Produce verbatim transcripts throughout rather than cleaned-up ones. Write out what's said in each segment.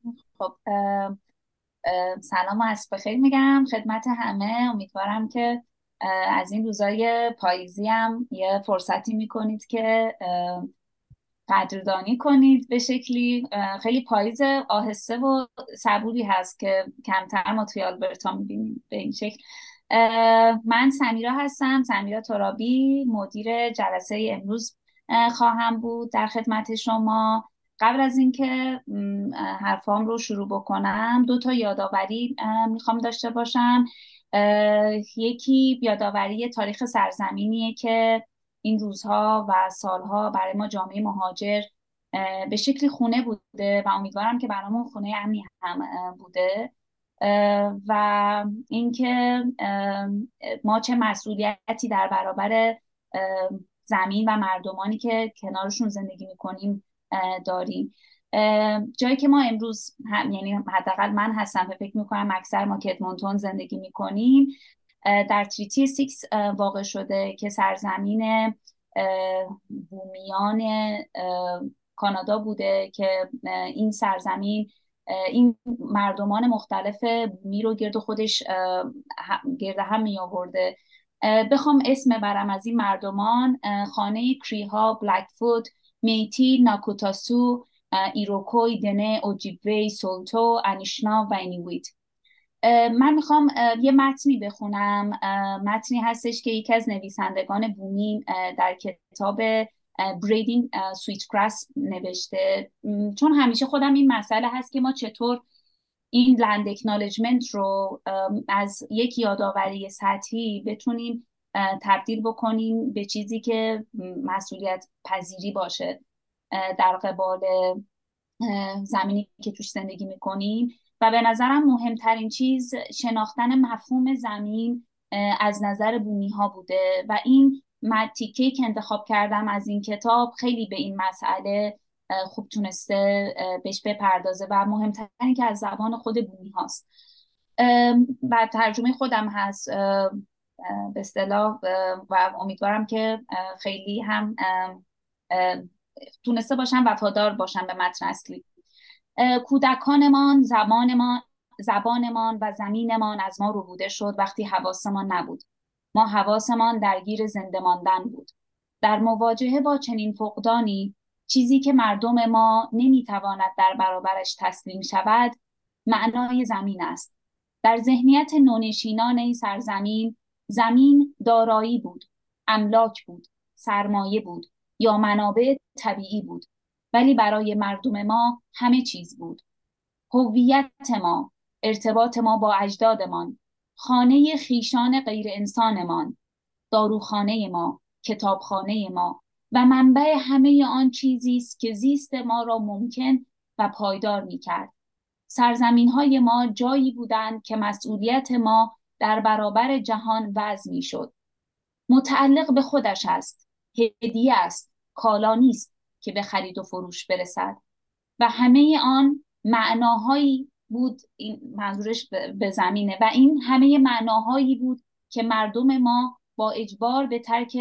خب اه، اه، سلام و عصر بخیر میگم خدمت همه. امیدوارم که اه، از این روزای پاییزی هم یه فرصتی میکنید که اه، قدردانی کنید به شکلی. اه، خیلی پاییز آهسته و صبوری هست که کمتر ما توی آلبرتا میبینیم به این شکل. اه، من سمیرا هستم، سمیرا ترابی، مدیر جلسه امروز اه، خواهم بود در خدمت شما. قبل از اینکه م، اه، حرفام رو شروع بکنم دو تا یادآوری اه، میخوام داشته باشم. اه، یکی یادآوری تاریخ سرزمینیه که این روزها و سالها برای ما جامعه مهاجر اه، به شکلی خونه بوده و امیدوارم که برامون خونه امنی هم اه، بوده. اه، و اینکه اه، ما چه مسئولیتی در برابر اه، زمین و مردمانی که کنارشون زندگی میکنیم داریم. اه، جایی که ما امروز هم، یعنی حداقل من هستم و فکر میکنم اکثر ما که ادمونتون زندگی میکنیم، در تریتی سیکس واقع شده که سرزمین بومیان کانادا بوده که این سرزمین این مردمان مختلف بومی رو گرد خودش گرد هم می آورده. بخوام اسم برم از این مردمان، خانه کریها، بلکفوت، میتی، ناکوتاسو، ایروکوی، دنه، اوجیبوی، سولتو، انیشنا و اینیویت. من میخوام یه متنی بخونم. متنی هستش که یکی از نویسندگان بومی در کتاب بریدینگ سویت گراس نوشته. چون همیشه خودم این مسئله هست که ما چطور این لند اکنالجمنت رو از یک یادآوری سطحی بتونیم تبدیل بکنیم به چیزی که مسئولیت پذیری باشه در قبال زمینی که توش زندگی میکنیم. و به نظرم مهمترین چیز شناختن مفهوم زمین از نظر بومی ها بوده و این تیکه که انتخاب کردم از این کتاب خیلی به این مسئله خوب تونسته بهش بپردازه و مهمتر این که از زبان خود بومی هاست و ترجمه خودم هست به اصطلاح. و امیدوارم که خیلی هم تونسته باشم وفادار باشم به متن اصلی. کودکانمان، زبانمان، زبانمان و زمینمان از ما ربوده شد وقتی حواسمان نبود. ما حواسمان درگیر زنده ماندن بود. در مواجهه با چنین فقدانی، چیزی که مردم ما نمیتواند در برابرش تسلیم شود، معنای زمین است. در ذهنیت نونشینان این سرزمین، زمین دارایی بود، املاک بود، سرمایه بود یا منابع طبیعی بود. ولی برای مردم ما همه چیز بود. هویت ما، ارتباط ما با اجدادمان، خانه خیشان غیر انسانمان، داروخانه ما، کتابخانه ما و منبع همه آن چیزی است که زیست ما را ممکن و پایدار می کرد. سرزمین های ما جایی بودند که مسئولیت ما در برابر جهان وضع می شد. متعلق به خودش است، هدیه است، کالا نیست که به خرید و فروش برسد. و همه آن معناهایی بود، این منظورش به زمینه، و این همه معناهایی بود که مردم ما با اجبار به ترک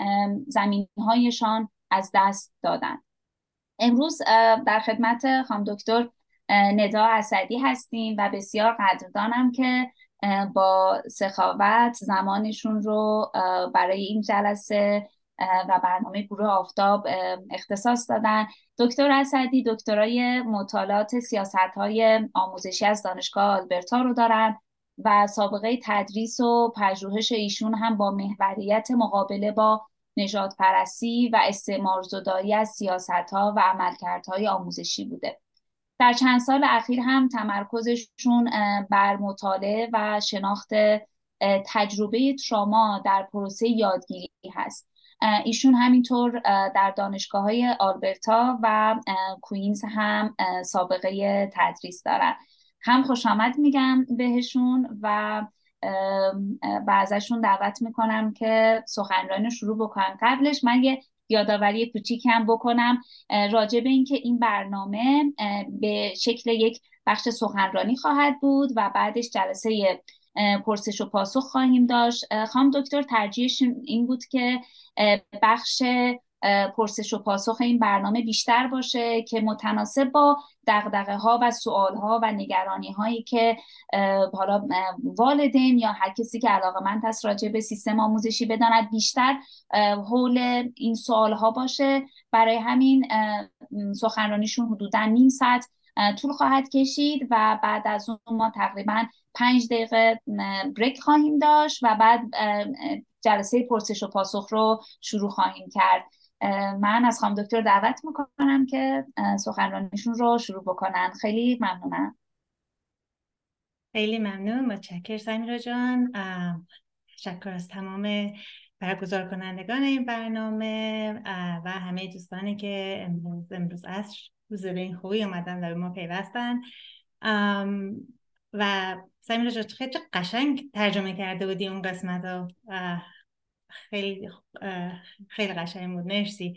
زمینهایشان از دست دادند. امروز در خدمت خانم دکتر ندا اسدی هستیم و بسیار قدردانم که با سخاوت زمانشون رو برای این جلسه و برنامه گروه آفتاب اختصاص دادن. دکتر اسدی دکترای مطالعات سیاست‌های آموزشی از دانشگاه آلبرتا رو دارن و سابقه تدریس و پژوهش ایشون هم با محوریت مقابله با نژاد پرستی و استعمارزدایی از سیاست‌ها و عملکردهای آموزشی بوده. در چند سال اخیر هم تمرکزشون بر مطالعه و شناخت تجربه تراما در پروسه یادگیری هست. ایشون همینطور در دانشگاه‌های آلبرتا و کوینز هم سابقه تدریس دارن. هم خوش آمد میگم بهشون و و ازشون دعوت میکنم که سخنرانی شروع بکنم. قبلش من یه یادآوری کوچیک هم بکنم راجع به اینکه این برنامه به شکل یک بخش سخنرانی خواهد بود و بعدش جلسه پرسش و پاسخ خواهیم داشت. خانم دکتر ترجیحش این بود که بخش پرسش و پاسخ این برنامه بیشتر باشه که متناسب با دغدغه ها و سوال ها و نگرانی هایی که حالا والدین یا هر کسی که علاقه‌مند است راجع به سیستم آموزشی بداند بیشتر حول این سوال ها باشه. برای همین سخنرانیشون حدوداً نیم ساعت طول خواهد کشید و بعد از اون ما تقریباً پنج دقیقه بریک خواهیم داشت و بعد جلسه پرسش و پاسخ رو شروع خواهیم کرد. من از خانم دکتر دعوت میکنم که سخنرانیشون رو شروع بکنن. خیلی ممنونم. خیلی ممنون، متشکرم سمیرا جان. تشکر از تمام برگزار کنندگان این برنامه و همه دوستانی که امروز امروز عصر روز به این خوبی اومدن و به ما پیوستن. و سمیرا جان خیلی قشنگ ترجمه کرده بودی اون قسمت رو، خیلی خیلی قشنگ بود، مرسی.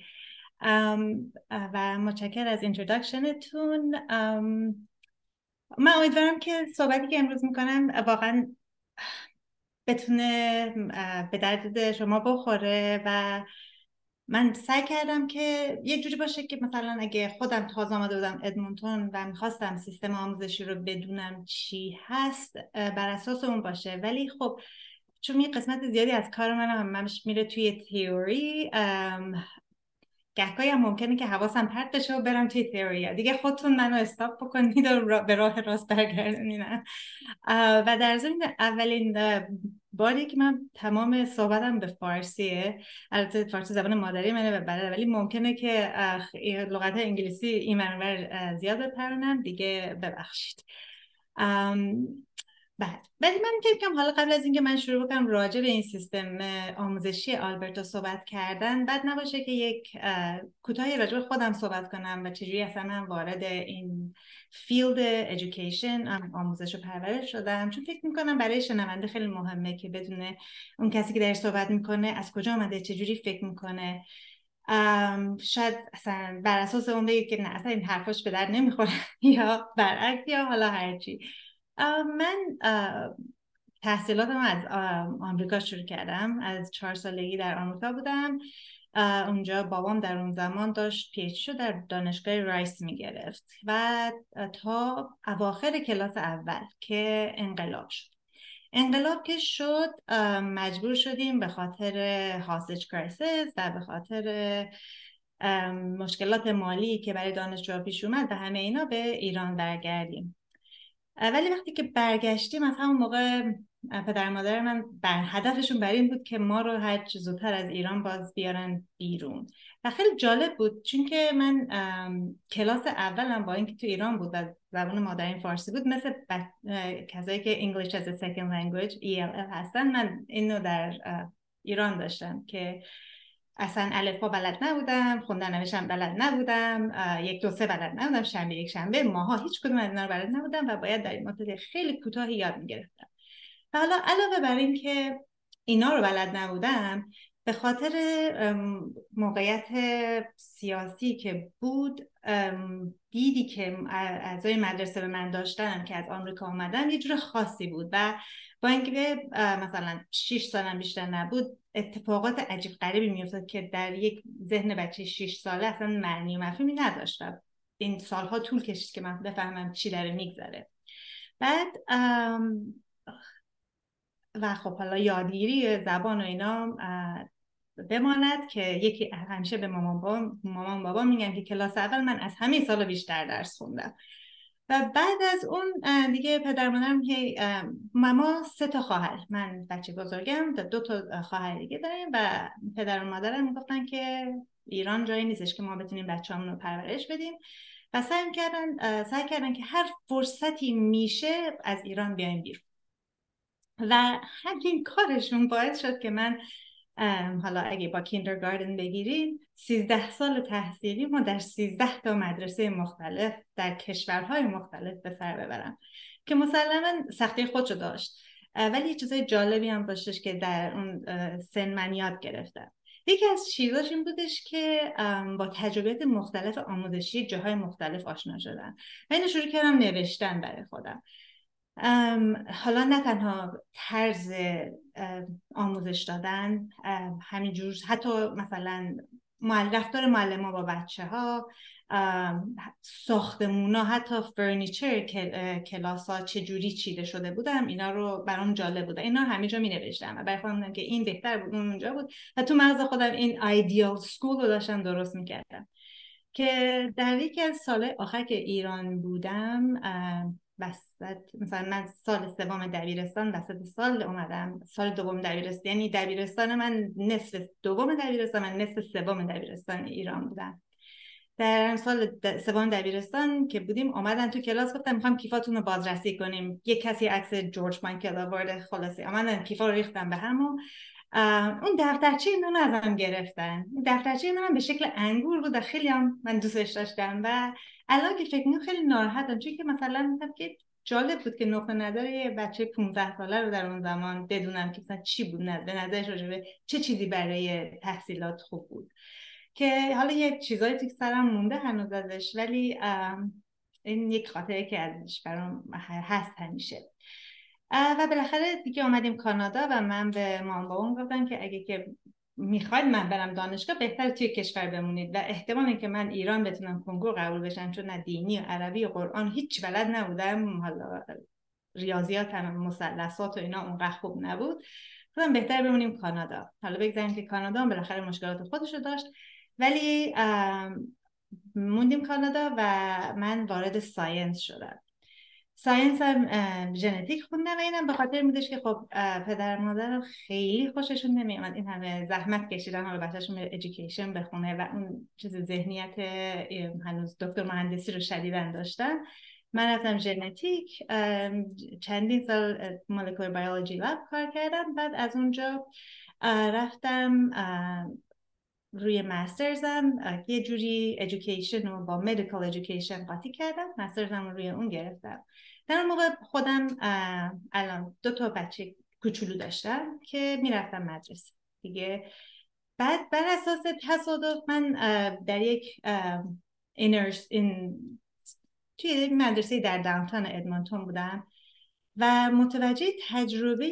و متشکرم از اینترودکشنتون. من امیدوارم که صحبتی که امروز میکنم واقعا بتونه به درد شما بخوره و من سعی کردم که یک جوری باشه که مثلا اگه خودم تازه آمده بودم ادمونتون و میخواستم سیستم آموزشی رو بدونم چی هست بر اساس اون باشه، ولی خب چون یه قسمت زیادی از کار منم همش میره توی تئوری، گهگاهی هم ممکنه که حواسم پرت بشه و برم توی تئوری دیگه. خودتون منو استاپ بکنید و به راه راست برگردونید. و در ضمن اولین باری که من تمام صحبتم به فارسیه، البته فارسی زبان مادری منه و بله، ولی ممکنه که لغت انگلیسی این منور زیاد بپرونم دیگه، ببخشید. بعد ولی من فکر کنم حالا قبل از اینکه من شروع بکنم راجع به این سیستم آموزشی آلبرتو صحبت کردن، بعد نباشه که یک کوتاهی راجع به خودم صحبت کنم و چجوری اصلا من وارد این فیلد ادویکیشن، آموزش و پرورش شدم، چون فکر میکنم برای شنونده خیلی مهمه که بدونه اون کسی که درش صحبت میکنه از کجا آمده، چجوری فکر میکنه. شاید اصلا بر اساس اون بگید که نه اصلا این حرفاش به در نمیخوره یا برعکس یا حالا هرچی. من تحصیلاتم از آمریکا شروع کردم. از چهار سالگی در آمریکا بودم. اونجا بابام در اون زمان داشت پی اچ دی رو در دانشگاه رایس میگرفت و تا اواخر کلاس اول که انقلاب شد. انقلاب که شد مجبور شدیم به خاطر هاستج کرایسیس و به خاطر مشکلات مالی که برای دانشجوها پیش اومد و همه اینا به ایران برگردیم. ولی وقتی که برگشتیم از همون موقع پدر مادر من بر هدفشون بر این بود که ما رو هر چه زودتر از ایران باز بیارن بیرون. و خیلی جالب بود چون که من کلاس اولم با اینکه تو ایران بود و زبان مادریم فارسی بود، مثل کسایی که English as a second language ای ال ال هستن، من اینو در ایران داشتم که اصلا الفبا بلد نبودم، خوندن نوشتن بلد نبودم، یک دو سه بلد نبودم، شنبه یک شنبه ماها هیچ کدوم از اینا رو بلد نبودم و باید در این مدت خیلی کوتاهی یاد میگرفتم. و حالا علاوه بر این که اینا رو بلد نبودم، به خاطر موقعیت سیاسی که بود، دیدی که اعضای مدرسه به من داشتن که از آمریکا اومدن یه جور خاصی بود و با اینکه مثلا شش سالم بیشتر نبود، اتفاقات عجیب غریبی میافتاد که در یک ذهن بچه شش ساله اصلا معنی و مفهومی نداشت و این سالها طول کشید که من بفهمم چی داره میگذره. بعد و خب حالا یادگیری زبان و اینا بماند که یکی همیشه به مامان بابا مامان بابا میگم که کلاس اول من از همه سال بیشتر درس خوندم. و بعد از اون دیگه پدر مادرم که ماما سه تا خواهر، من بچه بزرگم، دو تا خواهر دیگه داریم و پدر و مادرم میگفتن که ایران جایی نیستش که ما بتونیم بچه‌مون رو پرورش بدیم و سعی کردن سعی کردن که هر فرصتی میشه از ایران بیایم بیرون. و همین کارشون باعث شد که من حالا اگه با کیندرگاردن بگیرین سیزده سال تحصیلی ما در سیزده تا مدرسه مختلف در کشورهای مختلف به سر ببرم که مسلماً سختی خودشو داشت، ولی چیزای جالبی هم داشتش که در اون سن من یاد گرفتم. یکی از چیزاش این بودش که با تجربیات مختلف آموزشی جاهای مختلف آشنا شدم و اینو شروع کردم نوشتن برای خودم. حالا نه تنها طرز آموزش دادن همینجور، حتی مثلا رفتار معلم ها با بچه ها، ساختمون ها، حتی فرنیچر کلاس ها چجوری چیده شده بودم، اینا رو برام جالب بود. اینا همه جا می نوشتم و برای خودم بودم که این بهتر بود، اون اونجا بود و تو مغز خودم این ایدیال سکول رو داشتم درست می کردم. که در یکی از سال آخر که ایران بودم، وسط مثلا من سال سوم دبیرستان وسط سال اومدم، سال دوم دبیرستان، یعنی دبیرستان من نصف دوم دبیرستان، من نصف سوم دبیرستان ایران بودم. در سال سوم دبیرستان که بودیم اومدن تو کلاس، گفتم میخوام کیفاتون رو بازرسی کنیم. یک کسی عکس جورج مایکل آورد، خلاصی اومدن کیفا رو ریختن به هم و اون دفترچه منو ازم گرفتن. دفترچه منم به شکل انگور بود و خیلی هم من دوستش داشتم و الان که فکر می‌کنم خیلی ناراحتم، چون که مثلا میگم که جالب بود که نقطه نظر یه بچه پانزده ساله رو در اون زمان بدونم که مثلا چی بود، نه به نظرش راجع به چه چیزی برای تحصیلات خوب بود. که حالا یه چیزایی تو سرم مونده هنوز ازش، ولی این یک خاطره که ازش برام هست همیشه. و بالاخره دیگه اومدیم کانادا و من به مام بابام گفتم که اگه که میخواید من برم دانشگاه بهتر توی کشور بمونید و احتمال اینکه من ایران بتونم کنکور قبول بشم، چون نه دینی و عربی و قرآن هیچ بلد نبودم، حالا ریاضیات هم مثلثات و اینا اونقدر خوب نبود، گفتم بهتر بمونیم کانادا. حالا بگذاریم که کانادا هم بالاخره مشکلات خودشو داشت، ولی موندیم کانادا و من وارد ساینس شدم. ساینس هم ژنتیک خوندم و اینم به خاطر میدش که خب پدر مادرم خیلی خوششون نمیومد این همه زحمت کشیدن حالا بچه‌شون ادویکیشن بخونه و اون چیز ذهنیت هنوز دکتر مهندسی رو شدیداً داشتن. من رفتم ژنتیک، چندین سال مولکولر بیولوژی لاب کار کردم. بعد از اونجا رفتم روی مسترزم، یه جوری ادویکیشن رو با مدیکال ادویکیشن قاطی کردم، مسترزم رو روی اون گرفتم. در اون موقع خودم الان دو تا بچه کوچولو داشتم که میرفتم مدرسه دیگه. بعد بر اساس تصادف من در یک اینرس این توی یک مدرسه در داونتاون ادمونتون بودم و متوجه تجربه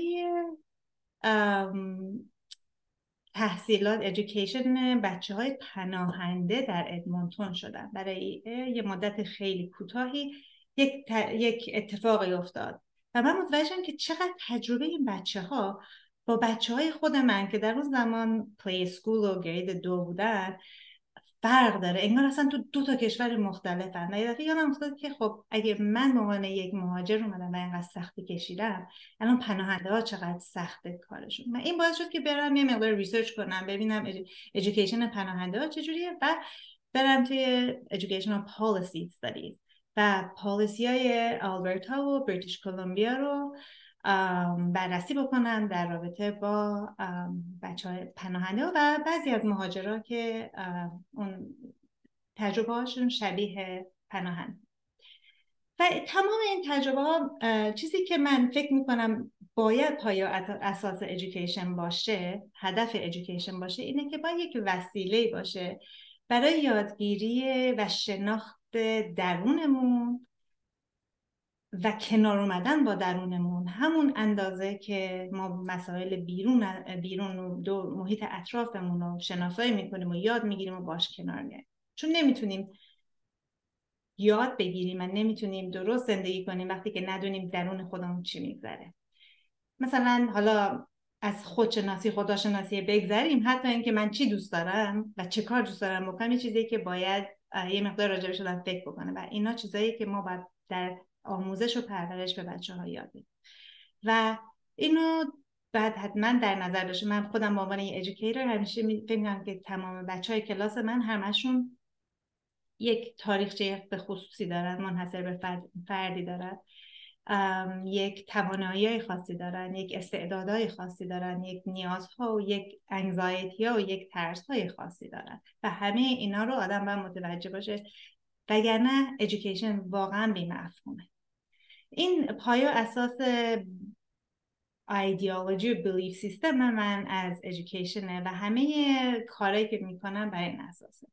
تحصیلات ادویکیشن بچه های پناهنده در ادمونتون شدن. برای یه مدت خیلی کوتاهی یک, ت... یک اتفاقی افتاد و من متوجه شدم که چقدر تجربه این بچه ها با بچه های خود من که در اون زمان پلی اسکول و گرید دو بودن فرق داره. انگار اصلا تو دو تا کشور مختلفن. و یه دفعه یادم افتاد که خب اگه من به عنوان یک مهاجر اومدم و اینقدر سختی کشیدم، الان پناهنده ها چقدر سخته کارشون. من این باعث شد که برم یه مقدار ریسرچ کنم، ببینم ادویکیشن پناهنده ها چجوریه و برم توی educational policy studies و پالیسی های آلبرتا و بریتیش کلمبیا رو بررسی بکنم در رابطه با بچه های پناهنده و بعضی از مهاجرها که اون تجربه هاشون شبیه پناهنده. و تمام این تجربه ها چیزی که من فکر میکنم باید پایه اساس ادویکیشن باشه، هدف ادویکیشن باشه، اینه که باید یک وسیله باشه برای یادگیری و شناخت درونمون و کنار اومدن با درونمون، همون اندازه که ما مسائل بیرون بیرون و دو محیط اطرافمون رو شناسایی میکنیم و یاد میگیریم و باش کنار میایم. چون نمیتونیم یاد بگیریم و نمیتونیم درست زندگی کنیم وقتی که ندونیم درون خودمون چی میگذره. مثلا حالا از خودشناسی خداشناسی بگذریم، حتی اینکه من چی دوست دارم و چه کار دوست دارم بکنم یه چیزی که باید یه مقدار راجعش رو فکر بکنه و اینا چیزایی که ما باید در آموزش و پرورش به بچه‌ها یاد بدیم. و اینو بعد حتما در نظر داشته. من خودم به عنوان یه ادویکیتور همیشه فکر می‌کنم که تمام بچه‌های کلاس من همشون یک تاریخچه به خصوصی دارن، منحصر به فرد، فردی دارن، یک توانایی خاصی دارن، یک استعدادهای خاصی دارن، یک نیازها و یک انگزایتی ها و یک ترسهای خاصی دارن و همه اینا رو آدم باید متوجه باشه، وگرنه ادویکیشن واقعا بی‌مفهومه. این پایه اساس ایدئولوژی و بیلیف سیستم من از ادویکیشنه و همه کارهایی که میکنم برای این اساسه.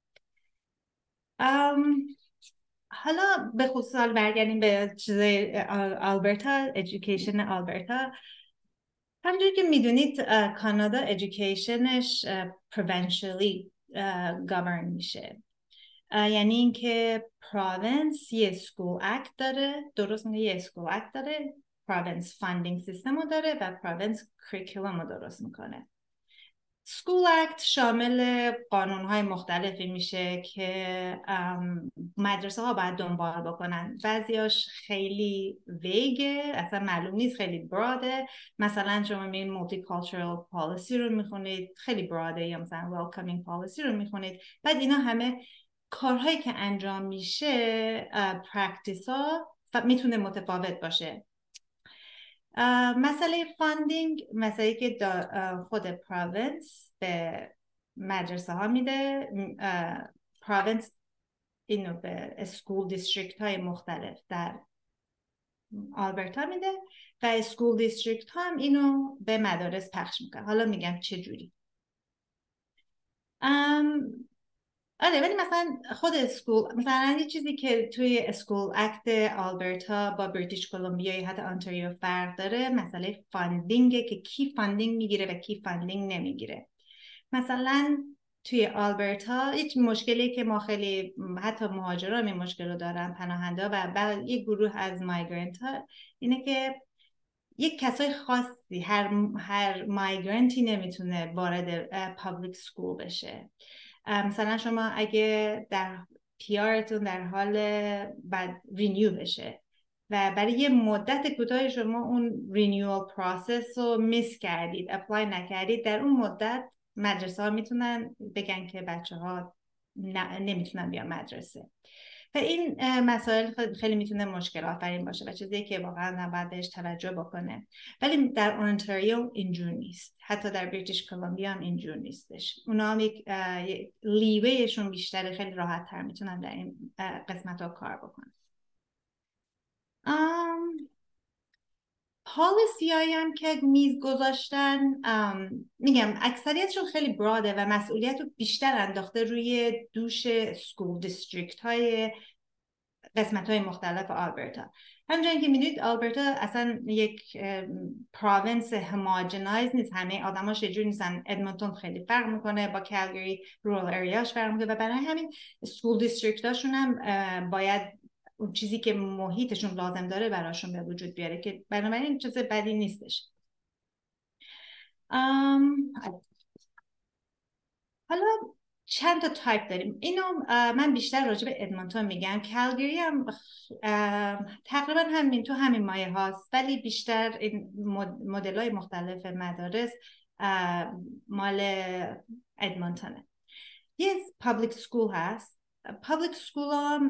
حالا به خصوص برگردیم به چیزای آلبرتا، ادویکیشن آلبرتا. همونجوری که میدونید کانادا ادویکیشنش پروینشیالی govern میشه. یعنی اینکه پروینس یه سکول اکت داره، درست میگه، یه سکول اکت داره، پروینس فاندینگ سیستم رو داره و پروینس کریکولم رو درست میکنه. سکول اکت شامل قانون‌های مختلفی میشه که مدرسه ها باید دنبال بکنن. بعضیاش خیلی ویگه، اصلا معلوم نیست، خیلی براده. مثلا شما میرین مولتی کالچرال پالیسی رو میخونید، خیلی براده، یا مثلا ویلکامینگ پالیسی رو میخونید. بعد اینا همه کارهایی که انجام میشه، پرکتیس ها میتونه متفاوت باشه. مسئله فاندینگ، مسئله که خود پروینس به مدرسه ها میده. پروینس اینو به اسکول دیستریکت های مختلف در آلبرتا میده و اسکول دیستریکت ها هم اینو به مدارس پخش میکنه. حالا میگم چه جوری. آره، ولی مثلا خود اسکول، مثلا یه چیزی که توی اسکول اکت آلبرتا با بریتیش کلمبیا یا حتی آنتاریو فرق داره، مسئله فاندینگه که کی فاندینگ میگیره و کی فاندینگ نمیگیره. مثلا توی آلبرتا هیچ مشکلی که ما خیلی، حتی مهاجران این مشکل رو دارن، پناهنده و بعد یک گروه از مایگرنت ها، اینه که یک کسای خاصی، هر هر مایگرنتی نمیتونه وارد پابلیک سکول بشه. مثلا شما اگه در پیارتون در حال بعد رینیو بشه و برای یه مدت کوتاه شما اون رینیوال پروسس رو میس کردید، اپلای نکردید، در اون مدت مدرسه ها میتونن بگن که بچه ها نمیتونن بیان مدرسه. و این مسائل خیلی میتونه مشکل آفرین باشه و چیزی که واقعا نباید بهش توجه بکنه. ولی در اونتاریو اینجور نیست، حتی در بریتیش کلمبیا هم اینجور نیستش. اونا هم یک لیوهشون بیشتره، خیلی راحت تر میتونن در این قسمت ها کار بکنن. پالیسی هایی هم که میز گذاشتن، میگم اکثریتشون خیلی براده و مسئولیت رو بیشتر انداخته روی دوش سکول دیستریکت های قسمت های مختلف آلبرتا. همچنین که میدونید آلبرتا اصلا یک پروینس هماجنایز نیست، همه آدماش یه جوری نیستن. ادمونتون خیلی فرق میکنه با کالگری، رورال اریاش فرق میکنه و برای همین سکول دیستریکت هاشون هم باید اون چیزی که محیطشون لازم داره براشون به وجود بیاره، که بنابراین چیز بدی نیستش. ام... حالا چند تا تایپ داریم. اینو من بیشتر راجع به ادمونتون میگم. کالگری هم تقریبا همین تو همین مایه هاست، ولی بیشتر این مدل های مختلف مدارس مال ادمونتونه. یه پابلیک سکول هست. پابلیک سکول هم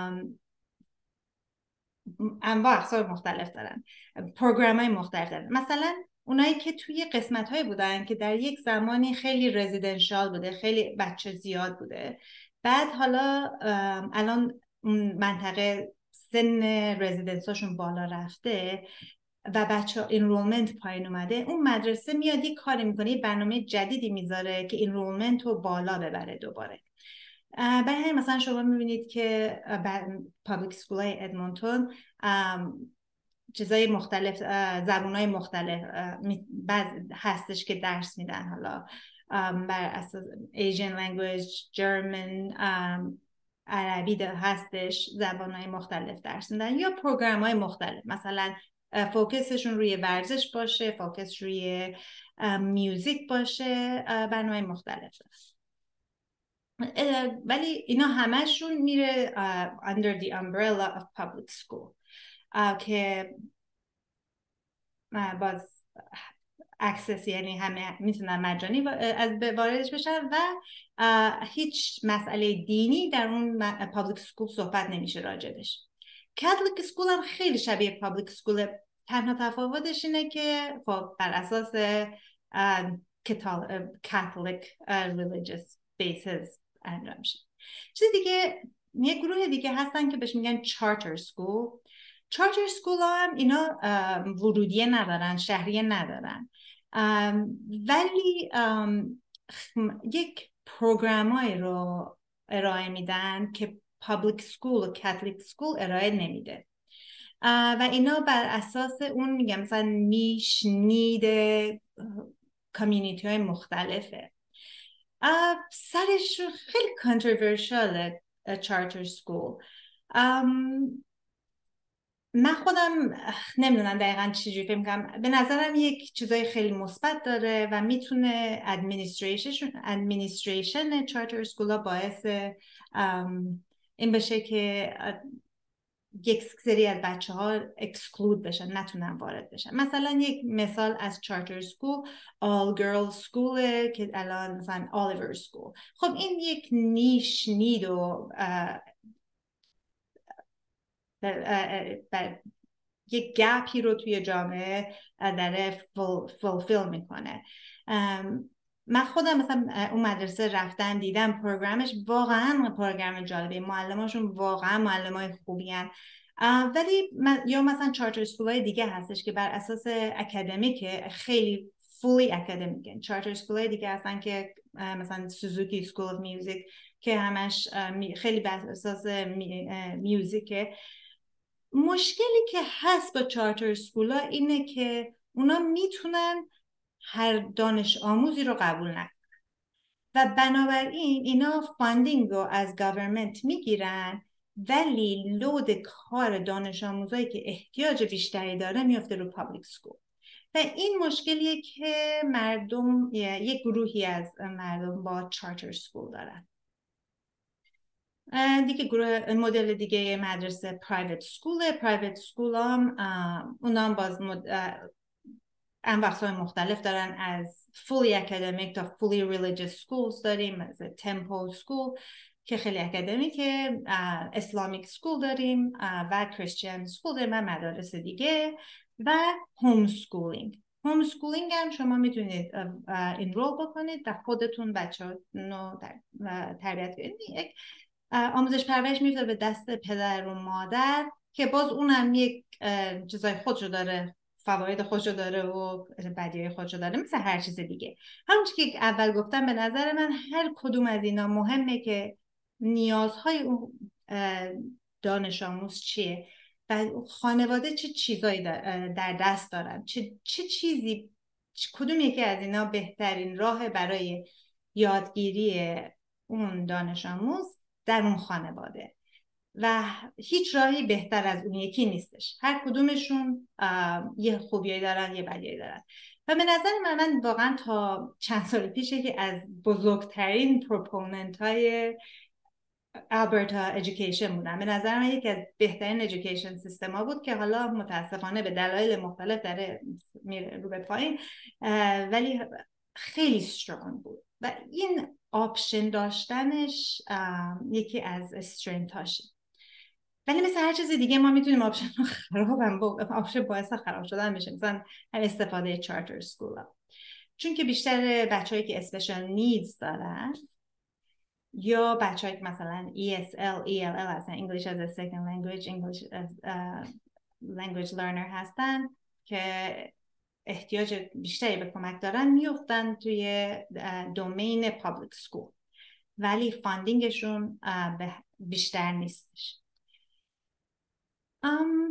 انواع اقسام مختلف دارن، پروگرام های مختلف دارن. مثلا اونایی که توی قسمت های بودن که در یک زمانی خیلی رزیدنشال بوده، خیلی بچه زیاد بوده، بعد حالا الان منطقه سن رزیدنساشون بالا رفته و بچه انرولمنت پایین اومده، اون مدرسه میاد یک کاری میکنه، یه برنامه جدیدی میذاره که انرولمنت رو بالا ببره دوباره. برای همین مثلا شما میبینید که پابلیک سکول های ادمونتون چیزای مختلف، زبانهای مختلف بعض هستش که درس میدن، حالا بر اساس ایژن لنگویج، جرمن، عربی هستش، زبانهای مختلف درس میدن، یا پروگرام های مختلف، مثلا فوکسشون روی ورزش باشه، فوکس روی میوزیک باشه، برنامه مختلف هست. ولی اینا همشون میره uh, under the umbrella of public school uh, که باز access، یعنی همه میتونن مجانی از واردش بشن و uh, هیچ مسئله دینی در اون public school صحبت نمیشه راجبش. کاتولیک سکول هم خیلی شبیه public school، تنها تفاوتش اینه که خب بر اساس کاتولیک uh, uh, religious basis انجام میشه. چیز دیگه، یه گروه دیگه هستن که بهش میگن چارتر سکول. چارتر سکول هم اینا ورودیه ندارن، شهریه ندارن، ولی یک پروگرامایی رو ارائه میدن که پابلیک سکول و کاتولیک سکول ارائه نمیده و اینا بر اساس اون، میگم مثلا نیش نید کامیونیتی های مختلفه. سرش خیلی controversial چارتر سکول. من خودم نمیدونم دقیقاً چجوری فکر می‌کنم. به نظرم یک چیزای خیلی مثبت داره و میتونه ادمنستریشن ادمنستریشن چارتر اسکولا باعث این بشه که یک سری از بچه ها اکسکلود بشن، نتونن وارد بشن. مثلا یک مثال از چارتر سکول all girls سکوله که الان مثلا آلیور سکول. خب این یک نیش نید و یک گپی رو توی جامعه داره فولفیل میکنه. من خودم مثلا اون مدرسه رفتن دیدم، پروگرامش واقعا پروگرام جالبه، معلماشون واقعا معلمای خوبی هن. ولی یا مثلا چارتر اسکولای دیگه هستش که بر اساس اکادمیکه، خیلی فولی اکادمیکن. چارتر اسکولای دیگه هستن که مثلا سوزوکی اسکول اف میوزیک که همش خیلی بر اساس میوزیکه. مشکلی که هست با چارتر اسکولا اینه که اونا میتونن هر دانش آموزی رو قبول نکنن و بنابراین اینا فاندینگ رو از گاورمنت میگیرن، ولی لود کار دانش آموزایی که احتیاج بیشتری داره میفته رو پابلیک سکول و این مشکلیه که مردم، یک گروهی از مردم با چارتر سکول دارن. دیگه گروه مدل دیگه مدرسه پرایوت سکوله. پرایوت سکول هم اونا هم باز انواع مختلف دارن، از fully academic تا fully religious schools داریم، مثل temple school که خیلی اکادمیکه، اسلامیک سکول داریم و کریستیان سکول داریم و مدارس دیگه و هوم سکولینگ. هوم سکولینگ هم شما میتونید انرول بکنید و خودتون بچه ها رو تربیت کنید. آموزش پرورش میفته به دست پدر و مادر که باز اونم یک چیزای خودشو داره، فواید خودشو داره و بدیهای خودشو داره، مثل هر چیز دیگه. همونچه که اول گفتم، به نظر من هر کدوم از اینا مهمه که نیازهای اون دانش آموز چیه و خانواده چه چیزایی در دست دارن، چه, چه چیزی کدوم یکی از اینا بهترین راه برای یادگیری اون دانش آموز در اون خانواده و هیچ راهی بهتر از اون یکی نیستش. هر کدومشون یه خوبیایی دارن، یه بدیایی دارن و به نظر من من واقعا تا چند سال پیشه که از بزرگترین پروپوننت های آلبرتا ادویکیشن بودم. به نظر من یکی از بهترین ادویکیشن سیستم ها بود که حالا متاسفانه به دلایل مختلف داره میره رو به پایین، ولی خیلی سترونگ بود و این آپشن داشتنش یکی از استرنگثاشه. ولی مثل هر چیز دیگه ما میتونیم آپشن رو خراب هم با آپشن باعث خراب شدن بشه، مثلا استفاده چارتر اسکول ها، چون که بیشتر بچه‌هایی که اسپیشال نیدز دارن یا بچه‌هایی که مثلا ای اس ال ای ال ال هستن، English as a second language, English as a language learner هستن که احتیاج بیشتری به کمک دارن، میفتن توی دومین پابلیک سکول ولی فاندینگشون بیشتر نیستش. ام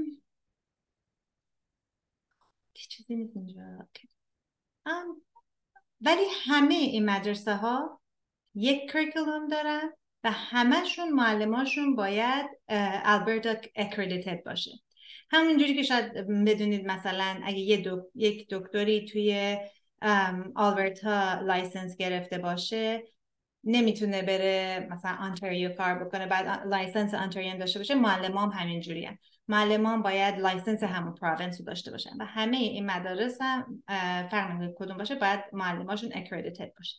چیزی نیست اینجا. ام ولی همه این مدرسه ها یک کریکولوم دارن و همهشون معلماشون باید آلبرتا اکریدیتد باشه. همونجوری که شاید بدونید مثلا اگه یه دو، یک دکتری توی آلبرتا لایسنس گرفته باشه نمیتونه بره مثلا آنتاریو کار بکنه بعد لایسنس آنتاریو داشته باشه. معلمان هم همینجوری هن. معلمان باید لایسنس همون پروینس رو داشته باشن و همه این مدارس هم فرق نمیکنه کدوم باشه باید معلماشون اکریدیتد باشه.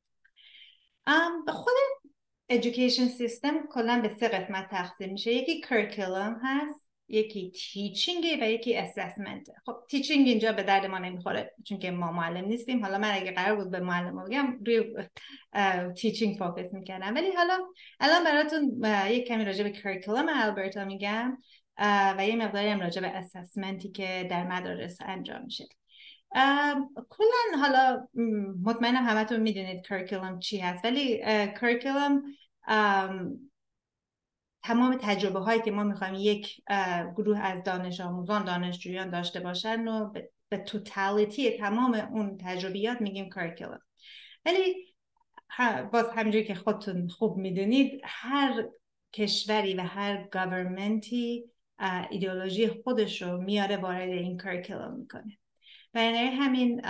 به خود education system کلا به سه قسمت تقسیم میشه. یکی curriculum هست، یکی تیچینگ و یکی اسسمنت. خب تیچینگ اینجا به درد ما نمیخوره چون که ما معلم نیستیم. حالا من اگه قرار بود به معلم بگم روی تیچینگ فوکس میکردم، ولی حالا الان براتون یک کمی راجع به کریکولوم آلبرتا میگم و یه مقداری هم راجع به اسسمنتی که در مدارس انجام میشه. کلا حالا مطمئنم همتون میدونید کریکولوم چی هست، ولی کریکولوم تمام تجربه هایی که ما میخوایم یک گروه از دانش آموزان دانشجویان داشته باشن و به توتالیتی تمام اون تجربیات میگیم کریکولوم. ولی باز همونجوری که خودتون خوب میدونید هر کشوری و هر گاورمنتی ایدئولوژی خودش رو میاره وارد این کریکولم میکنه. برای همین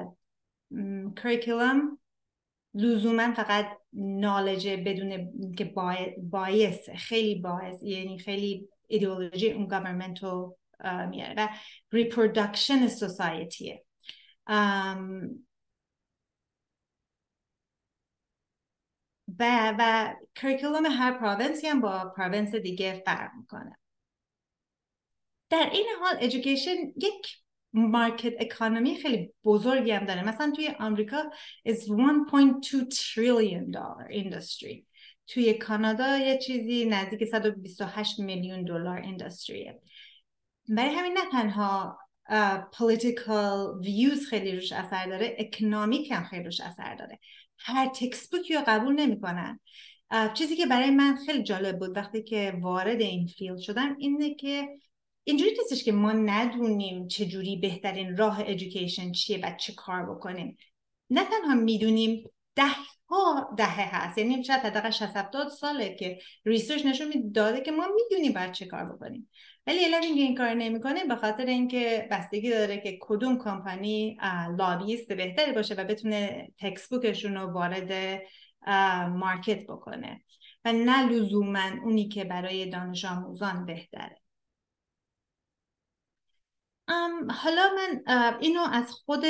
کریکولم لزوما فقط نالج بدون که باعث خیلی باعث یعنی خیلی ایدئولوژی اون گاورمنت رو میاره و ریپرودکشن سوسایتیه. و و کریکولوم هر پروینسی هم با پروینس دیگه فرق میکنه. در این حال ایژوکیشن یک مارکت اکانومی خیلی بزرگی هم داره. مثلا توی آمریکا is one point two trillion dollar industry. توی کانادا یه چیزی نزدیک صد و بیست و هشت میلیون دلار اینداستریه. برای همین نه تنها uh, political views خیلی روش اثر داره، اکنامیک هم خیلی روش اثر داره. هر تکستبوکی رو قبول نمی‌کنن. uh, چیزی که برای من خیلی جالب بود وقتی که وارد این فیلد شدم اینه که اینجوری نیستش که ما ندونیم چجوری بهترین راه ایژوکیشن چیه و چه کار بکنیم. نه تنها میدونیم ده ها دهه هست، یعنی شاید حداقل شصت هفتاد ساله که ریسرچ نشون داده که ما میدونیم باید چه کار بکنیم، ولی علت اینکه این کار نمیکنه به خاطر اینکه بستگی داره که کدوم کمپانی لابیست بهتری باشه و بتونه تکست بوکشون رو وارد مارکت بکنه و نه لزوما اونی که برای دانش آموزان بهتره. حالا من اینو از خود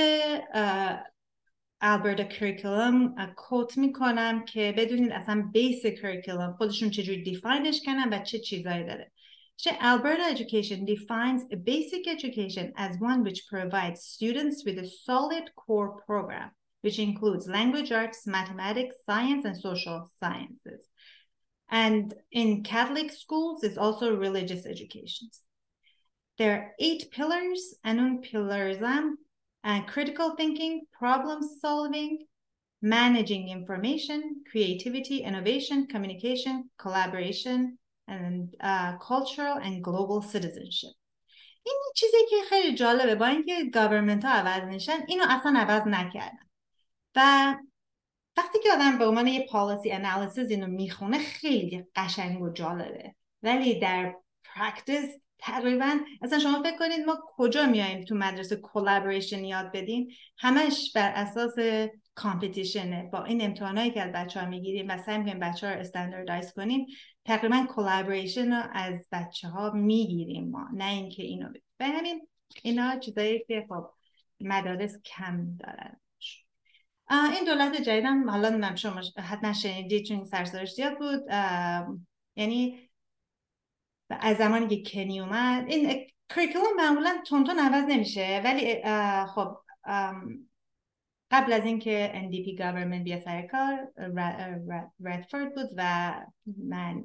آلبرتا کریکولم کوت میکنم که بدونید اصلا بیس کریکولم خودشون چجوری دیفاینش کنن و چه چیزایی داره. Alberta education defines a basic education as one which provides students with a solid core program, which includes language arts, mathematics, science, and social sciences. And in Catholic schools, it's also religious education. There are eight pillars, and on pillars are uh, critical thinking, problem solving, managing information, creativity, innovation, communication, collaboration, and uh, cultural and global citizenship. این چیزی که خیلی جالبه، با اینکه گاورمنت ها عوض میشن اینو اصلا عوض نکردن و وقتی که آدم به عنوان یه پالیسی انالیسیس اینو میخونه خیلی قشنگ و جالبه، ولی در پرکتیس تقریبا اصلا شما فکر کنید ما کجا میاییم تو مدرسه کلابریشن یاد بدیم؟ همش بر اساس کامپیتیشنه. با این امتحانایی که از بچه‌ها میگیریم و سعی می‌کنیم بچه‌ها رو استانداردایز کنیم، تقریبا کلابریشن رو از بچه‌ها میگیریم ما، نه اینکه اینو بدیم. به همین اینا چیزایی که خب مدارس کم دارن. این دولت جدیدم حالا من شما حتما شنیدید چون سرسرش زیاد بود، یعنی از زمانی که کنی اومد این کریکولوم معمولا تونتون عوض نمیشه، ولی خب قبل از اینکه ان دی پی گاورمنت بیا سر کار ردفورد بود و من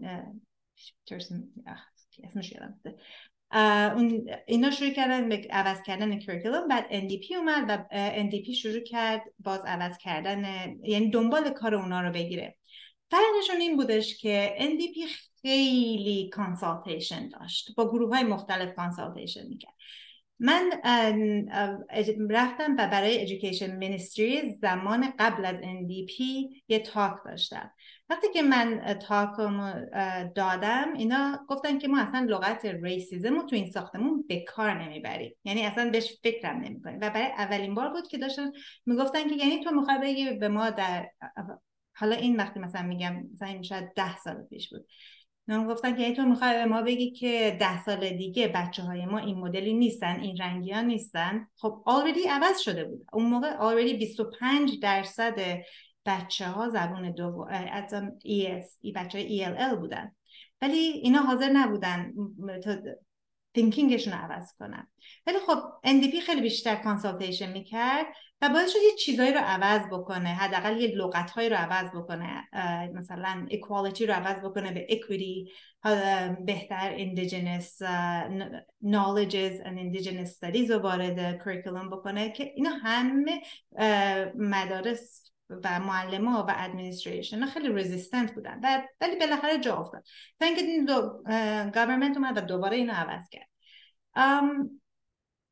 اسمش یادم اون اینا شروع کردن به عوض کردن کریکولوم. بعد ان دی پی اومد و ان دی پی شروع کرد باز عوض کردن، یعنی دنبال کار اونا رو بگیره. فرقشون این بودش که ان دی پی خیلی کانسالتیشن داشت، با گروه های مختلف کانسالتیشن میکرد. من رفتم و برای ایژوکیشن مینیستری زمان قبل از ان دی پی یه تاک داشتم. وقتی که من تاکم دادم اینا گفتن که ما اصلا لغت ریسیزم رو تو این ساختمون به کار نمیبریم، یعنی اصلا بهش فکرم نمیکنیم. و برای اولین بار بود که داشتن میگفتن که یعنی تو میخوای بگی به ما در حالا این وقتی مثلا میگم مثلا شاید ده سال پیش بود، من گفتن که تو میخوای به ما بگی که ده سال دیگه بچه های ما این مدلی نیستن، این رنگی ها نیستن. خب آلردی عوض شده بود اون موقع. آلردی بیست و پنج درصد بچه ها زبان دو از ای اس ای بچه های ای ال ال بودن، ولی اینا حاضر نبودن تینکینگشون رو عوض کنن. ولی خب ان دی پی خیلی بیشتر کانسالتیشن میکرد و باعث شد یه چیزایی رو عوض بکنه، حداقل یه لغت‌هایی رو عوض بکنه، مثلا اکوالیتی رو عوض بکنه به اکویتی، بهتر indigenous knowledges and indigenous studies رو وارد کریکولوم بکنه که اینا همه مدارس و معلم‌ها و ادمنستریشن خیلی رزिस्टنت بودن و ولی بالاخره جا افتاد تا اینکه این دو گاورمنت اومد و دوباره اینو عوض کرد.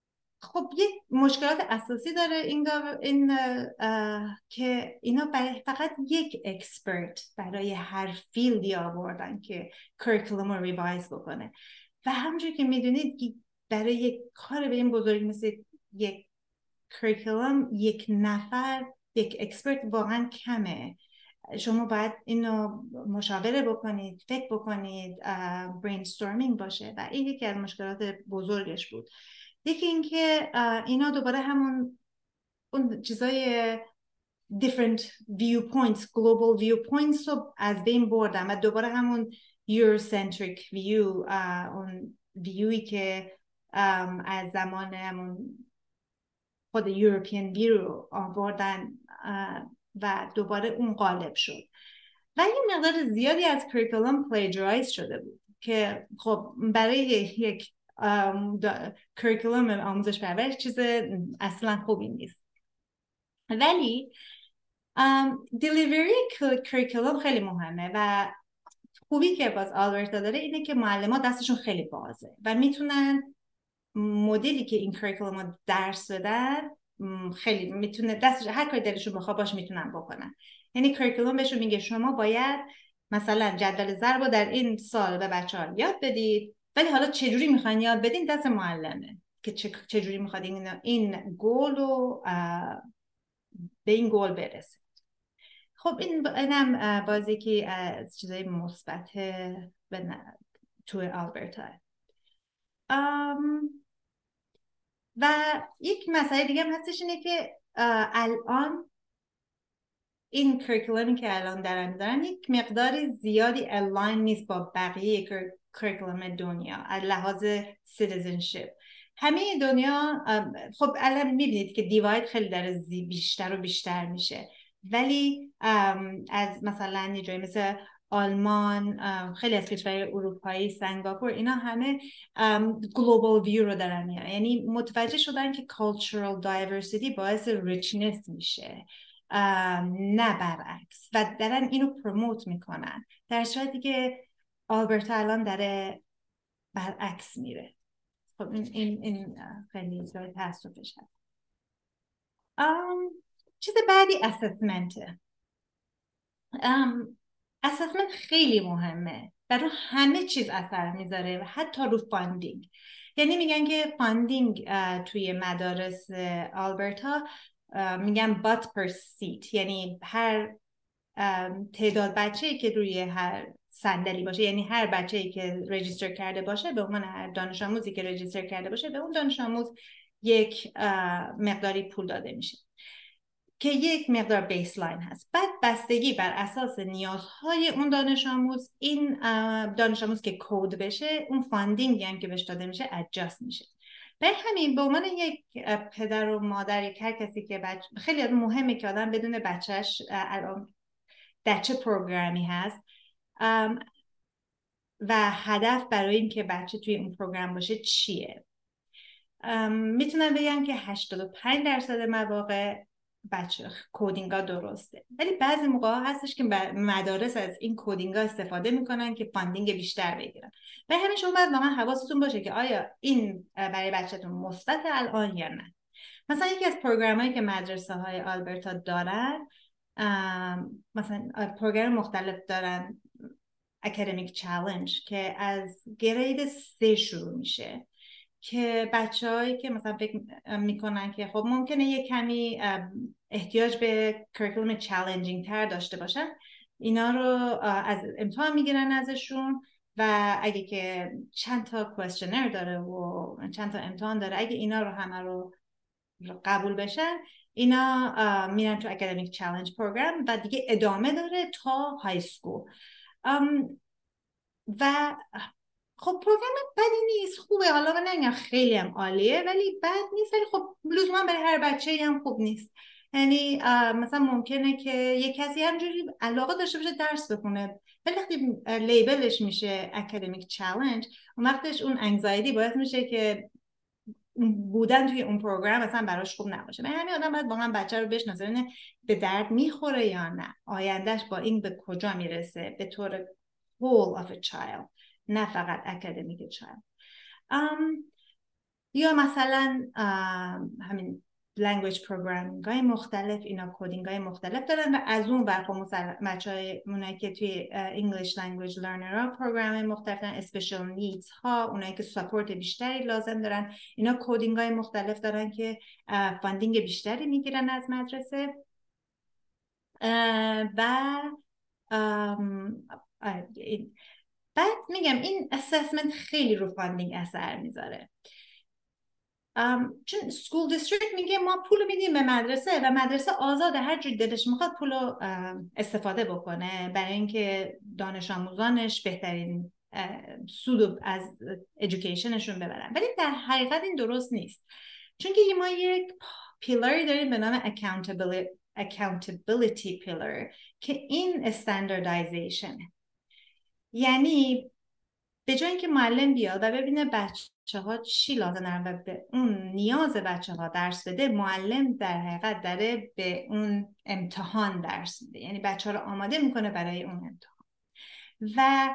خب یک مشکلات اساسی داره این, این که اینا برای فقط یک اکسپرت برای هر فیلدی آوردن که کرکولوم رو ریوایز بکنه و همونجور که میدونید برای یک کار به این بزرگی مثل یک کرکولوم یک نفر یک اکسپرت واقعا کمه. شما باید اینو مشاوره بکنید، فکر بکنید، برینستورمینگ باشه و این یکی از مشکلات بزرگش بود. یکی این که اینا دوباره همون اون چیزای different viewpoints, global viewpoints رو از بین بردن و دوباره همون Eurocentric view، اون ویوی که از زمان همون خود European view رو آوردن و دوباره اون غالب شد و یه مقدار زیادی از کرکولوم پلیجرایز شده بود که خب برای یک کرکولوم آموزش پرورش چیز اصلا خوبی نیست. ولی دیلیوری کرکولوم خیلی مهمه و خوبی که باز آلبرتا داره اینه که معلم‌ها دستشون خیلی بازه و میتونن مدلی که این کرکولوم رو درس بدن خیلی میتونه دستش هر کاری دلشون بخواد باش میتونن بکنن. یعنی کرکولوم بهشون میگه شما باید مثلا جدول ضرب رو در این سال به بچه‌ها یاد بدید، ولی حالا چه جوری میخواین یاد بدین دست معلمه که چه جوری میخواد این این گول رو به این گول برسه. خب این اینم بازی که از چیزای مثبت تو آلبرتا. و یک مسئله دیگه هم هستش اینه که الان این کرکولومی که الان دارن دارن یک مقدار زیادی الاین نیست با بقیه کرکولوم دنیا از لحاظ سیتیزنشیپ. همه دنیا خب الان میبینید که دیواید خیلی داره بیشتر و بیشتر میشه، ولی از مثلا یه جایی مثل آلمان، خیلی از کشورهای اروپایی، سنگاپور، اینا همه گلوبال ویو رو دارن میارن. یعنی متوجه شدن که cultural diversity باعث ریچنس میشه نه برعکس و دارن اینو پروموت میکنن، در صورتی که آلبرتا الان داره برعکس میره. خب این این, این خیلی زیاد تاسفش هست. چیز بعدی اسسمنته. اسسمنت خیلی مهمه، برای همه چیز اثر میذاره و حتی رو فاندینگ. یعنی میگن که فاندینگ توی مدارس آلبرتا میگن بات پر سیت، یعنی هر تعداد بچه‌ای که روی هر صندلی باشه، یعنی هر بچه‌ای که رجیستر کرده باشه به عنوان هر دانش آموزی که رجیستر کرده باشه به اون دانش آموز یک مقداری پول داده میشه که یک مقدار بیسلاین هست. بعد بستگی بر اساس نیازهای اون دانش آموز، این دانش آموز که کد بشه اون فاندینگی هم که بهش داده میشه ادجاست میشه. به همین به عنوان یک پدر و مادر، یک هر کسی که بچه، خیلی مهمه که آدم بدونه بچهش الان در چه پروگرامی هست و هدف برای این که بچه توی اون پروگرام باشه چیه. میتونم بگم که هشتاد و پنج درصد مواقع بچه کدینگا درسته، ولی بعضی موقع هستش که مدارس از این کدینگا استفاده میکنن که فاندینگ بیشتر بگیرن. به همین شما باید واقعا حواستون باشه که آیا این برای بچه‌تون مثبت الان یا نه. مثلا یکی از پروگرامایی که مدرسه های آلبرتا دارن، مثلا پروگرام مختلف دارن، اکادمیک چالنج که از گرید سه شروع میشه که بچه‌هایی که مثلا فکر میکنن که خب ممکنه یه کمی احتیاج به کرکولوم چالنجینگ تر داشته باشن، اینا رو از امتحان میگیرن ازشون و اگه که چند تا کوئسشنر داره و چند تا امتحان داره، اگه اینا رو همه رو قبول بشن اینا میرن تو اکادمیک چالنج پروگرام و دیگه ادامه داره تا های سکول. و خب پروگرام بدی نیست، خوبه، حالا من نمیگم خیلی هم عالیه ولی بد نیست، ولی خب لزوما برای هر بچه‌ای هم خوب نیست. یعنی مثلا ممکنه که یک کسی همجوری علاقه داشته باشه درس بخونه، ولی وقتی لیبلش میشه اکادمیک چالنج اون وقتش اون انگزایتی باعث میشه که بودن توی اون پروگرام مثلا براش خوب نباشه. من همین آدم باید واقعا بچه رو بشناسه ببینه به درد میخوره یا نه، آیندهش با این به کجا میرسه به طور whole of a child، نه فقط academic child. um, یا مثلا همین language programming های مختلف، اینا کدینگ های مختلف دارن و از اون برخواه بچه های اونایی که توی English language learner ها پروگرام های مختلف دارن، special needs ها، اونایی که ساپورت بیشتری لازم دارن، اینا کدینگ های مختلف دارن که فاندینگ بیشتری میگیرن از مدرسه. و بعد میگم این assessment خیلی رو فاندینگ اثر میذاره، چون سکول دیستریکت میگه ما پول میدیم به مدرسه و مدرسه آزاده هر جور دلش میخواد پولو استفاده بکنه برای اینکه دانش آموزانش بهترین سود از ادویکیشنشون ببرن. ولی در حقیقت این درست نیست، چون که ما یک پیلاری داریم به نام accountability accountability pillar که این استانداردایزیشنه. یعنی به جای اینکه معلم بیاد و ببینه بچه ها چی لازم دارن و به اون نیاز بچه ها درس بده، معلم در حقیقت داره به اون امتحان درس میده، یعنی بچه ها رو آماده میکنه برای اون امتحان. و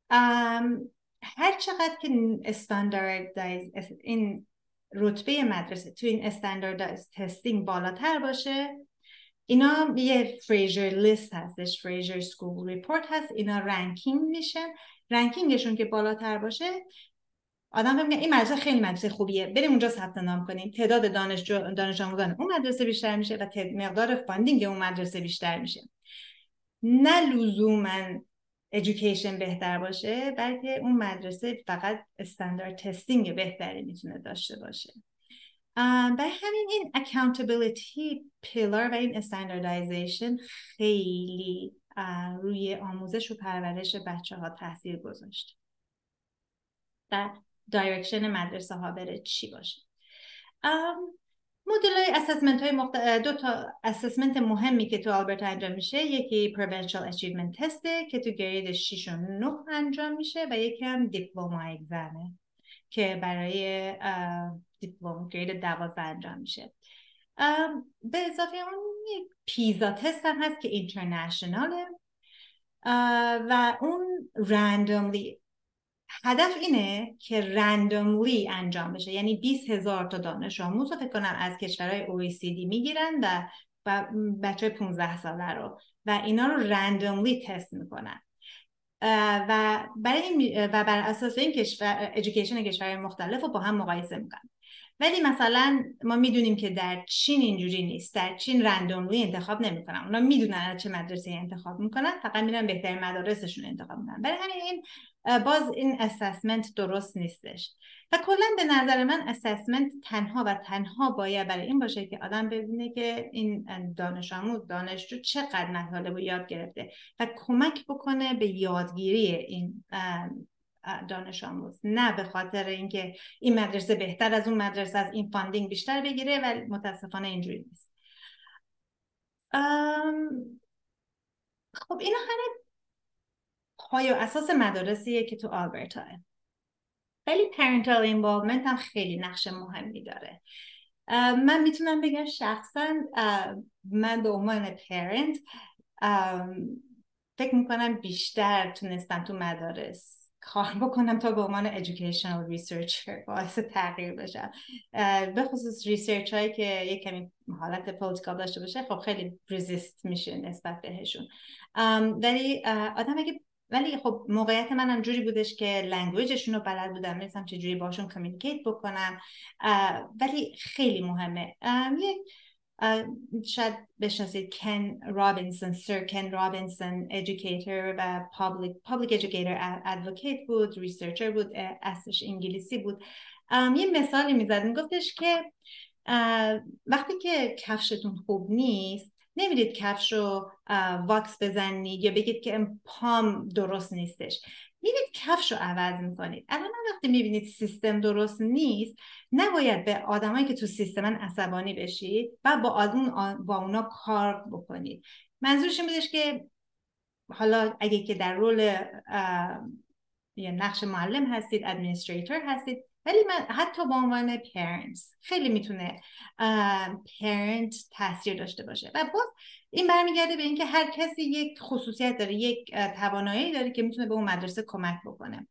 هر چقدر که استانداردایز این رتبه مدرسه تو این استانداردایز تستینگ بالاتر باشه، اینا یه فریزر لیست هستش، فریزر سکول ریپورت هست، اینا رنکینگ میشن. رنکینگشون که بالاتر باشه، آدم میگه این مدرسه خیلی مدرسه خوبیه، بریم اونجا ثبت نام کنیم، تعداد دانشجو دانش آموزان اون مدرسه بیشتر میشه و مقدار فاندینگ اون مدرسه بیشتر میشه. نه لزوما ادویکیشن بهتر باشه، بلکه اون مدرسه فقط استاندارد تستینگ بهتری میتونه داشته باشه. برای همین این accountability pillar و این standardization خیلی روی آموزش و پرورش بچه ها تاثیر گذاشت و دایرکشن مدرسه ها بره چی باشه. مدل های اسسمنت های مختلف، دو تا اسسمنت مهمی که تو آلبرتا انجام میشه، یکی Provincial Achievement Test که تو گرید شش و نه انجام میشه و یکی هم دیپلوما اگزمه که برای دیپلم گرید دوازده انجام میشه. به اضافه اون یک پیزا تست هم هست که اینترنشناله و اون رندوملی، هدف اینه که رندوملی انجام بشه، یعنی بیست هزار تا دانش آموز رو فکر کنم از کشورهای او ای سی دی میگیرن و بچه پانزده ساله رو و اینا رو رندوملی تست میکنن و برای این و بر اساس این کشور ادویکیشن کشورهای مختلف رو با هم مقایسه میکنن. ولی مثلا ما میدونیم که در چین اینجوری نیست، در چین رندوملی انتخاب نمیکنن، اونا میدونن چه مدرسه انتخاب میکنن، فقط میرن بهترین مدارسشون انتخاب میکنن. برای همین این باز این اسسمنت درست نیستش و کلا به نظر من اسسمنت تنها و تنها باید برای این باشه که آدم ببینه که این دانش آموز دانشجو چقدر مطالب رو یاد گرفته و کمک بکنه به یادگیری این دانش آموز، نه به خاطر اینکه این مدرسه بهتر از اون مدرسه از این فاندینگ بیشتر بگیره و متاسفانه اینجوری نیست. خب اینا همه پای و اساس مدارسیه که تو آلبرتاه، ولی parental involvement هم خیلی نقش مهمی داره. من میتونم بگم شخصا من به عنوان parent فکر میکنم بیشتر تونستم تو مدارس کار بکنم تا به عنوان educational researcher باعث تغییر بشم، به خصوص ریسرچ هایی که یک کمی حالت پولیتیکال داشته باشه خب خیلی رزیست میشه نسبت بهشون. ولی آدم اگه ولی خب موقعیت من هم جوری بودش که لنگویجشون رو بلد بودم، می‌دونستم چجوری باشون کامیونیکیت بکنم، ولی خیلی مهمه. یک شاید بشناسید کن رابینسون، سر کن رابینسون، educator و public public educator advocate بود، ریسرچر بود، اصلش انگلیسی بود. یه مثالی میزد، میگفتش که وقتی که کفشتون خوب نیست نمیدید کفش رو واکس بزنید یا بگید که پام درست نیستش، میرید کفش رو عوض میکنید. الان وقتی میبینید سیستم درست نیست نباید به آدمایی که تو سیستمن عصبانی بشید و با اون با اونا کار بکنید. منظورش این بودش که حالا اگه که در رول یا نقش معلم هستید، ادمنستریتور هستید، ولی من حتی با عنوان پرنتس خیلی میتونه پرنت تاثیر داشته باشه و باز این برمیگرده به اینکه هر کسی یک خصوصیت داره، یک توانایی داره که میتونه به اون مدرسه کمک بکنه.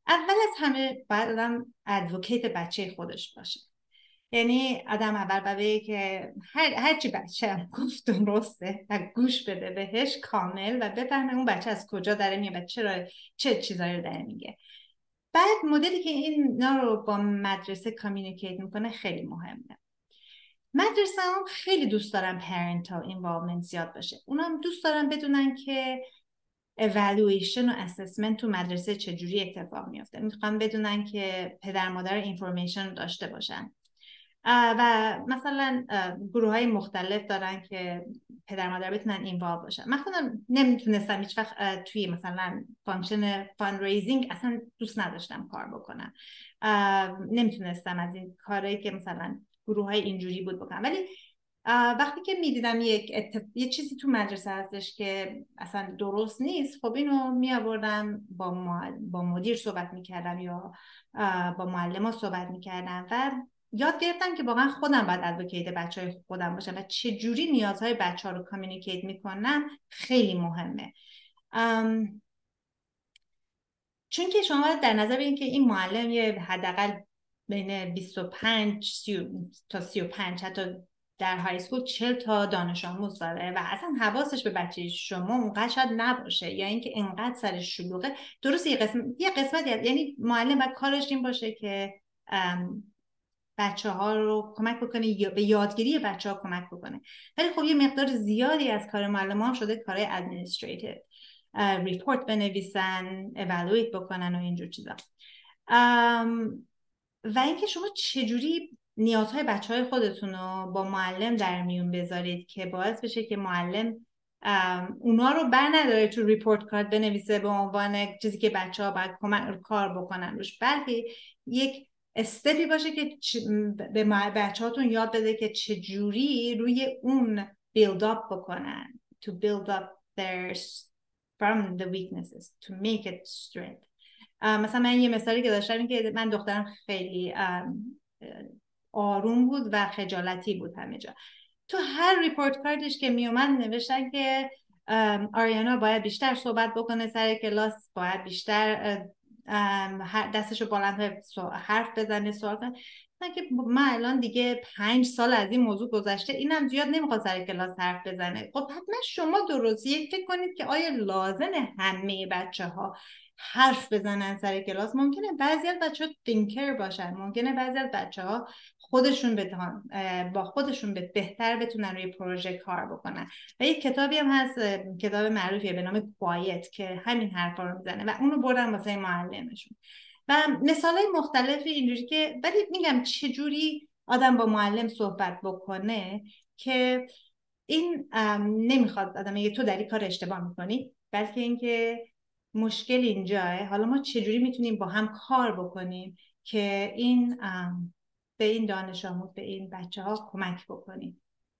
اول از همه باید آدم ادوکیت بچه خودش باشه. یعنی آدم اول باید که هر هرچی بچه هم گفت درسته و گوش بده بهش کامل و بفهمه اون بچه از کجا داره میاد و چرا چه چیزایی رو داره میگه. بعد مدلی که اینا رو با مدرسه کامیونیکیت میکنه خیلی مهمه. مدرسه هم خیلی دوست دارن پرنتال اینوالومنت زیاد باشه. اونا هم دوست دارن بدونن که evaluation و assessment تو مدرسه چجوری اتفاق میفته. میخوان بدونن که پدر مادر اینفورمیشن رو داشته باشن و مثلا گروه های مختلف دارن که پدر مادر بتونن اینوالو باشن. من خودم نمیتونستم هیچ وقت توی مثلا فانکشن فاندریزینگ اصلا دوست نداشتم کار بکنم، نمیتونستم از این کارهایی که مثلا گروه های اینجوری بود بکنم. ولی وقتی که میدیدم یک اتف... یه چیزی تو مدرسه هستش که اصلا درست نیست، خب اینو میآوردم با ما... با مدیر صحبت میکردم یا با معلم ها صحبت میکردم و یاد گرفتم که واقعا خودم باید ادوکیت بچه های خودم باشم و چجوری نیازهای بچه ها رو کامیونیکیت میکنم خیلی مهمه. ام... چون که شما باید در نظر بگیرید که این معلم یه حداقل بین بیست و پنج تا سی و پنج حتی در های اسکول چهل تا دانش آموز داره و اصلا حواسش به بچه شما اونقدر شاید نباشه یا اینکه اینقدر سرش شلوغه. درسته یه قسمت یه قسمتی هست. یعنی معلم باید کارش این باشه که بچه ها رو کمک بکنه یا به یادگیری بچه ها کمک بکنه، ولی خب یه مقدار زیادی از کار معلم ها شده کارهای ادمنستریتیو، ریپورت بنویسن، اولویت بکنن و اینجور چیزا. و اینکه شما چجوری نیازهای بچه های خودتون رو با معلم در میون بذارید که باعث بشه که معلم اونا رو بر نداره تو ریپورت کارت بنویسه به عنوان چیزی که بچه ها باید کمک کار بکنن روش، بلکه یک استپی باشه که به بچه هاتون یاد بده که چجوری روی اون build up بکنن to build up their from the weaknesses to make it strength. مثلا من یه مثالی که داشتم این که من دخترم خیلی آروم بود و خجالتی بود همه جا. تو هر ریپورت کاردش که می اومد نوشتن که آریانا باید بیشتر صحبت بکنه سر کلاس، باید بیشتر دستشو بلند حرف بزنه، سوال کنه. من که من الان دیگه پنج سال از این موضوع گذشته، اینم زیاد نمیخواد سر کلاس حرف بزنه. خب حتما شما درست یک فکر کنید که آیا لازمه همه بچه ها حرف بزنن سر کلاس؟ ممکنه بعضی از بچه ها تینکر باشن، ممکنه بعضی از بچه ها خودشون بتونن با خودشون بهتر بتونن روی پروژه کار بکنن. و یک کتابی هم هست، کتاب معروفیه به نام کوایت که همین حرفا رو میزنه و اونو بردن واسه معلمشون و مثالای مختلفی اینجوری که، ولی میگم چجوری آدم با معلم صحبت بکنه که این نمیخواد آدم میگه تو در این کار اشتباه میکنی، بلکه اینکه مشکل اینجاه، حالا ما چجوری میتونیم با هم کار بکنیم که این به این دانش آموز به این بچه ها کمک بکنیم.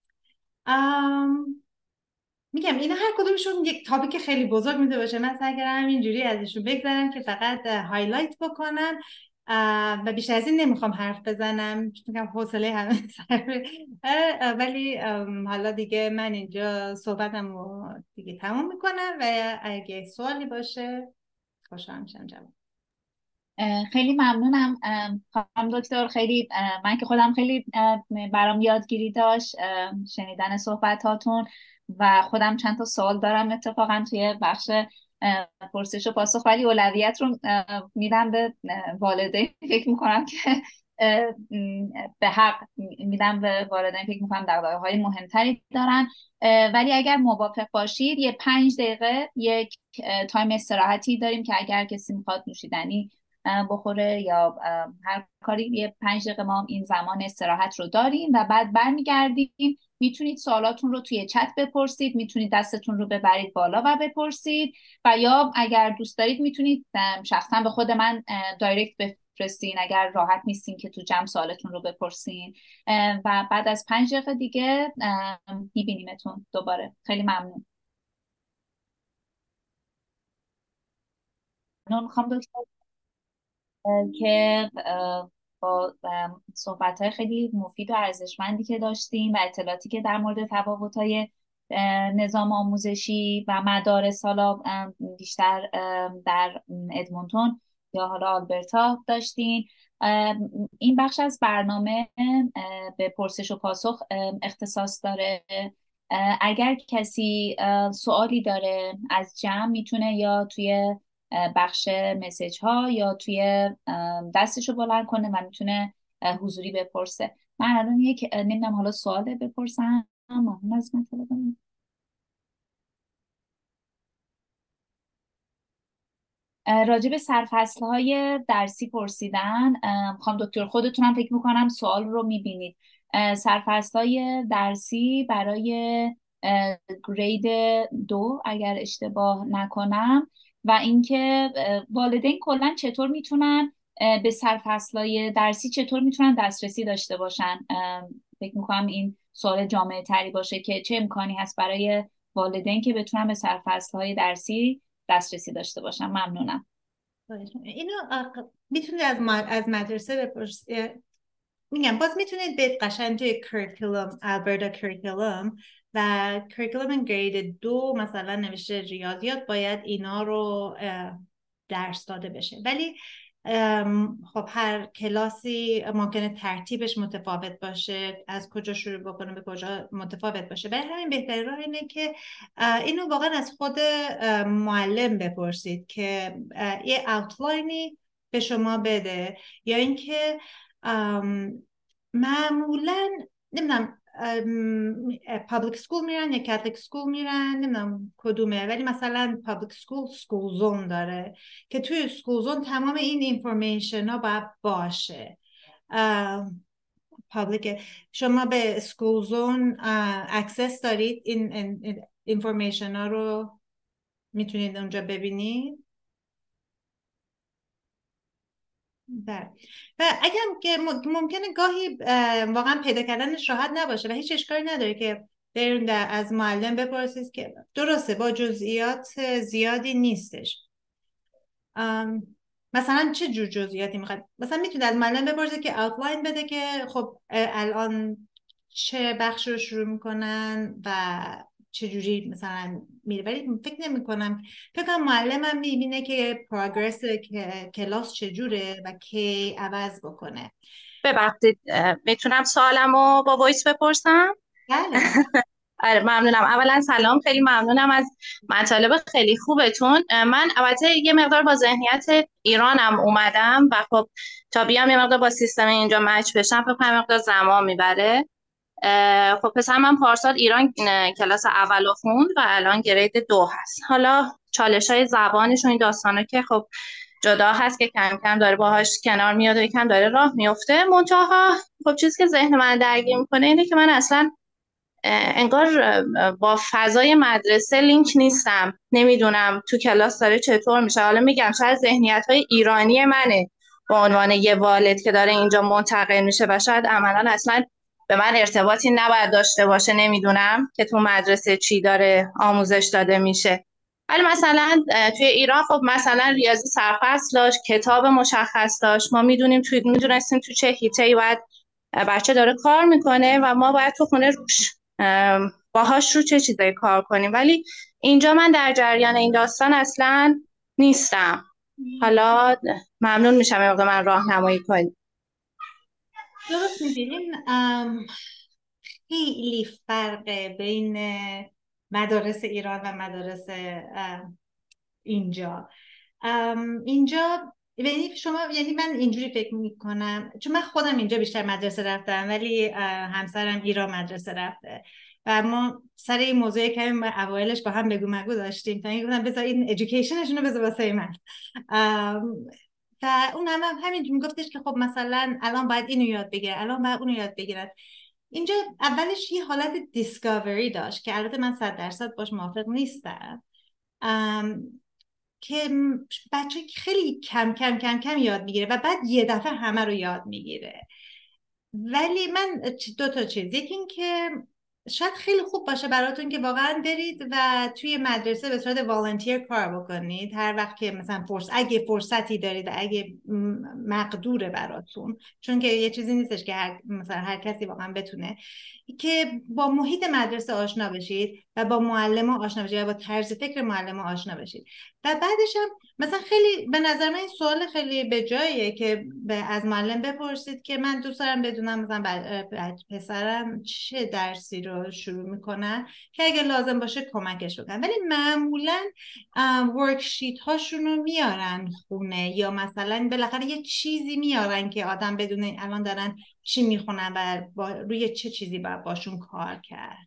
میگم اینا هر کدومشون یک تاپیک خیلی بزرگ میده باشه، من سعی کردم همینجوری ازشون بگذارم که فقط هایلایت بکنم و بیشتر از این نمیخوام حرف بزنم چون میگم حوصله همه سر، ولی حالا دیگه من اینجا صحبتم رو دیگه تموم میکنم و اگه سوالی باشه خوشحال میشم جواب. خیلی ممنونم خانم دکتر. خیلی من که خودم خیلی برام یادگیری داشت شنیدن صحبتاتون و خودم چند تا سوال دارم اتفاقا توی بخش پرسش و پاسخ، ولی اولویت رو میدم به والدین. فکر میکنم که به حق میدم به والدین، فکر میکنم دغدغه‌های مهمتری دارن. ولی اگر موافق باشید یه پنج دقیقه یک تایم استراحتی داریم که اگر کسی میخواد نوشیدنی بخوره یا هر کاری، یه پنج دقیقه ما این زمان استراحت رو داریم و بعد برمیگردیم. میتونید سوالاتون رو توی چت بپرسید، میتونید دستتون رو ببرید بالا و بپرسید و یا اگر دوست دارید میتونید شخصا به خود من دایرکت بفرستین اگر راحت نیستین که تو جمع سوالتون رو بپرسین و بعد از پنج دقیقه دیگه میبینیمتون دوباره. خیلی ممنون. ممنون خانم دکتر که با صحبت‌های خیلی مفید و ارزشمندی که داشتیم و اطلاعاتی که در مورد تفاوت‌های نظام آموزشی و مدارس حالا بیشتر در ادمونتون یا حالا آلبرتا داشتین. این بخش از برنامه به پرسش و پاسخ اختصاص داره. اگر کسی سوالی داره از جمع میتونه یا توی بخش مسیج ها یا توی دستشو بلند کنه و میتونه حضوری بپرسه. من الان یک نمیدونم حالا سوال بپرسم ممنون از من طلبم. راجع به سرفصل‌های درسی پرسیدن. خانم دکتر خودتونم فکر میکنم سوال رو میبینید. سرفصل‌های درسی برای گرید دو اگر اشتباه نکنم و اینکه والدین کلا چطور میتونن به سرفصل‌های درسی چطور میتونن دسترسی داشته باشن. فکر میکنم این سوال جامعه تری باشه که چه امکانی هست برای والدین که بتونن به سرفصل‌های درسی دسترسی داشته باشم. ممنونم. اینو میتونید از از مدرسه بپرسید. میگم باز میتونید به قشنگ توی کرکولوم آلبرتا کرکولوم و کرکولوم گرید دو مثلا نوشته ریاضیات باید اینا رو درس داده بشه، ولی خب هر کلاسی ممکنه ترتیبش متفاوت باشه، از کجا شروع بکنه به کجا متفاوت باشه. برای همین بهترین راه اینه که اینو واقعا از خود معلم بپرسید که یه اوتلاینی به شما بده، یا اینکه معمولا نمیدونم پابلیک سکول میرن یا کاتولیک سکول میرن، نمیدونم کدومه، ولی مثلا پابلیک سکول سکول زون داره که توی سکول زون تمام این اینفورمیشن ها باید باشه. پابلیک شما به سکول زون اکسس دارید، این اینفورمیشن ها رو میتونید اونجا ببینید. بله. و اگر که ممکنه گاهی واقعا پیدا کردنش راحت نباشه و هیچ اشکالی نداره که برید از معلم بپرسید که درسته با جزئیات زیادی نیستش. مثلا چه جور جزئیاتی میخواد؟ مثلا میتونید از معلم بپرسید که اوتلاین بده که خب الان چه بخش رو شروع میکنن و چجوری مثلا میره، ولی فکر نمی کنم فکر کنم معلمم میبینه که پروگرس کلاس چجوره و کی عوض بکنه. ببخشید میتونم سوالمو با وایس بپرسم؟ بله. آره ممنونم. اولا سلام، خیلی ممنونم از مطالب خیلی خوبتون. من البته یه مقدار با ذهنیت ایرانم اومدم و خب تا بیام یه مقدار با سیستم اینجا مچ بشم فکر کنم مقدار زمان میبره. خب پسر من پارسال ایران کلاس اول خوند و الان گرید دو هست. حالا چالش های زبانش و این داستانا که خب جدا هست که کم کم داره باهاش کنار میاد و یکم داره راه میفته. منتها خب چیزی که ذهن من درگیر میکنه اینه که من اصلا انگار با فضای مدرسه لینک نیستم، نمیدونم تو کلاس داره چطور میشه. حالا میگم شاید ذهنیت های ایرانی منه به عنوان یه والد که داره اینجا منتقل میشه و شاید عملا اصلا به من ارتباطی نباید داشته باشه، نمیدونم که تو مدرسه چی داره آموزش داده میشه. ولی مثلا توی ایران خب مثلا ریاضی سرفصل داشت، کتاب مشخص داشت، ما میدونیم توی میدونستیم تو چه حیطه‌ای باید بچه داره کار میکنه و ما باید تو خونه روش باهاش رو چه چیزایی کار کنیم. ولی اینجا من در جریان این داستان اصلا نیستم. حالا ممنون میشم یه موقع من راهنمایی کنید. درست می‌بینین خیلی فرق بین مدارس ایران و مدارس اینجا. اینجا یعنی شما یعنی من اینجوری فکر میکنم، چون من خودم اینجا بیشتر مدرسه رفتم ولی همسرم ایران مدرسه رفته و ما سر این موضوع کمی اوایلش با هم بگو مگو داشتیم تا اینکه گفتم بذار این ادویکیشنشون رو بذار واسه من. و اون هم, هم همین میگفتش که خب مثلا الان باید اینو یاد بگیره، الان باید اونو یاد بگیرد. اینجا اولش یه حالت دیسکاوری داشت که البته من صد درصد باش موافق نیستم، که بچه خیلی کم کم کم کم یاد میگیره و بعد یه دفعه همه رو یاد میگیره. ولی من دو تا چیز، یکی این که شاید خیلی خوب باشه براتون که واقعا برید و توی مدرسه به صورت والنتیر کار بکنید هر وقت که مثلا فرص اگه فرصتی دارید و اگه مقدوره براتون، چون که یه چیزی نیستش که هر مثلا هر کسی واقعا بتونه، که با محیط مدرسه آشنا بشید و با معلم آشنا بشید و با طرز فکر معلم آشنا بشید. و بعدش هم مثلا خیلی به نظر من این سوال خیلی به جاییه که از معلم بپرسید که من دوست دارم بدونم مثلا پسرم چه درسی رو شروع میکنن که اگه لازم باشه کمکش بکنم. ولی معمولا ورکشیت هاشون رو میارن خونه یا مثلا بالاخره یه چیزی میارن که آدم بدونه الان دارن چی میخونن و با روی چه چیزی باید باشون کار کرد.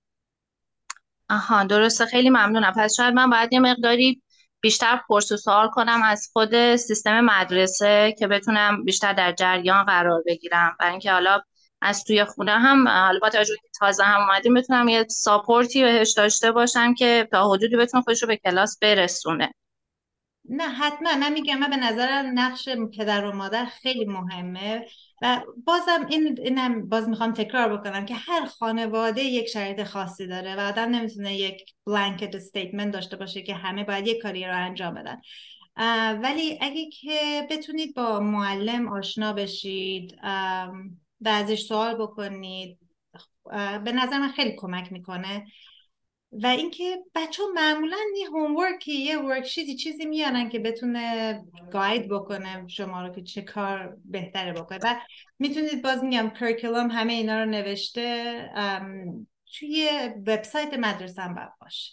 آها درسته، خیلی ممنونم. پس شاید من باید یه مقداری بیشتر پرس و سوال کنم از خود سیستم مدرسه که بتونم بیشتر در جریان قرار بگیرم، برای اینکه حالا از توی خونه هم حالا با توجه که تازه هم اومدیم بتونم یه ساپورتی بهش داشته باشم که تا حدودی بتونه خودش رو به کلاس برسونه. نه حتما، من میگم من به نظرم نقش پدر و مادر خیلی مهمه و بازم این اینم باز میخوام تکرار بکنم که هر خانواده یک شرایط خاصی داره و آدم نمیتونه یک بلانکت استیتمنت داشته باشه که همه باید یک کاری رو انجام بدن. ولی اگه که بتونید با معلم آشنا بشید و ازش سوال بکنید به نظر من خیلی کمک میکنه. و اینکه بچه ها معمولا یه هومورکی یه ورکشیتی چیزی میارن که بتونه گاید بکنه شما رو که چه کار بهتره بکنه و میتونید باز میگم کرکولوم همه اینا رو نوشته توی وبسایت مدرسه هم باید باشه.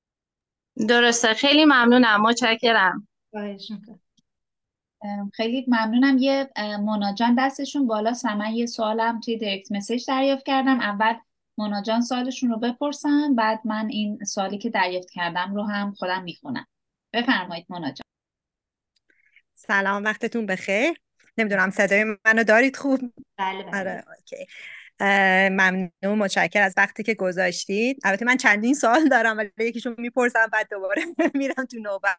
درسته، خیلی ممنونم، متشکرم. خواهش میکنم. خیلی ممنونم. یه مونا جان دستشون بالاست و من یه سوالم توی دایرکت مسیج دریافت کردم. اول مونا جان سوالشون رو بپرسن، بعد من این سوالی که دریافت کردم رو هم خودم میخونم. بفرمایید مونا جان. سلام، وقتتون بخیر. نمیدونم صدای منو دارید خوب؟ بله بله. آره اوکی. ممنون، متشکرم از وقتی که گذاشتید. البته من چندین سوال دارم ولی یکیشون میپرسم بعد دوباره میرم تو نوبت.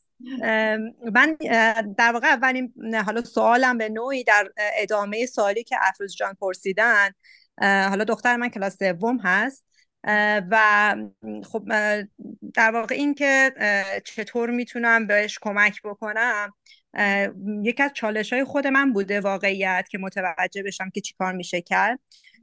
من در واقع اولین حالا سوالم به نوعی در ادامه سوالی که افروز جان پرسیدن. حالا دختر من کلاس سوم هست و خب در واقع این که چطور میتونم بهش کمک بکنم یکی از چالش های خود من بوده واقعیت که متوجه بشم که چی کار میشه کرد.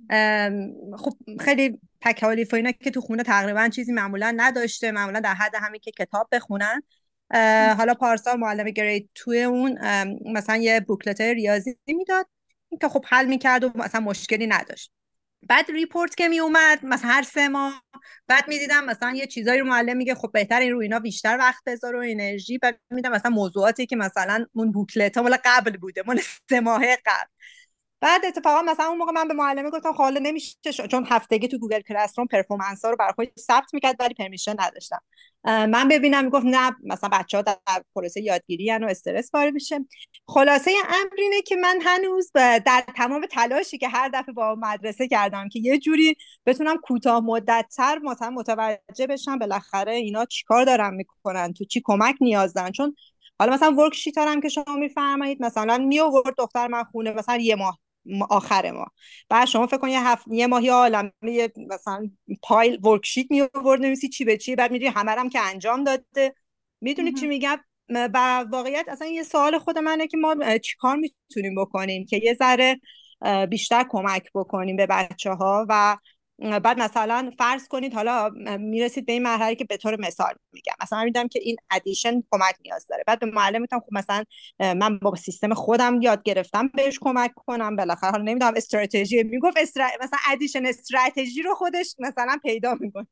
خب خیلی تکالیف و اینا که تو خونه تقریبا چیزی معمولا نداشته، معمولا در حد همین که کتاب بخونن. حالا پارسال معلم گرید توی اون مثلا یه بوکلت ریاضی میداد که خب حل میکرد و مثلا مشکلی نداشت. بعد ریپورت که می اومد مثلا هر سه ماه بعد میدیدم مثلا یه چیزایی رو معلم میگه خب بهتر این رو اینا بیشتر وقت بذار و انرژی. بعد میدم مثلا موضوعاتی که مثلا اون بوکلت ها مال قبل بوده، مال سه ماه قبل. بعد اتفاقا مثلا اون موقع من به معلم گفتم خب حالا نمیشه چون هفتگی تو گوگل کلاس روم پرفورمنس ها رو برای خودش ثبت میکرد ولی پرمیشن نداشتم من ببینم. میگفت نه مثلا بچه‌ها در پروسه یادگیری ان و استرس وارد میشه. خلاصه امر اینه که من هنوز در تمام تلاشی که هر دفعه با مدرسه کردم که یه جوری بتونم کوتاه مدت‌تر مثلا متوجه بشم بالاخره اینا چیکار دارن میکنن، تو چی کمک نیاز دارن. چون حالا مثلا ورکشیت هم که شما میفرمایید مثلا می آورد دختر من خونه مثلا یه ماه آخر ما، بعد شما فکر کن یه هفت یه ماهی عالمه مثلا پایل ورکشیت می آورد نمیسی چی به چی، بعد میدونی همه هم که انجام داده. میدونید چی میگم؟ و واقعیت اصلا یه سوال خود منه که ما چیکار میتونیم بکنیم که یه ذره بیشتر کمک بکنیم به بچه ها. و بعد مثلا فرض کنید حالا میرسید به این مرحله که به طور مثال میگم مثلا میدم که این ادیشن کمک نیاز داره، بعد به معلم میگم خب مثلا من با سیستم خودم یاد گرفتم بهش کمک کنم. بالاخره حالا نمیدونم استراتژی میگفت استر... مثلا ادیشن استراتژی رو خودش مثلا پیدا میکنه.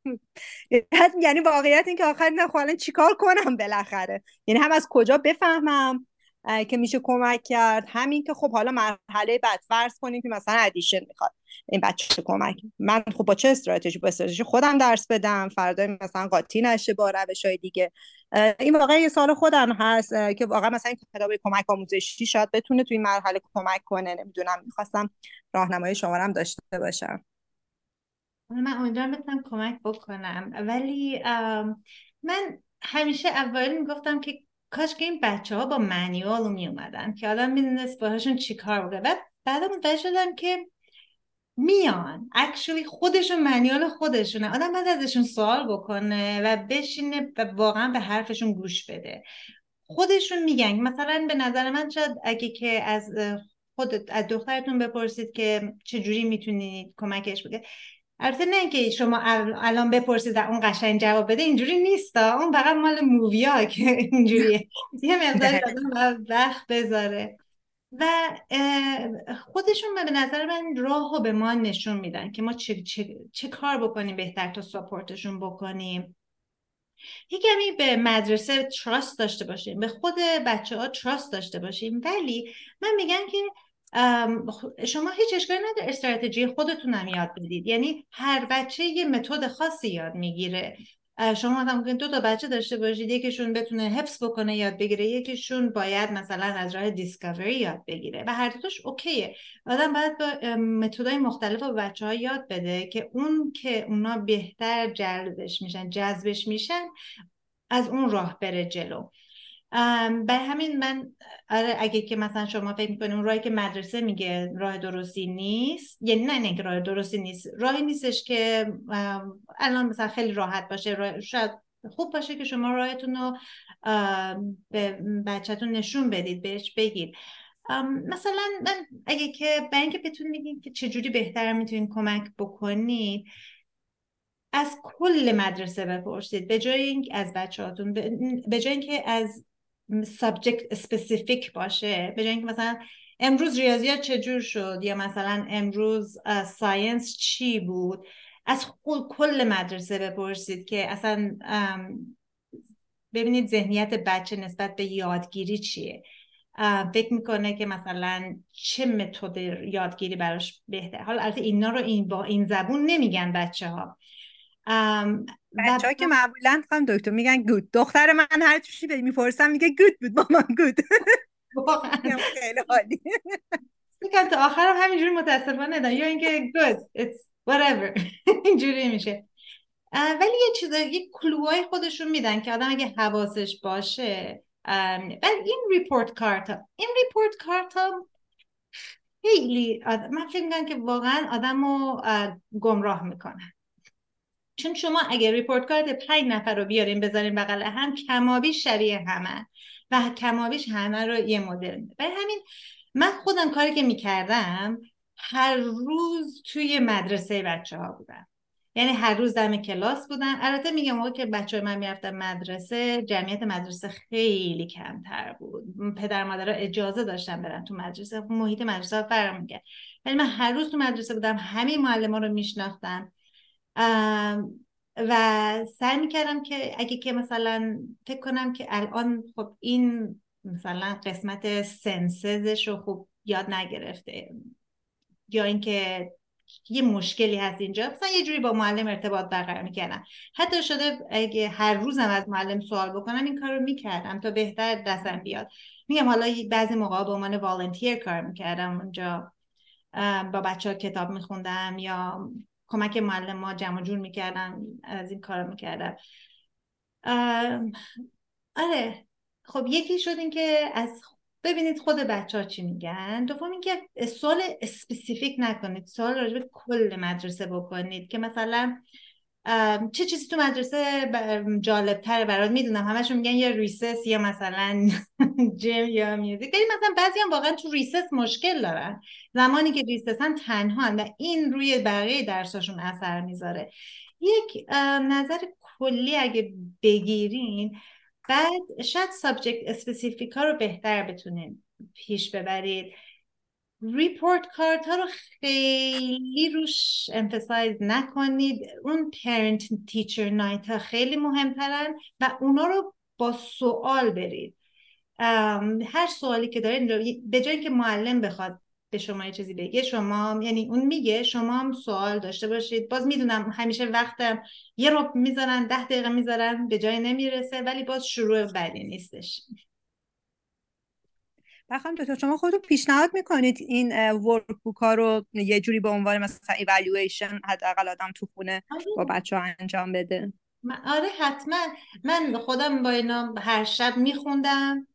یعنی واقعیت این که آخر نه خب چیکار کنم بالاخره، یعنی هم از کجا بفهمم که میشه کمک کرد، همین که خب حالا مرحله بعد فرض کنیم که مثلا ادیشن میخواد این بچه کمک، من خب با چه استراتژی با استراتژی خودم درس بدم فردا مثلا قاطی نشه با روش‌های دیگه. این واقعا یه سوال خودم هست که واقعا مثلا این کتاب کمک آموزشی شاید بتونه تو این مرحله کمک کنه. نمیدونم، میخواستم راهنمای شما هم داشته باشم. من امیدوارم بتونم کمک بکنم ولی من همیشه اول میگفتم که کاش که این بچه ها با منیوال می اومدن که آدم میدونست باهاشون چی کار بکنه. بعد بعدا متوجه شدم که میان اکچولی خودشون منیال خودشونه، آدم باید ازشون سوال بکنه و بشینه و واقعا به حرفشون گوش بده. خودشون میگن مثلا به نظر من شاید اگه که از خودت از دخترتون بپرسید که چجوری میتونید کمکش بده، البته نه که شما الان بپرسید و اون قشنگ جواب بده، اینجوری نیست، اون فقط مال موویا که اینجوریه، یه مقداری آدم وقت بذاره و خودشون به نظر من راهو به ما نشون میدن که ما چه, چه, چه کار بکنیم بهتر تا ساپورتشون بکنیم. یکمی به مدرسه تراست داشته باشیم، به خود بچه ها تراست داشته باشیم، ولی من میگم که شما هیچ اشکالی نداره استراتژی خودتون هم یاد بدید. یعنی هر بچه یه متد خاصی یاد میگیره. شما مثلا ممکن دو تا بچه داشته باشید، یکیشون بتونه حفظ بکنه یاد بگیره، یکیشون باید مثلا از راه دیسکاوری یاد بگیره و هر دوش اوکیه. آدم باید با متدای مختلف به بچه ها یاد بده که اون که اونا بهتر جلبش میشن، جذبش میشن، از اون راه بره جلو. برای همین من آره اگه که مثلا شما فکر میکنید اون راهی که مدرسه میگه راه درستی نیست، یعنی نه نه که راه درستی نیست، راهی نیستش که الان مثلا خیلی راحت باشه، شاید خوب باشه که شما راهتون رو به بچه‌تون نشون بدید، بهش بگید. مثلا من اگه که برای اینکه بتونید بگید که چجوری بهتر میتونید کمک بکنید، از کل مدرسه بپرسید به جای اینکه از بچه‌هاتون، به جای اینکه از سابجکت اسپسیفیک باشه، به جای اینکه مثلا امروز ریاضیات چجور شد یا مثلا امروز ساینس چی بود، از کل مدرسه بپرسید که اصلا ببینید ذهنیت بچه نسبت به یادگیری چیه، فکر میکنه که مثلا چه متد یادگیری براش بهتره. حالا البته اینا رو این با این زبون نمیگن بچه ها، بچه ها که معمولا خواهم دکتر میگن گود. دختر من هر چیزی به میپرسم میگه گود بود مامان گود. خیلی عالی. میگم تا آخرم همینجوری متاسفانه نه، یا اینکه good it's whatever اینجوری میشه. ولی یه چیزایی، یه کلوهای خودشون میدن که آدم اگه حواسش باشه. ولی این ریپورت کارتا این ریپورت کارتا خیلی آدم، من فکر میکنم که واقعا آدم رو گمراه میکنن. چون شما اگه ریپورت کارت پنج نفر رو بیارین بذارین بغل هم، کمابیش شبیه همه و کمابیش همه رو یه مدل میده. برای همین من خودم کاری که میکردم هر روز توی مدرسه بچه ها بودم، یعنی هر روز دم کلاس بودم. البته میگم موقع که بچه های من میرفتن مدرسه، جمعیت مدرسه خیلی کمتر بود، پدر مادرها اجازه داشتن برن تو مدرسه، محیط مدرسه فرق میکرد، ولی من هر روز تو مدرسه بودم، همه معلم ها رو میشناختم و سعی میکردم که اگه که مثلا فکر کنم که الان خب این مثلا قسمت سنسزش رو خوب یاد نگرفته یا اینکه یه مشکلی هست اینجا، مثلا یه جوری با معلم ارتباط برقرار میکردم. حتی شده اگه هر روزم از معلم سوال بکنم این کار رو میکردم تا بهتر دستم بیاد. میگم حالا بعضی موقع به عنوان والنتیر کار میکردم اونجا، با بچه ها کتاب میخوندم یا کمک معلم ها جمع جور میکردم، از این کار میکردم. آره خب یکی شد این که از ببینید خود بچه ها چی میگن، دوم این که سوال اسپسیفیک نکنید، سوال راجع به کل مدرسه بکنید که مثلا چه چیزی تو مدرسه جالب تره برات. میدونم همشون میگن یا ریسس یا مثلا جیم یا میوزیک، ولی مثلا بعضی هم واقعا تو ریسس مشکل دارن، زمانی که ریسسن تنها و این روی بقیه درساشون اثر میذاره. یک نظر کلی اگه بگیرین، بعد شاید سابجکت اسپسیفیک ها رو بهتر بتونین پیش ببرید. ریپورت کارت ها رو خیلی روش امفسایز نکنید. اون پرنت تیچر نایت ها خیلی مهمترن و اونا رو با سوال برید. هر سوالی که دارید، به جای که معلم بخواد به شما یه چیزی بگه، شما یعنی اون میگه شما هم سوال داشته باشید. باز میدونم همیشه وقتم یه رو میذارن، ده دقیقه میذارن، به جای نمیرسه، ولی باز شروع بدی نیستش. بخوام دکتر شما خودتون پیشنهاد میکنید این ورک بوک ها رو یه جوری به عنوان مثلا ایوالویشن حداقل آدم تو خونه با بچه ها انجام بده؟ آره حتما. من خودم با اینا هر شب میخوندم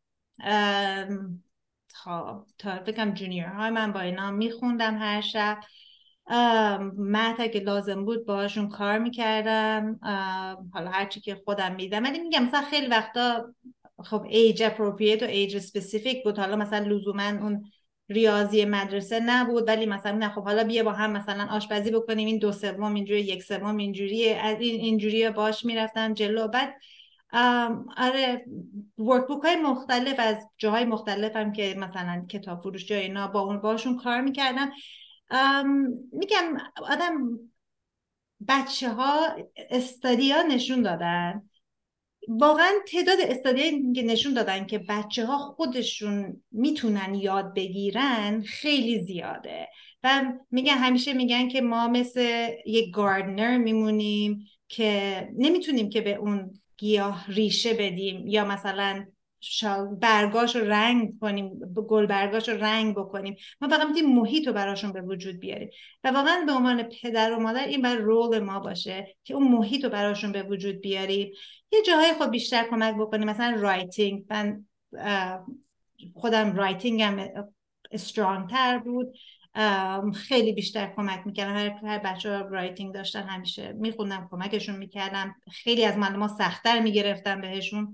تا تا بگم جونیور های من با اینا میخوندم هر شب. مهد اگه لازم بود باهاشون کار میکردم، حالا هرچی که خودم میدم. ولی میگم مثلا خیلی وقتا خب age appropriate و age specific بود، حالا مثلا لزوما اون ریاضی مدرسه نبود، ولی مثلا نه خب حالا بیا با هم مثلا آشپزی بکنیم، این دو سوم اینجوری یک سوم اینجوریه، از این اینجوریه باش میرفتم جلو. بعد آره ورکبوک های مختلف از جاهای مختلف هم که مثلا کتاب فروش جای اینا با اون باشون کار میکردم. میگم آدم بچه ها استادیا نشون دادن، واقعا تعداد استادیایی که نشون دادن که بچه ها خودشون میتونن یاد بگیرن خیلی زیاده. و میگن همیشه میگن که ما مثل یک گاردنر میمونیم که نمیتونیم که به اون گیاه ریشه بدیم یا مثلا برگاش رو رنگ کنیم، گل برگاش رو رنگ بکنیم، ما فقط میتونیم محیط رو براشون به وجود بیاریم. و واقعا به عنوان پدر و مادر این بر رول ما باشه که اون محیط رو براشون به وجود بیاریم. یه جاهای خب بیشتر کمک بکنیم، مثلا رایتینگ، من خودم رایتینگم استرانگ تر بود، خیلی بیشتر کمک میکردم. هر, هر بچه ها رایتینگ داشتن همیشه میخوندم، کمکشون میکردم، خیلی از معلم ها سخت‌تر میگرفتم بهشون.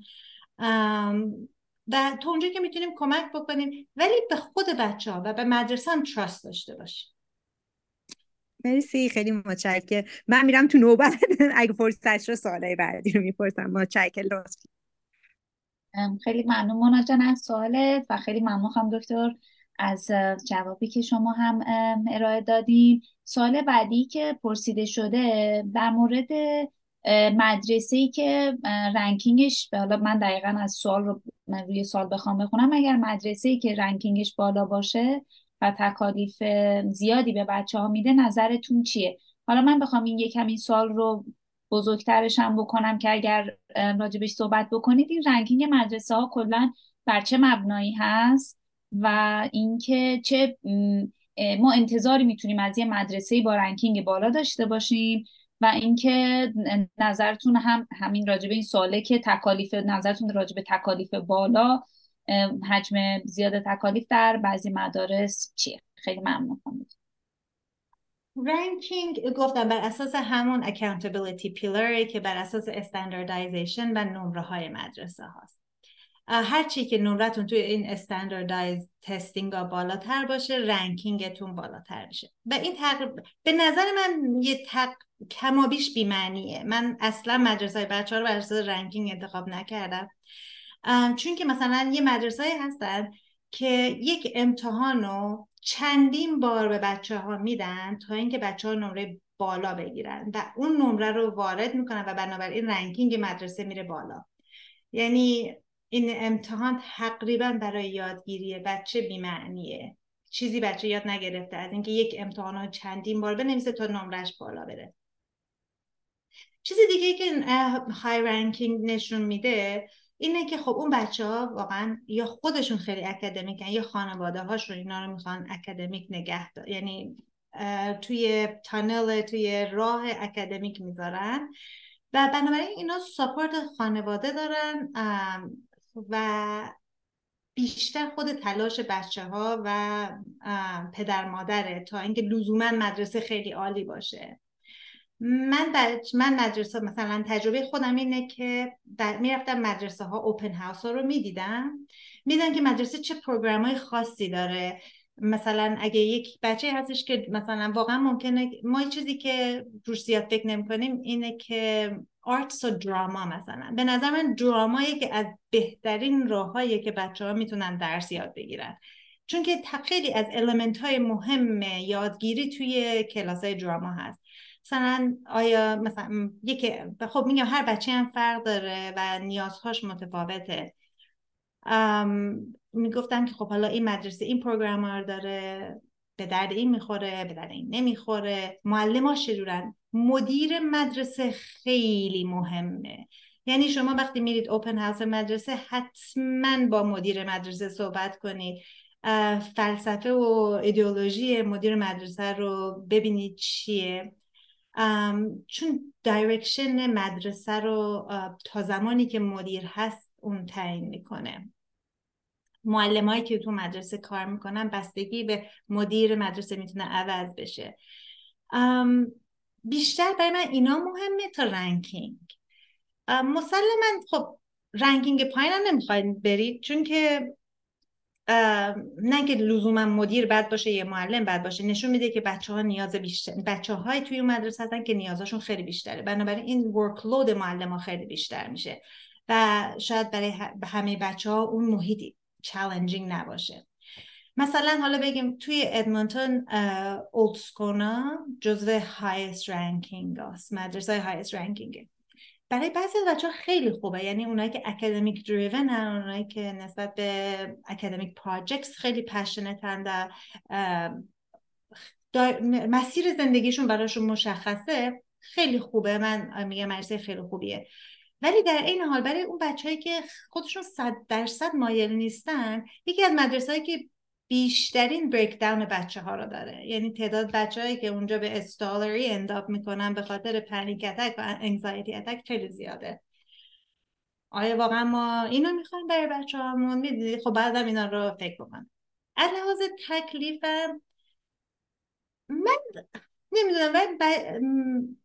و تو اونجایی که میتونیم کمک بکنیم، ولی به خود بچه ها و به مدرسه هم تراست داشته باشیم. مرسی، خیلی متشکرم. من میرم تو نوبت اگه فرصت شد سوالای بعدی رو میپرسم. متشکرم. خیلی ممنون مونا جان از سوالت و خیلی ممنون خانم دکتر از جوابی که شما هم ارائه دادین. سوال بعدی که پرسیده شده در مورد مدرسه‌ای که رنکینگش، حالا من دقیقاً از سوال رو من روی سوال بخوام بخونم، اگر مدرسه‌ای که رنکینگش بالا باشه و تکالیف زیادی به بچه ها میده، نظرتون چیه؟ حالا من بخوام این یکم این سوال رو بزرگترش هم بکنم که اگر راجبش صحبت بکنید، این رنکینگ مدرسه ها کلا بر چه مبنایی هست و اینکه چه ما انتظاری میتونیم از یه مدرسه با رنکینگ بالا داشته باشیم و اینکه نظرتون هم همین راجب این سواله که تکالیف، نظرتون راجب تکالیف بالا، حجم زیاد تکالیف در بعضی مدارس چیه؟ خیلی ممنون کنید. رنکینگ گفتم بر اساس همون accountability pillar که بر اساس استانداردایزیشن و نمره های مدرسه هاست. هر چی که نمرتون توی این استانداردایز تستینگ ها بالاتر باشه، رنکینگتون بالاتر بشه. و این تقریبا به نظر من یه تق... کمابیش بی‌معنیه. من اصلا مدرسه های بچه ها رو بر اساس رنکینگ انتخاب نکردم، چون که مثلا یه مدرسه هستن که یک امتحان رو چندین بار به بچه ها میدن تا اینکه بچه ها نمره بالا بگیرن و اون نمره رو وارد میکنن و بنابراین رنکینگ مدرسه میره بالا. یعنی این امتحان تقریبا برای یادگیری بچه بی‌معنیه. چیزی بچه یاد نگرفته از اینکه یک امتحان رو چندین بار بنویسه تا نمرش بالا بره. چیزی دیگه که های رنکینگ نشون میده اینه که خب اون بچه ها واقعا یا خودشون خیلی اکادمیکن یا خانواده هاشون اینا رو میخوان اکادمیک نگه دار، یعنی توی تانل، توی راه اکادمیک میذارن و بنابراین اینا ساپورت خانواده دارن و بیشتر خود تلاش بچه ها و پدر مادره تا اینکه لزوما مدرسه خیلی عالی باشه. من بچ من مدرسه مثلا تجربه خودم اینه که میرفتم مدرسه ها اوپن هاوس ها رو میدیدم، میدن که مدرسه چه پروگرام های خاصی داره. مثلا اگه یک بچه هستش که مثلا واقعا ممکنه، ما چیزی که روش زیاد فکر نمی کنیم اینه که آرتس و دراما، مثلا به نظر من درامایی که از بهترین راههایی که بچه ها میتونن درس یاد بگیرن، چون که خیلی از المنت های مهم یادگیری توی کلاس های دراما هست. مثلا آیا مثلا یکی، خب میگم هر بچه هم فرق داره و نیازهاش متفاوته. میگفتم که خب حالا این مدرسه این پروگرام ها داره، به درد این میخوره، به درد این نمیخوره، معلماش چجورن. مدیر مدرسه خیلی مهمه. یعنی شما وقتی میرید اوپن هاوس مدرسه حتما با مدیر مدرسه صحبت کنید، فلسفه و ایدئولوژی مدیر مدرسه رو ببینید چیه، چون دایرکشن مدرسه رو تا زمانی که مدیر هست اون تعیین میکنه. معلمایی که تو مدرسه کار میکنن بستگی به مدیر مدرسه میتونه عوض بشه. بیشتر برای من اینا مهمه تا رنکینگ. مسلماً خب رنکینگ پایین هم نمیخواید برید، چون که نه که لزوما مدیر بد باشه یه معلم بد باشه، نشون میده که بچه ها نیاز بیشتر، بچه های توی اون مدرسه هستن که نیازشون خیلی بیشتره، بنابراین این ورکلود معلم ها خیلی بیشتر میشه و شاید برای همه بچه ها اون محیط چالنجینگ نباشه. مثلا حالا بگیم توی ادمونتون اولدسکونا جزو هایست رنکینگ هست، مدرسه های هایست رنکینگه. برای بعضی از بچه ها خیلی خوبه، یعنی اونایی که اکادمیک دریون هن، اونایی که نسبت به اکادمیک پراجکتس خیلی پشنت هن و مسیر زندگیشون براشون مشخصه، خیلی خوبه. من میگم مدرسه خیلی خوبیه. ولی در این حال برای اون بچه‌هایی که خودشون صد درصد مایل نیستن، یکی از مدرسه‌هایی که بیشترین بریک داون بچه ها رو داره، یعنی تعداد بچه‌هایی که اونجا به استالری انداپ میکنن به خاطر پنیک اتک و انگزایتی اتک خیلی زیاده. آیا واقعا ما اینو میخوایم برای بچه هامون؟ میدونید خب بعدم اینا رو فکر بکنم. از لحاظ تکلیفم من نمیدونم، ولی ب...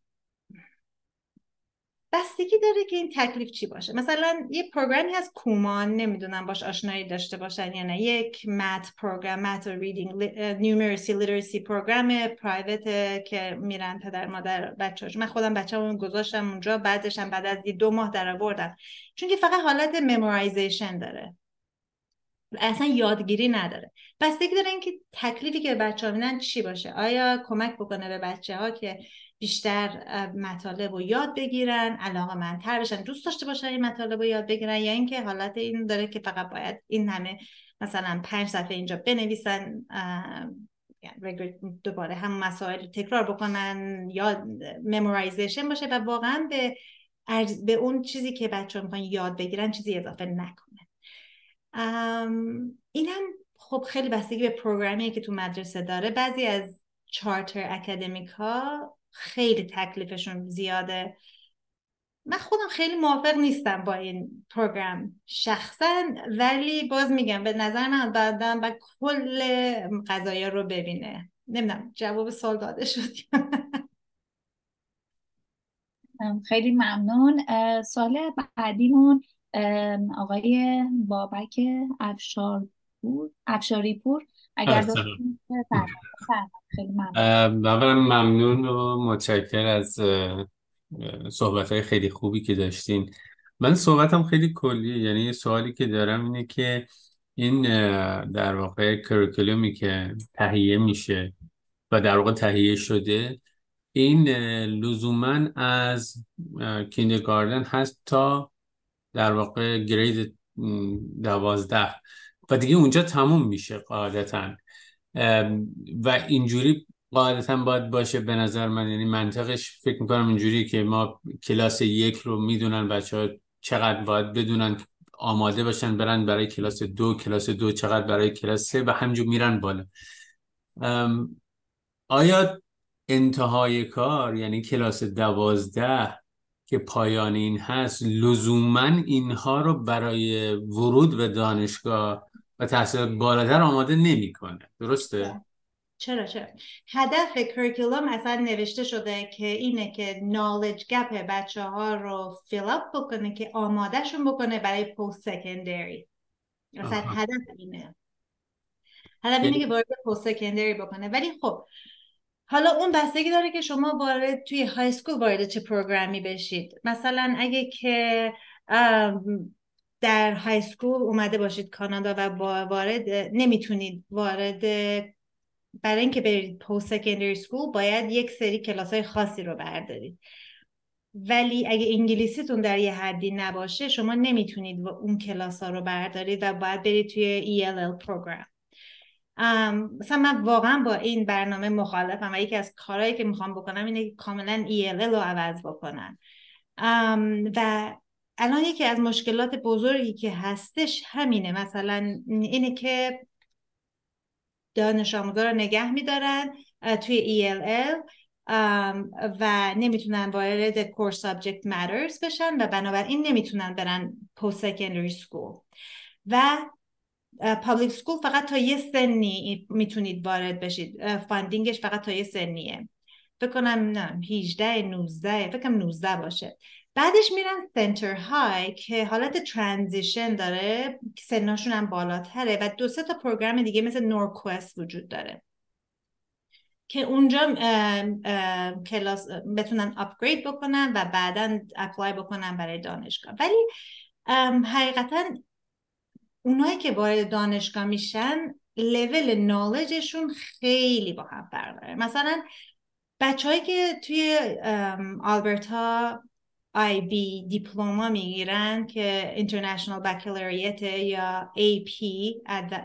بستگی داره که این تکلیف چی باشه. مثلا یه پروگرامی هست کومان، نمیدونم باش آشنایی داشته باشن یا نه، یک مت پروگرام، مت و ریدینگ نیومرسی لیترسی پروگرام پرایوت که میرن پدر مادر بچه‌هاش. من خودم بچه‌مون گذاشتم اونجا، بعدشم بعد از دو ماه درآوردم، چون که فقط حالت ممورایزیشن داره، اصلا یادگیری نداره. بستگی داره اینکه تکلیفی که بچه‌ها میدن چی باشه. آیا کمک بکنه به بچه‌ها که بیشتر مطالب رو یاد بگیرن، علاقه‌مندتر بشن، دوست داشته باشن این مطالب رو یاد بگیرن، یا اینکه حالت این داره که فقط باید این همه مثلا پنج صفحه اینجا بنویسن، یعنی دوباره هم مسائل تکرار بکنن، یا ممورایزیشن باشه و واقعا به به اون چیزی که بچه‌ها میخوان یاد بگیرن چیزی اضافه نکنه. این هم خب خیلی بستگی به پروگرامیه که تو مدرسه داره. بعضی از چارتر اکادمیک ها خیلی تکلیفشون زیاده. من خودم خیلی موافق نیستم با این پروگرام شخصا، ولی باز میگم به نظر من دادم و کل قضایا رو ببینه. نمیدونم جواب سوال داده شد. خیلی ممنون. سوال بعدیمون آقای بابک افشارپور افشاریپور اگر درست خیلی ممنون. اولا ممنون و متشکر از صحبت‌های خیلی خوبی که داشتین. من صحبتم خیلی کلیه، یعنی یه سوالی که دارم اینه که این در واقع کریکولومی که تهیه میشه و در واقع تهیه شده، این لزوماً از کیندرگاردن هست تا در واقع گرید دوازده و دیگه اونجا تموم میشه قاعدتاً و اینجوری قاعدتاً باید باشه به نظر من. یعنی منطقش فکر میکنم اینجوری که ما کلاس یک رو میدونن بچه ها چقدر باید بدونن آماده باشن برن برای کلاس دو، کلاس دو چقدر برای کلاس سه و همینجور میرن بالا. آیا انتهای کار یعنی کلاس دوازده که پایان این هست لزوماً اینها رو برای ورود به دانشگاه و تحصیلات بالاتر آماده نمیکنه؟ درسته؟ چرا چرا هدف کریکولوم اصلا نوشته شده که اینه که نالج گپ بچه ها رو فیل اپ بکنه، که آماده شون بکنه برای پست سکندری. اصلا هدف اینه، هدف اینه که وارد پست سکندری بکنه. ولی خب حالا اون بستگی داره که شما وارد توی های سکول وارد چه پروگرامی بشید. مثلا اگه که در های سکول اومده باشید کانادا و وارد نمیتونید وارد، برای اینکه برید پست سکندری سکول باید یک سری کلاس‌های خاصی رو بردارید. ولی اگه انگلیسیتون در یه حدی نباشه شما نمیتونید اون کلاس‌ها رو بردارید و باید برید توی ای ال ال پروگرام. مثلا من واقعا با این برنامه مخالفم و یکی از کارهایی که میخوام بکنم اینه که کاملا ای ال ال رو عوض بکنن. و الان یکی از مشکلات بزرگی که هستش همینه، مثلا اینه که دانش آموزا رو نگه میدارن توی ای ال ال و نمیتونن وارد کور سابجکت ماترز بشن و بنابراین نمیتونن برن پست سکندری سکول. و پابلیک سکول فقط تا یه سنی میتونید وارد بشید، فاندینگش فقط تا یه سنیه. فکر کنم نه هجده نوزده فکر کنم نوزده باشه. بعدش میرن سنتر های که حالت ترانزیشن داره، سناشون هم بالاتره و دو سه تا پروگرام دیگه مثل نورکوست وجود داره که اونجا ام ام کلاس بتونن اپگرید بکنن و بعداً اپلای بکنن برای دانشگاه. ولی حقیقتاً اونایی که وارد دانشگاه میشن لول نالجشون خیلی با هم فرق داره. مثلا بچه‌هایی که توی آلبرتا آی بی دیپلوما میگیرن که اینترنشنال بکالوریت یا ای پی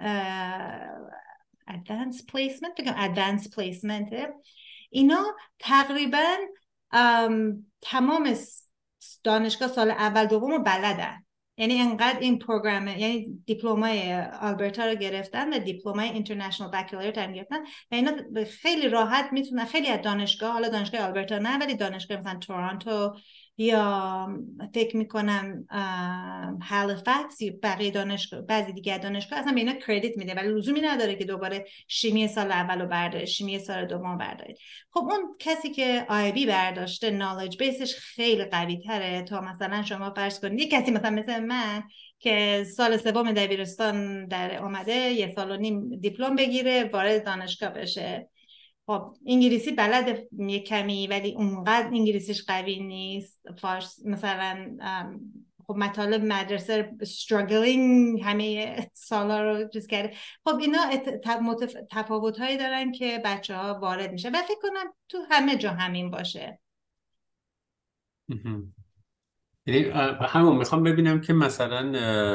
ادوانس پلیسمنت بگم ادوانس پلیسمنت، اینا تقریبا تمام دانشگاه سال اول دوم رو بلدن. یعنی انقدر این پروگرام، یعنی دیپلمای آلبرتا رو گرفتن و دیپلمای اینترنشنال بکالوریت هم گرفتن و اینا خیلی راحت میتونن خیلی از دانشگاه، حالا دانشگاه آلبرتا نه ولی دانشگاه مثلا تورنتو یا فکر میکنم هالیفکس یا بقیه دانشگاه، بعضی دیگه دانشگاه اصلا به اینا کردیت میده ولی لزومی نداره که دوباره شیمی سال اول رو برداره، شیمی سال دوم برداره. خب اون کسی که آی بی برداشته نالج بیسش خیلی قوی تره تا مثلا شما فرض کنید یک کسی مثلا مثل من که سال سوم دبیرستان در اومده یه سال و نیم دیپلم بگیره وارد دانشگاه بشه. خب انگلیسی بلد یه کمی ولی اونقدر انگلیسیش قوی نیست. فارس مثلا خب مطالب مدرسه struggling همه سالا رو چیز کرده. خب اینا تفاوت هایی دارن که بچه ها وارد میشه و فکر کنم تو همه جا همین باشه. یعنی همون میخوام ببینم که مثلا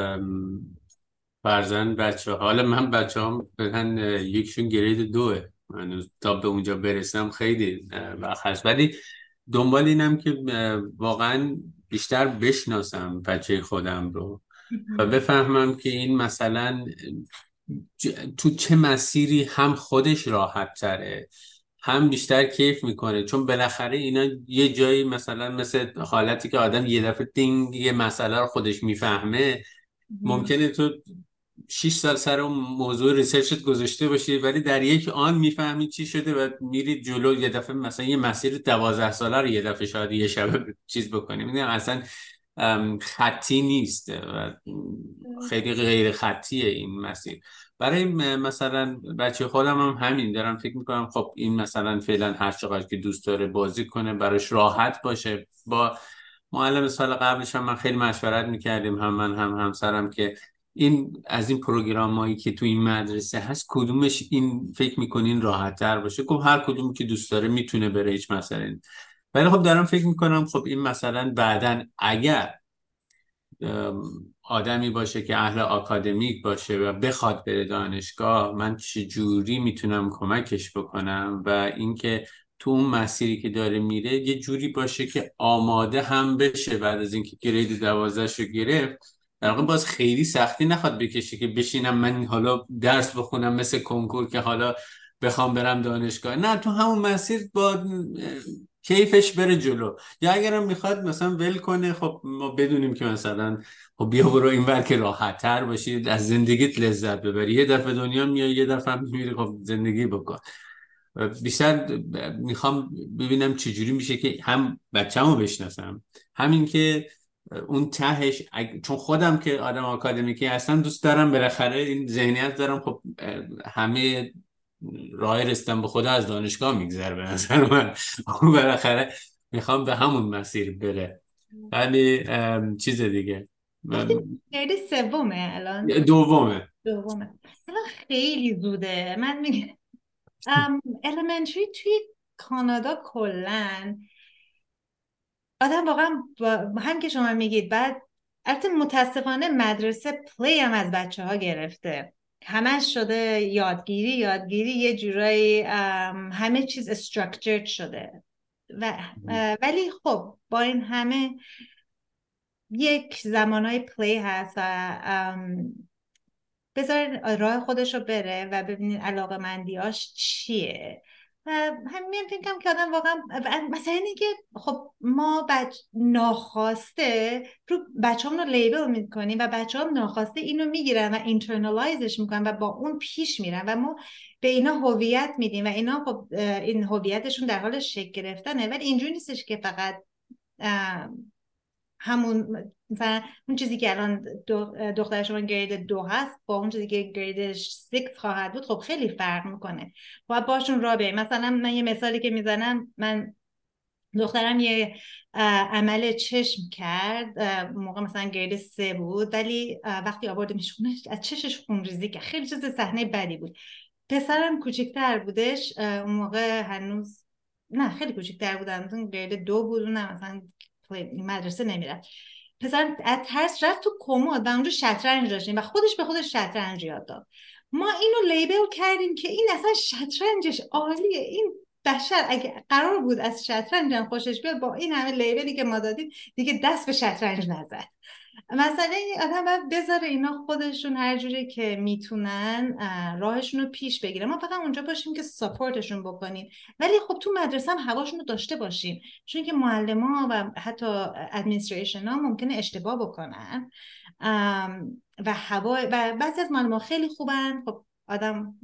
فرزن بچه ها، حالا من بچه ها بگن یکشون گرید دوه، من تا به اونجا برسم خیلی وقت هست، ولی دنبال اینم که واقعا بیشتر بشناسم بچه خودم رو و بفهمم که این مثلا تو چه مسیری هم خودش راحت تره هم بیشتر کیف میکنه، چون بالاخره اینا یه جایی مثلا مثل حالتی که آدم یه دفعه دینگ یه مسئله رو خودش میفهمه، ممکنه تو شش سال سر اون موضوع ریسرچت گذاشته باشی ولی در یک آن میفهمی چی شده و میری جلو. یه دفعه مثلا یه مسیر دوازده ساله رو یه دفعه شاید یه شب چیز بکنی. میدونم اصلا خطی نیست و خیلی غیر خطیه این مسیر. برای مثلا بچه خودم هم همین دارم فکر میکنم خب این مثلا فعلا هر چقدر که دوست داره بازی کنه براش راحت باشه. با معلم سال قبلش هم من خیلی مشورت میکردیم، هم من هم همسرم، که این از این پروگرامایی که تو این مدرسه هست کدومش این فکر میکنین راحت تر باشه. خب هر کدومی که دوست داره میتونه بره، هیچ مسئله نیست. ولی خب دارم فکر میکنم خب این مثلا بعدن اگر آدمی باشه که اهل آکادمیک باشه و بخواد بره دانشگاه، من چجوری میتونم کمکش بکنم و اینکه تو اون مسیری که داره میره یه جوری باشه که آماده هم بشه بعد از اینکه گرید دوازدهش رو گرفت، در واقع باز خیلی سختی نخواد بکشه که بشینم من حالا درس بخونم مثل کنکور که حالا بخوام برم دانشگاه. نه، تو همون مسیر با کیفش بره جلو. یا اگرم میخواد مثلا ول کنه، خب ما بدونیم که مثلا خب بیا برو اینور که راحت تر باشی، از زندگیت لذت ببری. یه دفعه دنیا میای یه دفعه میری، خب زندگی بکن. بیشتر میخوام ببینم چجوری میشه که هم بچه‌مو بشناسم، همین که اون تهش اگ... چون خودم که آدم آکادمیکی هستم دوست دارم بالاخره این ذهنیت دارم خب همه راه رسیدن به خدا از دانشگاه میگذره به نظر من. بالاخره میخوام به همون مسیر بره. ولی چیز دیگه خیلی سومه الان دومه دومه الان خیلی زوده. من میگم elementary توی کانادا کلن آدم واقعا هم که شما میگید بعد البته متاسفانه مدرسه پلی هم از بچه ها گرفته، همش شده یادگیری یادگیری یه جورایی همه چیز استراکچرد شده و ولی خب با این همه یک زمانهای پلی هست و بذارین راه خودش رو بره و ببینین علاقه مندیاش چیه و همین فکر کنم که آدم واقعا مثلا اینه که خب ما بچ ناخواسته رو بچه هم رو لیبل میکنیم و بچه هم ناخواسته اینو میگیرن و اینترنالایزش میکنن و با اون پیش میرن و ما به اینا هویت میدیم و اینا خب این هویتشون در حال شکل گرفتنه. ولی اینجوری نیستش که فقط همون مثلا اون چیزی که الان دختر شما گرید دو هست با اون چیزی که گریدش سیکس خواهد بود خب خیلی فرق میکنه. باید باشون راه بریم. مثلا من یه مثالی که میزنم، من دخترم یه عمل چشم کرد موقع مثلا گرید سه بود، ولی وقتی آوردیمش خونه از چشش خونریزی کرد. خیلی چیز صحنه بدی بود. پسرم کوچکتر بودش اون موقع، هنوز نه خیلی کوچکتر بودن، گرید دو بود، نه مثلا مدرسه نمیرفت. پسر از ترس رفت تو کمد و اونجا شطرنج داشتیم و خودش به خودش شطرنج یاد داد. ما اینو لیبل کردیم که این اصلا شطرنجش عالیه، این بشر اگه قرار بود از شطرنج هم خوشش بیاد با این همه لیبلی که ما دادیم دیگه دست به شطرنج نزد. مثلا این آدم باید بذاره اینا خودشون هر جوری که میتونن راهشون رو پیش بگیرن. ما فقط اونجا باشیم که ساپورتشون بکنیم، ولی خب تو مدرسه هم هواشون رو داشته باشیم، چون که معلم ها و حتی ادمنستریشن ها ممکنه اشتباه بکنن و هوا و بعضی از معلم ها خیلی خوبن. خب آدم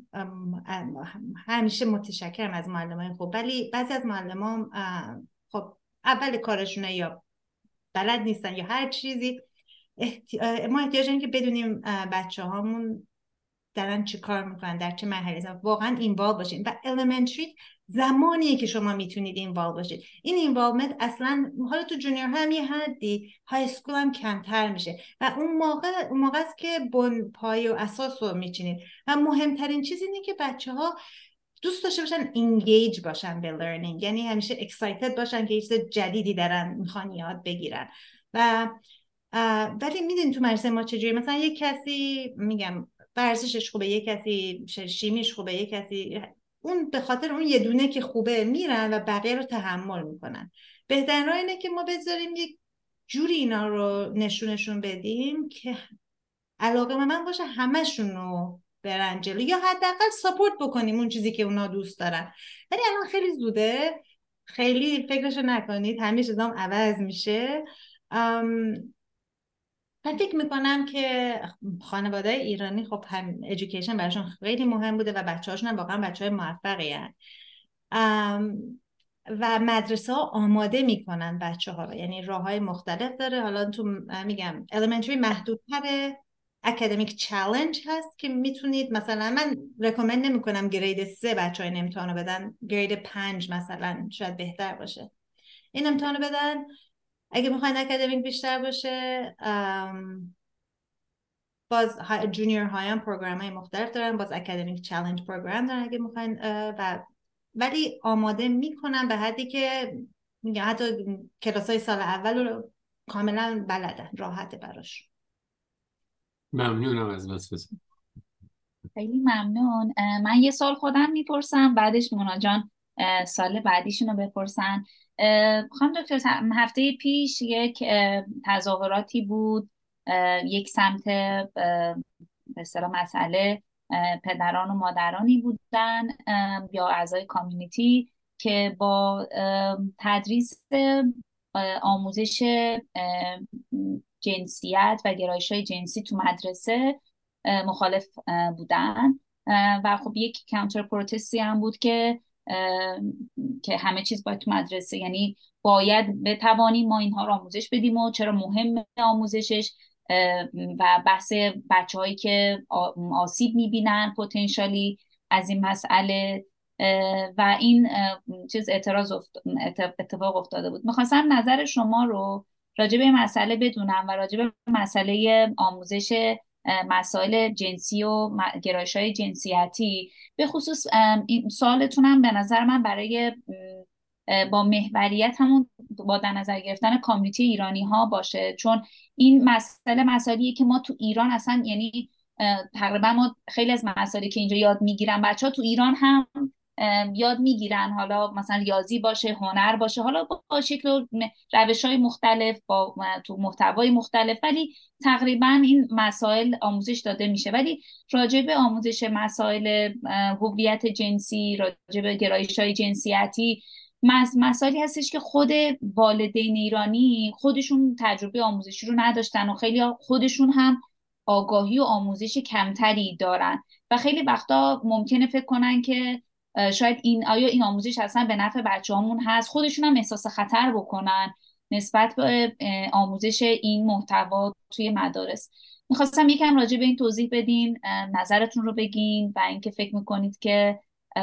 همیشه متشکرم از معلم های خوب، ولی بعضی از معلم ها خب اول کارشونه یا بلد نیستن یا هر چیزی. احتی... ما احتیاج داریم که بدونیم بچه هامون دارن چی کار میکنن، در چه مرحله هستن، واقعا اینوالو باشین. و elementary زمانیه که شما میتونید اینوالو باشید. این اینوالومنت اصلا حالا تو جونیور هم یه حدی، های اسکول هم کمتر میشه و اون موقع اون موقع است که بن پایه و اساس رو میچینید. و مهمترین چیز اینه که بچه ها دوست داشته باشن، انگیج باشن به لرنینگ، یعنی همیشه اکسایتد باشن که چیز جدیدی دارن میخوان یاد بگیرن. و ولی میدونی تو مدرسه ما چجوری، مثلا یک کسی میگم ورزشش خوبه، یک کسی شیمیش خوبه، یک کسی اون به خاطر اون یه دونه که خوبه میرن و بقیه رو تحمل میکنن. بهترین راه اینه که ما بذاریم یک جوری اینا رو نشونشون بدیم که علاقه من باشه همشون رو برن جلو، یا حداقل ساپورت بکنیم اون چیزی که اونا دوست دارن. ولی الان خیلی زوده، خیلی فکرشو نکنید، همه چیزام عوض میشه. من فکر میکنم که خانواده ایرانی خب هم ایژوکیشن براشون خیلی مهم بوده و بچه هاشون هم واقعا بچه های موفقی هن. و مدرسه ها آماده میکنن بچه ها رو، یعنی راه های مختلف داره. حالا تو میگم elementary محدودتره، academic challenge هست که میتونید مثلا، من رکومند نمی کنم گرید سه بچه های این امتحانو بدن، گرید پنج مثلا شاید بهتر باشه این امتحانو بدن. اگه میخواین اکادمیک بیشتر باشه باز جونیور های هم پروگرام های مختلف دارن، باز اکادمیک چالنج پروگرام دارن اگه میخواین. و ولی آماده میکنن به حدی که میگم حتی کلاس های سال اول رو کاملا بلدن، راحته براش. ممنونم از واسه. خیلی ممنون. من یه سال خودم میپرسم، بعدش مونا جان سال بعدیشون رو بپرسن. خانم دکتر، هفته پیش یک تظاهراتی بود، یک سمت به اصطلاح مسئله پدران و مادرانی بودن یا اعضای کامیونیتی که با تدریس آموزش جنسیت و گرایش‌های جنسی تو مدرسه مخالف بودن و خب یک کانتر پروتستی هم بود که که همه چیز باید تو مدرسه، یعنی باید بتوانیم ما اینها رو آموزش بدیم و چرا مهم آموزشش و بحث بچه هایی که آسیب میبینن پتانسیالی از این مسئله و این چیز اعتراض اتفاق افتاده بود. میخواستم نظر شما رو راجع به مسئله بدونم و راجع به مسئله آموزش مسائل جنسی و گرایش‌های جنسیتی به خصوص. این سوالتونم به نظر من برای با محوریت همون با در نظر گرفتن کامیونیتی ایرانی ها باشه، چون این مسئله مسائلیه که ما تو ایران اصلا، یعنی تقریبا ما خیلی از مسائلی که اینجا یاد میگیرن بچه ها تو ایران هم یاد میگیرن، حالا مثلا ریاضی باشه، هنر باشه، حالا با شکل روش های مختلف، با تو محتوای مختلف، ولی تقریبا این مسائل آموزش داده میشه. ولی راجع به آموزش مسائل هویت جنسی، راجع به گرایش های جنسیتی، مسائلی هستش که خود والدین ایرانی خودشون تجربه آموزشی رو نداشتن و خیلی خودشون هم آگاهی و آموزش کمتری دارن و خیلی وقتا ممکنه فکر کنن که شاید این آیا این آموزش اصلا به نفع بچه‌هامون هست، خودشون هم احساس خطر بکنن نسبت به آموزش این محتوا توی مدارس. میخواستم یکم راجع به این توضیح بدین، نظرتون رو بگین و اینکه فکر میکنید که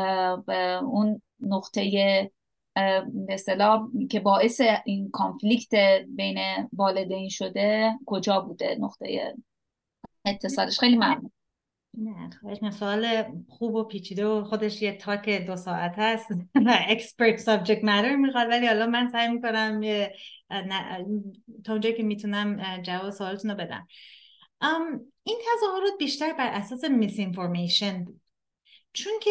اون نقطه به اصطلاح که باعث این کانفلیکت بین والدین شده کجا بوده، نقطه اتصالش. خیلی ممنون. نه خواهش نه، سوال خوب و پیچیده و خودش یه تاک دو ساعت هست و اکسپرت سابجکت ماتر میخواد، ولی حالا من سعی میکنم تا اونجایی که میتونم جواب سوالتون رو بدم. این تظاهرات بیشتر بر اساس میس اینفورمیشن بود، چون که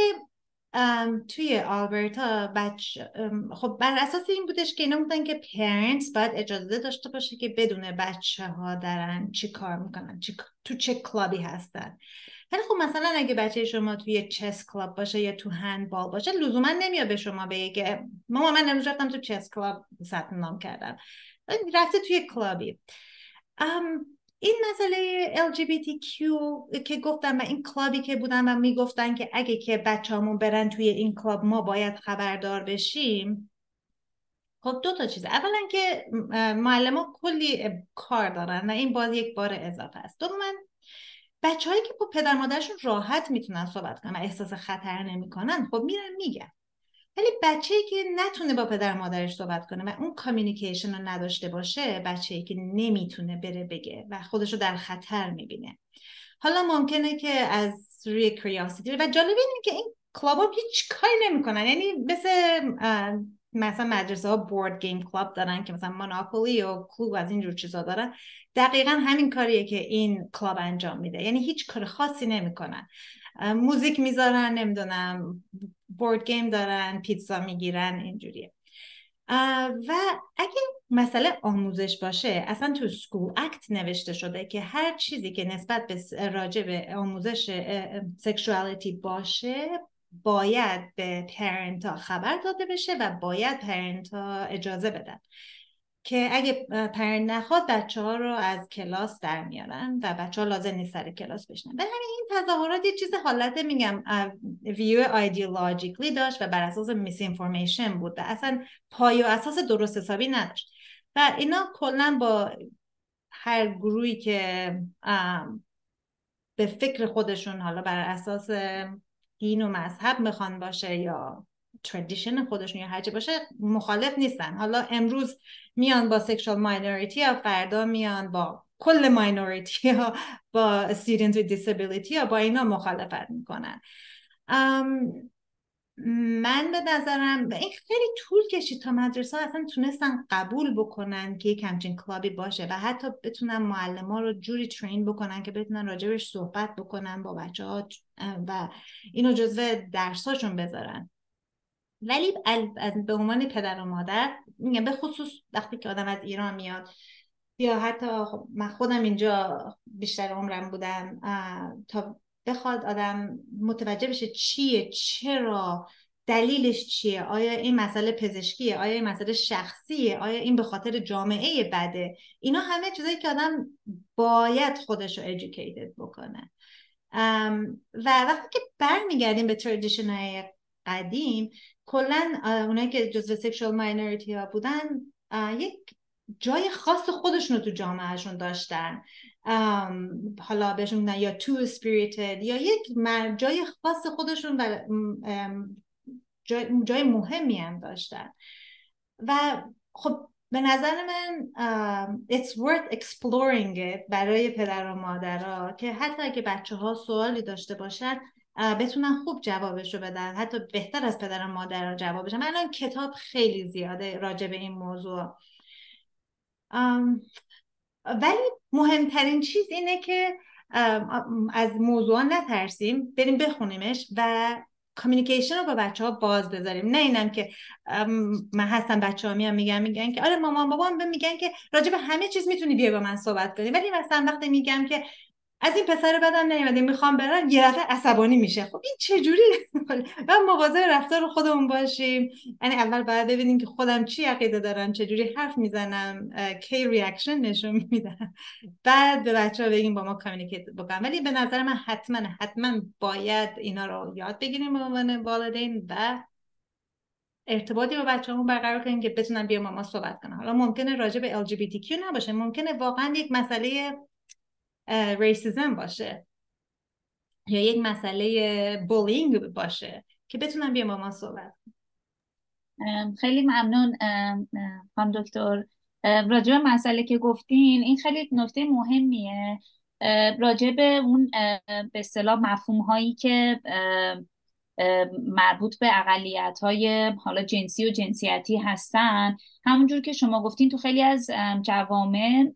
توی آلبرتا بچه خب بر اساس این بودش که اینا بودن که پرنتس باید اجازه داشته باشه که بدون بچه ها دارن چی کار میکنن، چی، تو چه کلابی هستن. ولی خب مثلا اگه بچه شما توی چس کلاب باشه یا تو هندبال باشه، لزوما نمیاد به شما بگه که مامان من امروز رفتم تو چس کلاب ثبت نام کردم، رفته توی کلابی. این مسئله ال جی بی تی کیو که گفتم و این کلابی که بودن و میگفتن که اگه که بچه‌هامون برن توی این کلاب ما باید خبردار بشیم. خب دو تا چیزه، اولا که معلم‌ها کلی کار دارن و این باز یک بار اضافه است. دوما بچه‌هایی که با پدر مادرشون راحت میتونن صحبت کنن و احساس خطر نمیکنن خب میرن میگن، ولی بچه‌ای که نتونه با پدر مادرش صحبت کنه و اون کامیونیکیشن رو نداشته باشه، بچه‌ای که نمیتونه بره بگه و خودش رو در خطر میبینه. حالا ممکنه که از روی کریاسیتی، و جالب اینه که این کلاب‌ها هیچ کاری نمیکنن، یعنی مثل مثلا مدرسه ها بورد گیم کلاب دارن که مثلا مونوپولی و کلوب از اینجور چیزا دارن، دقیقا همین کاریه که این کلاب انجام میده، یعنی هیچ کار خاصی نمیکنن. موزیک میذارن، نمیدونم بورد گیم دارن، پیتزا میگیرن، اینجوریه. و اگه مسئله آموزش باشه، اصلا تو سکول اکت نوشته شده که هر چیزی که نسبت به راجع به آموزش سکشوالیتی باشه باید به پرنت ها خبر داده بشه و باید پرنت ها اجازه بدن که اگه پرنت نخواد بچه ها رو از کلاس در میارن و بچه ها لازم نیست سر کلاس بشنن. به همین این تظاهرات یه چیز حالت میگم ویو ایدئولوژیکلی داشت و بر اساس میس اینفورمیشن بود و اصلا پای و اساس درست حسابی نداشت و اینا کلا با هر گروهی که به فکر خودشون حالا بر اساس دین و مذهب میخوان باشه یا تردیشن خودشون یا هرچی باشه مخالف نیستن. حالا امروز میان با سکشوال ماینوریتی یا فردا میان با کل ماینوریتی ها، با استودنت with disability یا با اینا مخالفت میکنن. من به نظرم این خیلی طول کشید تا مدرسه ها اصلا تونستن قبول بکنن که یک همچین کلابی باشه و حتی بتونن معلم ها رو جوری ترین بکنن که بتونن راجبش صحبت بکنن با بچه ها و اینو جزو درساشون بذارن. ولی به عنوان پدر و مادر میگم، به خصوص وقتی که آدم از ایران میاد یا حتی خب من خودم اینجا بیشتر عمرم بودم، تا بخواد آدم متوجه بشه چیه، چرا، دلیلش چیه، آیا این مسئله پزشکیه، آیا این مسئله شخصیه، آیا این به خاطر جامعه بده، اینا همه چیزایی که آدم باید خودش رو educated بکنه. و وقتی که برمیگردیم به تردیشن های قدیم، کلن اونایی که جزو سکشوال ماینوریتی ها بودن یک جای خاص خودشون رو تو جامعهشون داشتن، حالا بهشون میگن یا تو اسپریتد یا یک جای خاص خودشون و جای, جای مهمی هم داشتن. و خب به نظر من uh, it's worth exploring it برای پدر و مادرها که حتی اگه بچه ها سوالی داشته باشن بتونن خوب جوابشو بدن، حتی بهتر از پدر و مادر جواب بدن. الان کتاب خیلی زیاده راجع به این موضوع، ولی مهمترین چیز اینه که از موضوع نترسیم، بریم بخونیمش و کامیونیکیشن رو با بچه ها باز بذاریم. نه اینم که من هستم بچه ها میان میگن میگن که آره مامان بابام به میگن که راجع به همه چیز میتونی بیای با من صحبت کنی، ولی مثلا وقتی میگم که از این پسر بدم نمیاد میخوام برم، یه دفعه عصبانی میشه. خب این چجوری؟ و مواظب رفتار خودمون باشیم. یعنی اول باید ببینیم که خودم چی عقیده دارم، چجوری حرف میزنم، کی ریاکشن نشون میدم، بعد به بچه‌ها بگیم با ما کامیونیکیت بکنم. ولی به نظر من حتما حتما باید اینا رو یاد بگیریم به عنوان والدین و ارتباطی با بچه‌مون برقرار کنیم که بتونن بیا با ما صحبت کنن. حالا ممکنه راجع به ال جی بی تی کیو نباشه، ممکنه واقعا یک مسئله ریسیزم باشه یا یک مسئله بولینگ باشه که بتونن بیا با ما صحبت. خیلی ممنون خانم دکتر. راجع به مسئله که گفتین این خیلی نکته مهمیه، راجع به اون به اصطلاح مفهوم هایی که مربوط به اقلیت های حالا جنسی و جنسیتی هستن. همونجور که شما گفتین تو خیلی از جوامع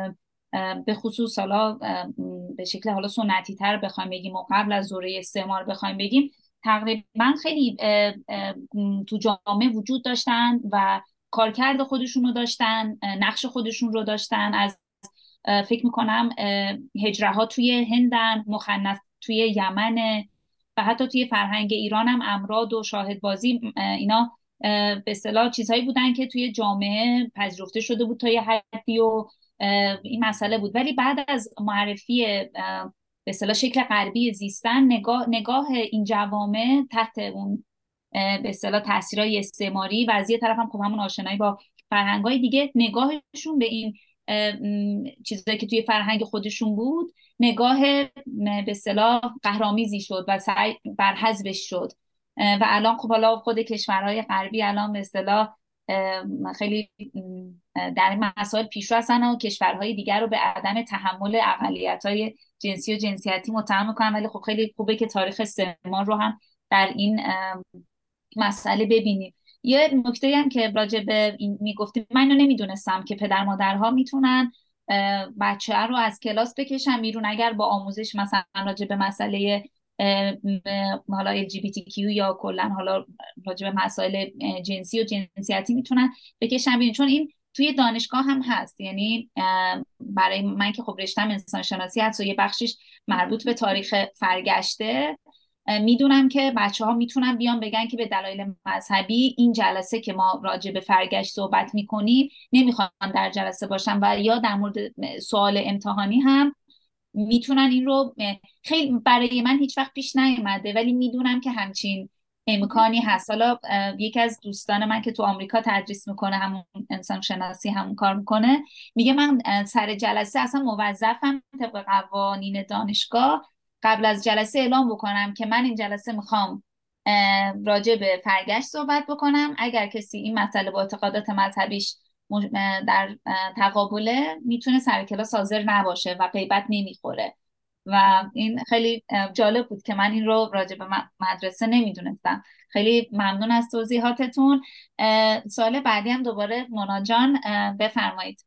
به خصوص حالا به شکل حالا سنتی تر بخوایم بگیم و قبل از دوره استعمار بخوایم بگیم، تقریبا خیلی تو جامعه وجود داشتن و کارکرد خودشون رو داشتن، نقش خودشون رو داشتن. از فکر میکنم هجره ها توی هندن، مخنث توی یمن و حتی توی فرهنگ ایران هم امراد و شاهدبازی، اینا به اصطلاح چیزهایی بودن که توی جامعه پذیرفته شده بود تا یه حدی و این مسئله بود. ولی بعد از معرفی به اصطلاح شکل غربی زیستن، نگاه نگاه این جوامع تحت اون به اصطلاح تاثیرهای استعماری و از یه طرف هم خب همون آشنایی با فرهنگ‌های دیگه، نگاهشون به این چیزایی که توی فرهنگ خودشون بود نگاه به اصطلاح قهرآمیزی شد و سعی بر حذفش شد. و الان خب حالا خود کشورهای غربی الان به اصطلاح خیلی در این مسائل پیشرو هستن و کشورهای دیگر رو به عدم تحمل اقلیت‌های جنسی و جنسیتی متهم میکنن. ولی خب خیلی خوبه که تاریخ استعمار رو هم در این مسئله ببینیم. یه نکته هم که راجع به این میگفتیم، من اینو نمیدونستم که پدر مادرها میتونن بچه رو از کلاس بکشن بیرون اگر با آموزش مثلا راجع به مسئله حالا ال جی بی تی کیو یا کلا حالا راجع به مسائل جنسی و جنسیتی میتونن بکشن بیرون، چون این توی دانشگاه هم هست. یعنی برای من که خب رشتم انسان شناسی هست و یه بخشش مربوط به تاریخ فرگشته، میدونم که بچه ها میتونن بیان بگن که به دلایل مذهبی این جلسه که ما راجع به فرگشت صحبت میکنیم نمیخوان در جلسه باشن، و یا در مورد سوال امتحانی هم میتونن این رو. خیلی برای من هیچ وقت پیش نیومده ولی میدونم که همچین امکانی هست. حالا یکی از دوستان من که تو آمریکا تدریس میکنه، همون انسان شناسی همون کار میکنه، میگه من سر جلسه اصلا موظفم طبق قوانین دانشگاه قبل از جلسه اعلام بکنم که من این جلسه میخوام راجع به فرگشت صحبت بکنم. اگر کسی این مسئله با اعتقادات مذهبیش در تقابله میتونه سر کلاس حاضر نباشه و غیبت نمیخوره. و این خیلی جالب بود که من این رو راجع به مدرسه نمیدونستم. خیلی ممنون از توضیحاتتون. سوال بعدی هم دوباره مونا جان بفرمایید.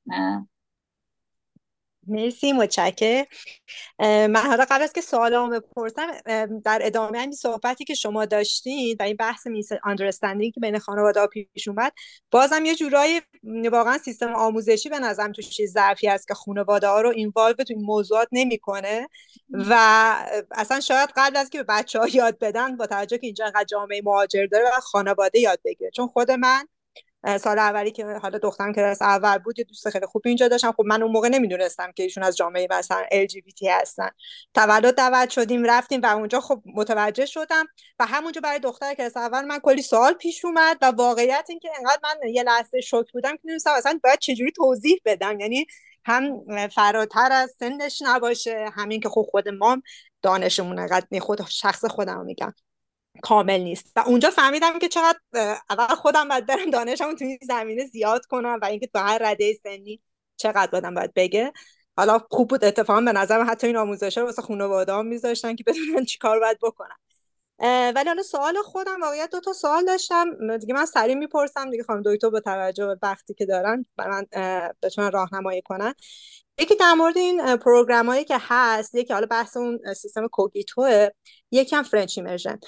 مرسی، متشکرم. من حالا قبل از که سوالامو بپرسم، در ادامه این صحبتی که شما داشتید و این بحث میس اندرستندینگ که بین خانواده‌ها پیش اومد، بازم یه جورایی واقعا سیستم آموزشی به نظرم توش چیز ضعفی هست که خانواده‌ها رو اینوالو تو این موضوعات نمیکنه و اصلا شاید قبل از که به بچه‌ها یاد بدن، با توجه که اینجا انقدر جامعه مهاجر داره و خانواده یاد بگیره. چون خود من سال اولی که حالا دخترم کلاس اول بود یه دوست خیلی خوبی اینجا داشتم. خب من اون موقع نمیدونستم که ایشون از جامعه مثلا ال جی بی تی هستن. تولد دعوت شدیم رفتیم و اونجا خب متوجه شدم و همونجا برای دختر کلاس اول من کلی سوال پیش اومد و واقعیت این که انقدر من یه لحظه شوک بودم که نمیدونستم اصلا باید چجوری توضیح بدم. یعنی هم فراتر از سنش نباشه، همین که خب خود ما دانشمون انقدر خود شخص خودم میگم کامل نیست. و اونجا فهمیدم که چقدر اول خودم باید برم دانشمو تو این زمینه زیاد کنم و اینکه تو هر رده سنی چقدر بادم باید بگه. حالا خوب بود اتفاقا به نظرم حتی این آموزش‌ها رو واسه خانواده‌ها میذاشتن که بدونن چیکار باید بکنن. ولی حالا سوال خودم واقعا دو تا سوال داشتم دیگه، من سریع میپرسم دیگه خانم دکتر با توجه به وقتی که دارن برای من بتونن راهنمایی کنن. یکی در مورد این پروگرامایی که هست، یکی حالا بحث اون سیستم کوگیتوه، یکی هم فرنچ ایمرژن.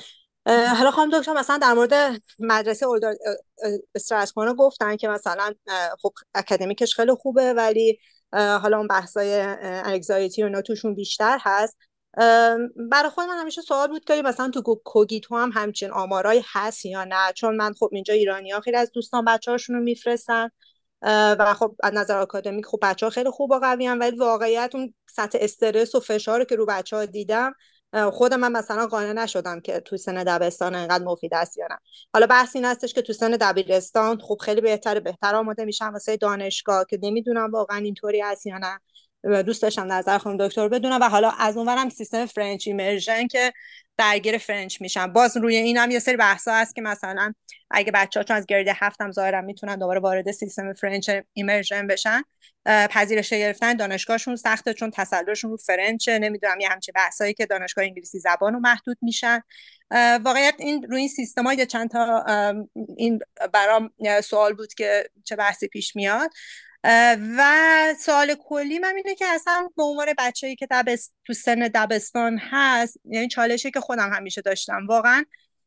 حالا خانم دکتر مثلا در مورد مدرسه استراسکونا گفتن که مثلا خب اکادمیکش خیلی خوبه ولی حالا اون بحثای انگزایتی و اینا توشون بیشتر هست. برای خود من همیشه سوال بود که مثلا تو کوگیتو هم همچین آمارایی هست یا نه، چون من خب اینجا ایرانی‌ها خیلی از دوستان بچه‌هاشون رو میفرستن و خب از نظر آکادمیک خب بچه‌ها خیلی خوب و قوی ان، ولی واقعیت اون سطح استرس و فشاری که رو بچه‌ها دیدم خودم من مثلا قانع نشدم که تو سن دبستان انقدر مفید است یا نه. حالا بحث این هستش که تو سن دبیرستان خب خیلی بهتره، بهتر آماده میشن واسه دانشگاه که نمیدونم واقعا اینطوری هست یا نه. دوست داشتم نظر خانم دکتر بدونم. و حالا از اونورم سیستم فرنچ ایمرژن که درگیر فرنچ میشن، باز روی اینم یه سری بحثا هست که مثلا اگه بچه‌ها چون از گرید هفتم ظاهرا میتونن دوباره وارد سیستم فرنچ ایمرژن بشن، پذیرش گرفتن دانشگاهشون سخته چون تسلطشون رو فرنچه، نمیدونم یه همچین بحثایی که دانشگاه انگلیسی زبان رو محدود میشن. واقعیت این روی این سیستما یه چند تا این برام سوال بود که چه بحثی پیش میاد. و سوال کلی من اینه که اصلا به عنوان بچه‌ای که دبست تو سن دبستان هست، یعنی چالشی که خودم همیشه داشتم واقعا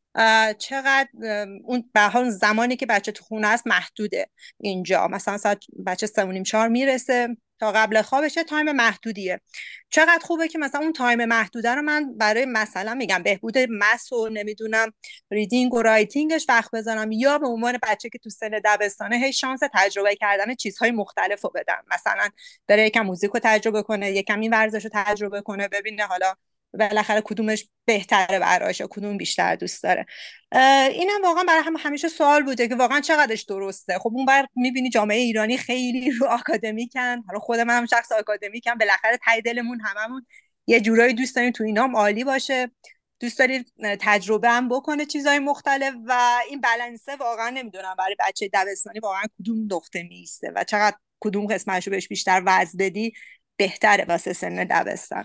چقدر اون به حال زمانی که بچه تو خونه است محدوده. اینجا مثلا ساعت بچه سه و نیم چهار میرسه تا قبل خوابش تایم محدودیه. چقدر خوبه که مثلا اون تایم محدوده رو من برای مثلا میگم بهبود مس و نمیدونم ریدینگ و رایتینگش وقت بذارم، یا به عنوان بچه که تو سن دبستانه هی شانس تجربه کردن چیزهای مختلف رو بدم، مثلا بره یکم موزیک رو تجربه کنه، یکم این ورزش رو تجربه کنه، ببینه حالا بالاخره کدومش بهتره براش، کدوم بیشتر دوست داره. اینم واقعا برای هم همیشه سوال بوده که واقعا چقدرش درسته. خب اون بر میبینی جامعه ایرانی خیلی رو آکادمیکن، حالا خود من هم شخص آکادمیکم، بالاخره ته دلمون هممون یه جورایی دوست داریم تو اینام عالی باشه، دوست داریم تجربه هم بکنه چیزهای مختلف، و این بالانسه واقعا نمیدونم برای بچه دبستانی واقعا کدوم نقطه میسته و چقدر کدوم قسمتش رو بهش بیشتر وزن بدی بهتره واسه سن دبستان.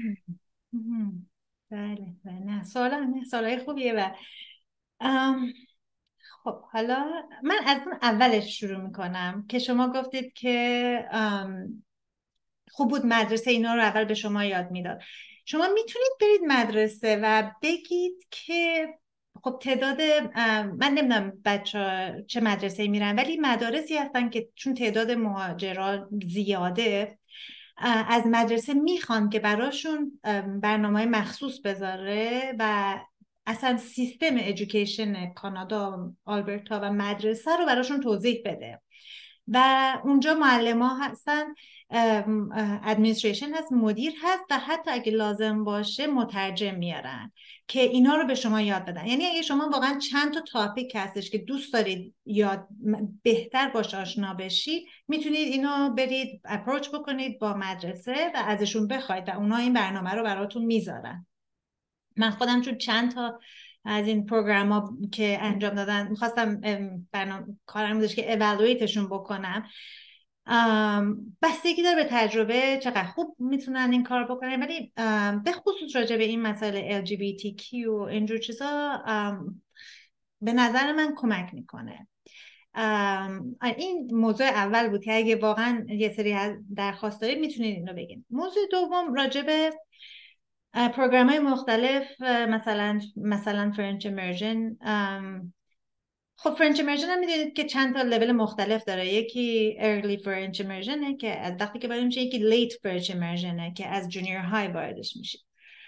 بله بله نه سوال نه سوالای خوبیه. و ام، خب حالا من از اون اولش شروع میکنم که شما گفتید که ام، خوب بود مدرسه اینا رو اول به شما یاد میداد. شما میتونید برید مدرسه و بگید که خب تعداد من نمیدونم بچه چه مدرسه میرن، ولی مدارسی هستن که چون تعداد مهاجران زیاده از مدرسه میخوان که براشون برنامه مخصوص بذاره و اصلا سیستم ایژوکیشن کانادا، آلبرتا و مدرسه رو براشون توضیح بده. و اونجا معلم ها هستن، ادمنستریشن هست، مدیر هست و حتی اگه لازم باشه مترجم میارن که اینا رو به شما یاد بدن. یعنی اگه شما واقعا چند تا تاپیک هستش که دوست دارید یاد بهتر باش آشنا بشید، میتونید اینو برید اپروچ بکنید با مدرسه و ازشون بخواید و اونا این برنامه رو براتون میذارن. من خودم چون چند تا از این پروگرام ها که انجام دادن میخواستم برنامه کارم بودش که اوالویتشون بکنم، بستگی داره به تجربه چقدر خوب میتونن این کار بکنن، ولی به خصوص راجع به این مسئله ال جی بی تی کیو و اینجور چیزا به نظر من کمک میکنه. این موضوع اول بود که اگه واقعا یه سری درخواست دارید میتونید این رو بگین. موضوع دوم راجع به پروگرام های مختلف، مثلا مثلا فرنچ ایمرژن. خب فرنچ ایمرژن هم میدونید که چند تا لول مختلف داره. یکی ارلی فرنچ ایمرژنه که از وقتی که وارد میشه، یکی لیت فرنچ ایمرژنه که از جونیور های واردش میشه.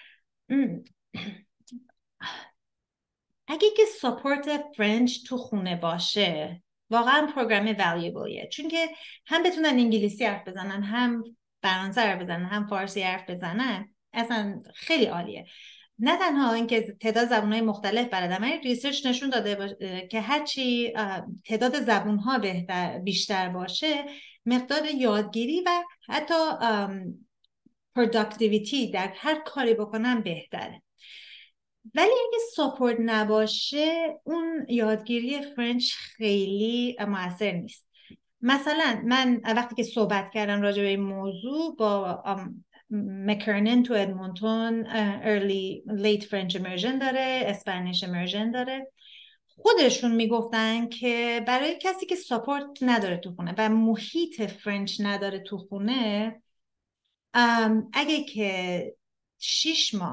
اگه که ساپورت فرنچ تو خونه باشه واقعا پروگرام والیبلیه، چون که هم بتونن انگلیسی حرف بزنن، هم فرانسه حرف بزنن، هم فارسی حرف بزنن. اصلا خیلی عالیه. نه تنها اینکه تعداد زبان‌های مختلف بلدن، ولی ریسرچ نشون داده که هرچی تعداد زبان‌ها بهتر بیشتر باشه، مقدار یادگیری و حتی پروداکتیویتی در هر کاری بکنن بهتره. ولی اگه ساپورت نباشه اون یادگیری فرنچ خیلی موثر نیست. مثلا من وقتی که صحبت کردم راجع به این موضوع با مکرنن تو ادمونتون، ارلی لیت فرنچ ایمرژن داره، اسپانیش ایمرژن داره، خودشون میگفتن که برای کسی که ساپورت نداره تو خونه و محیط فرنچ نداره تو خونه، اگه که شیش ماه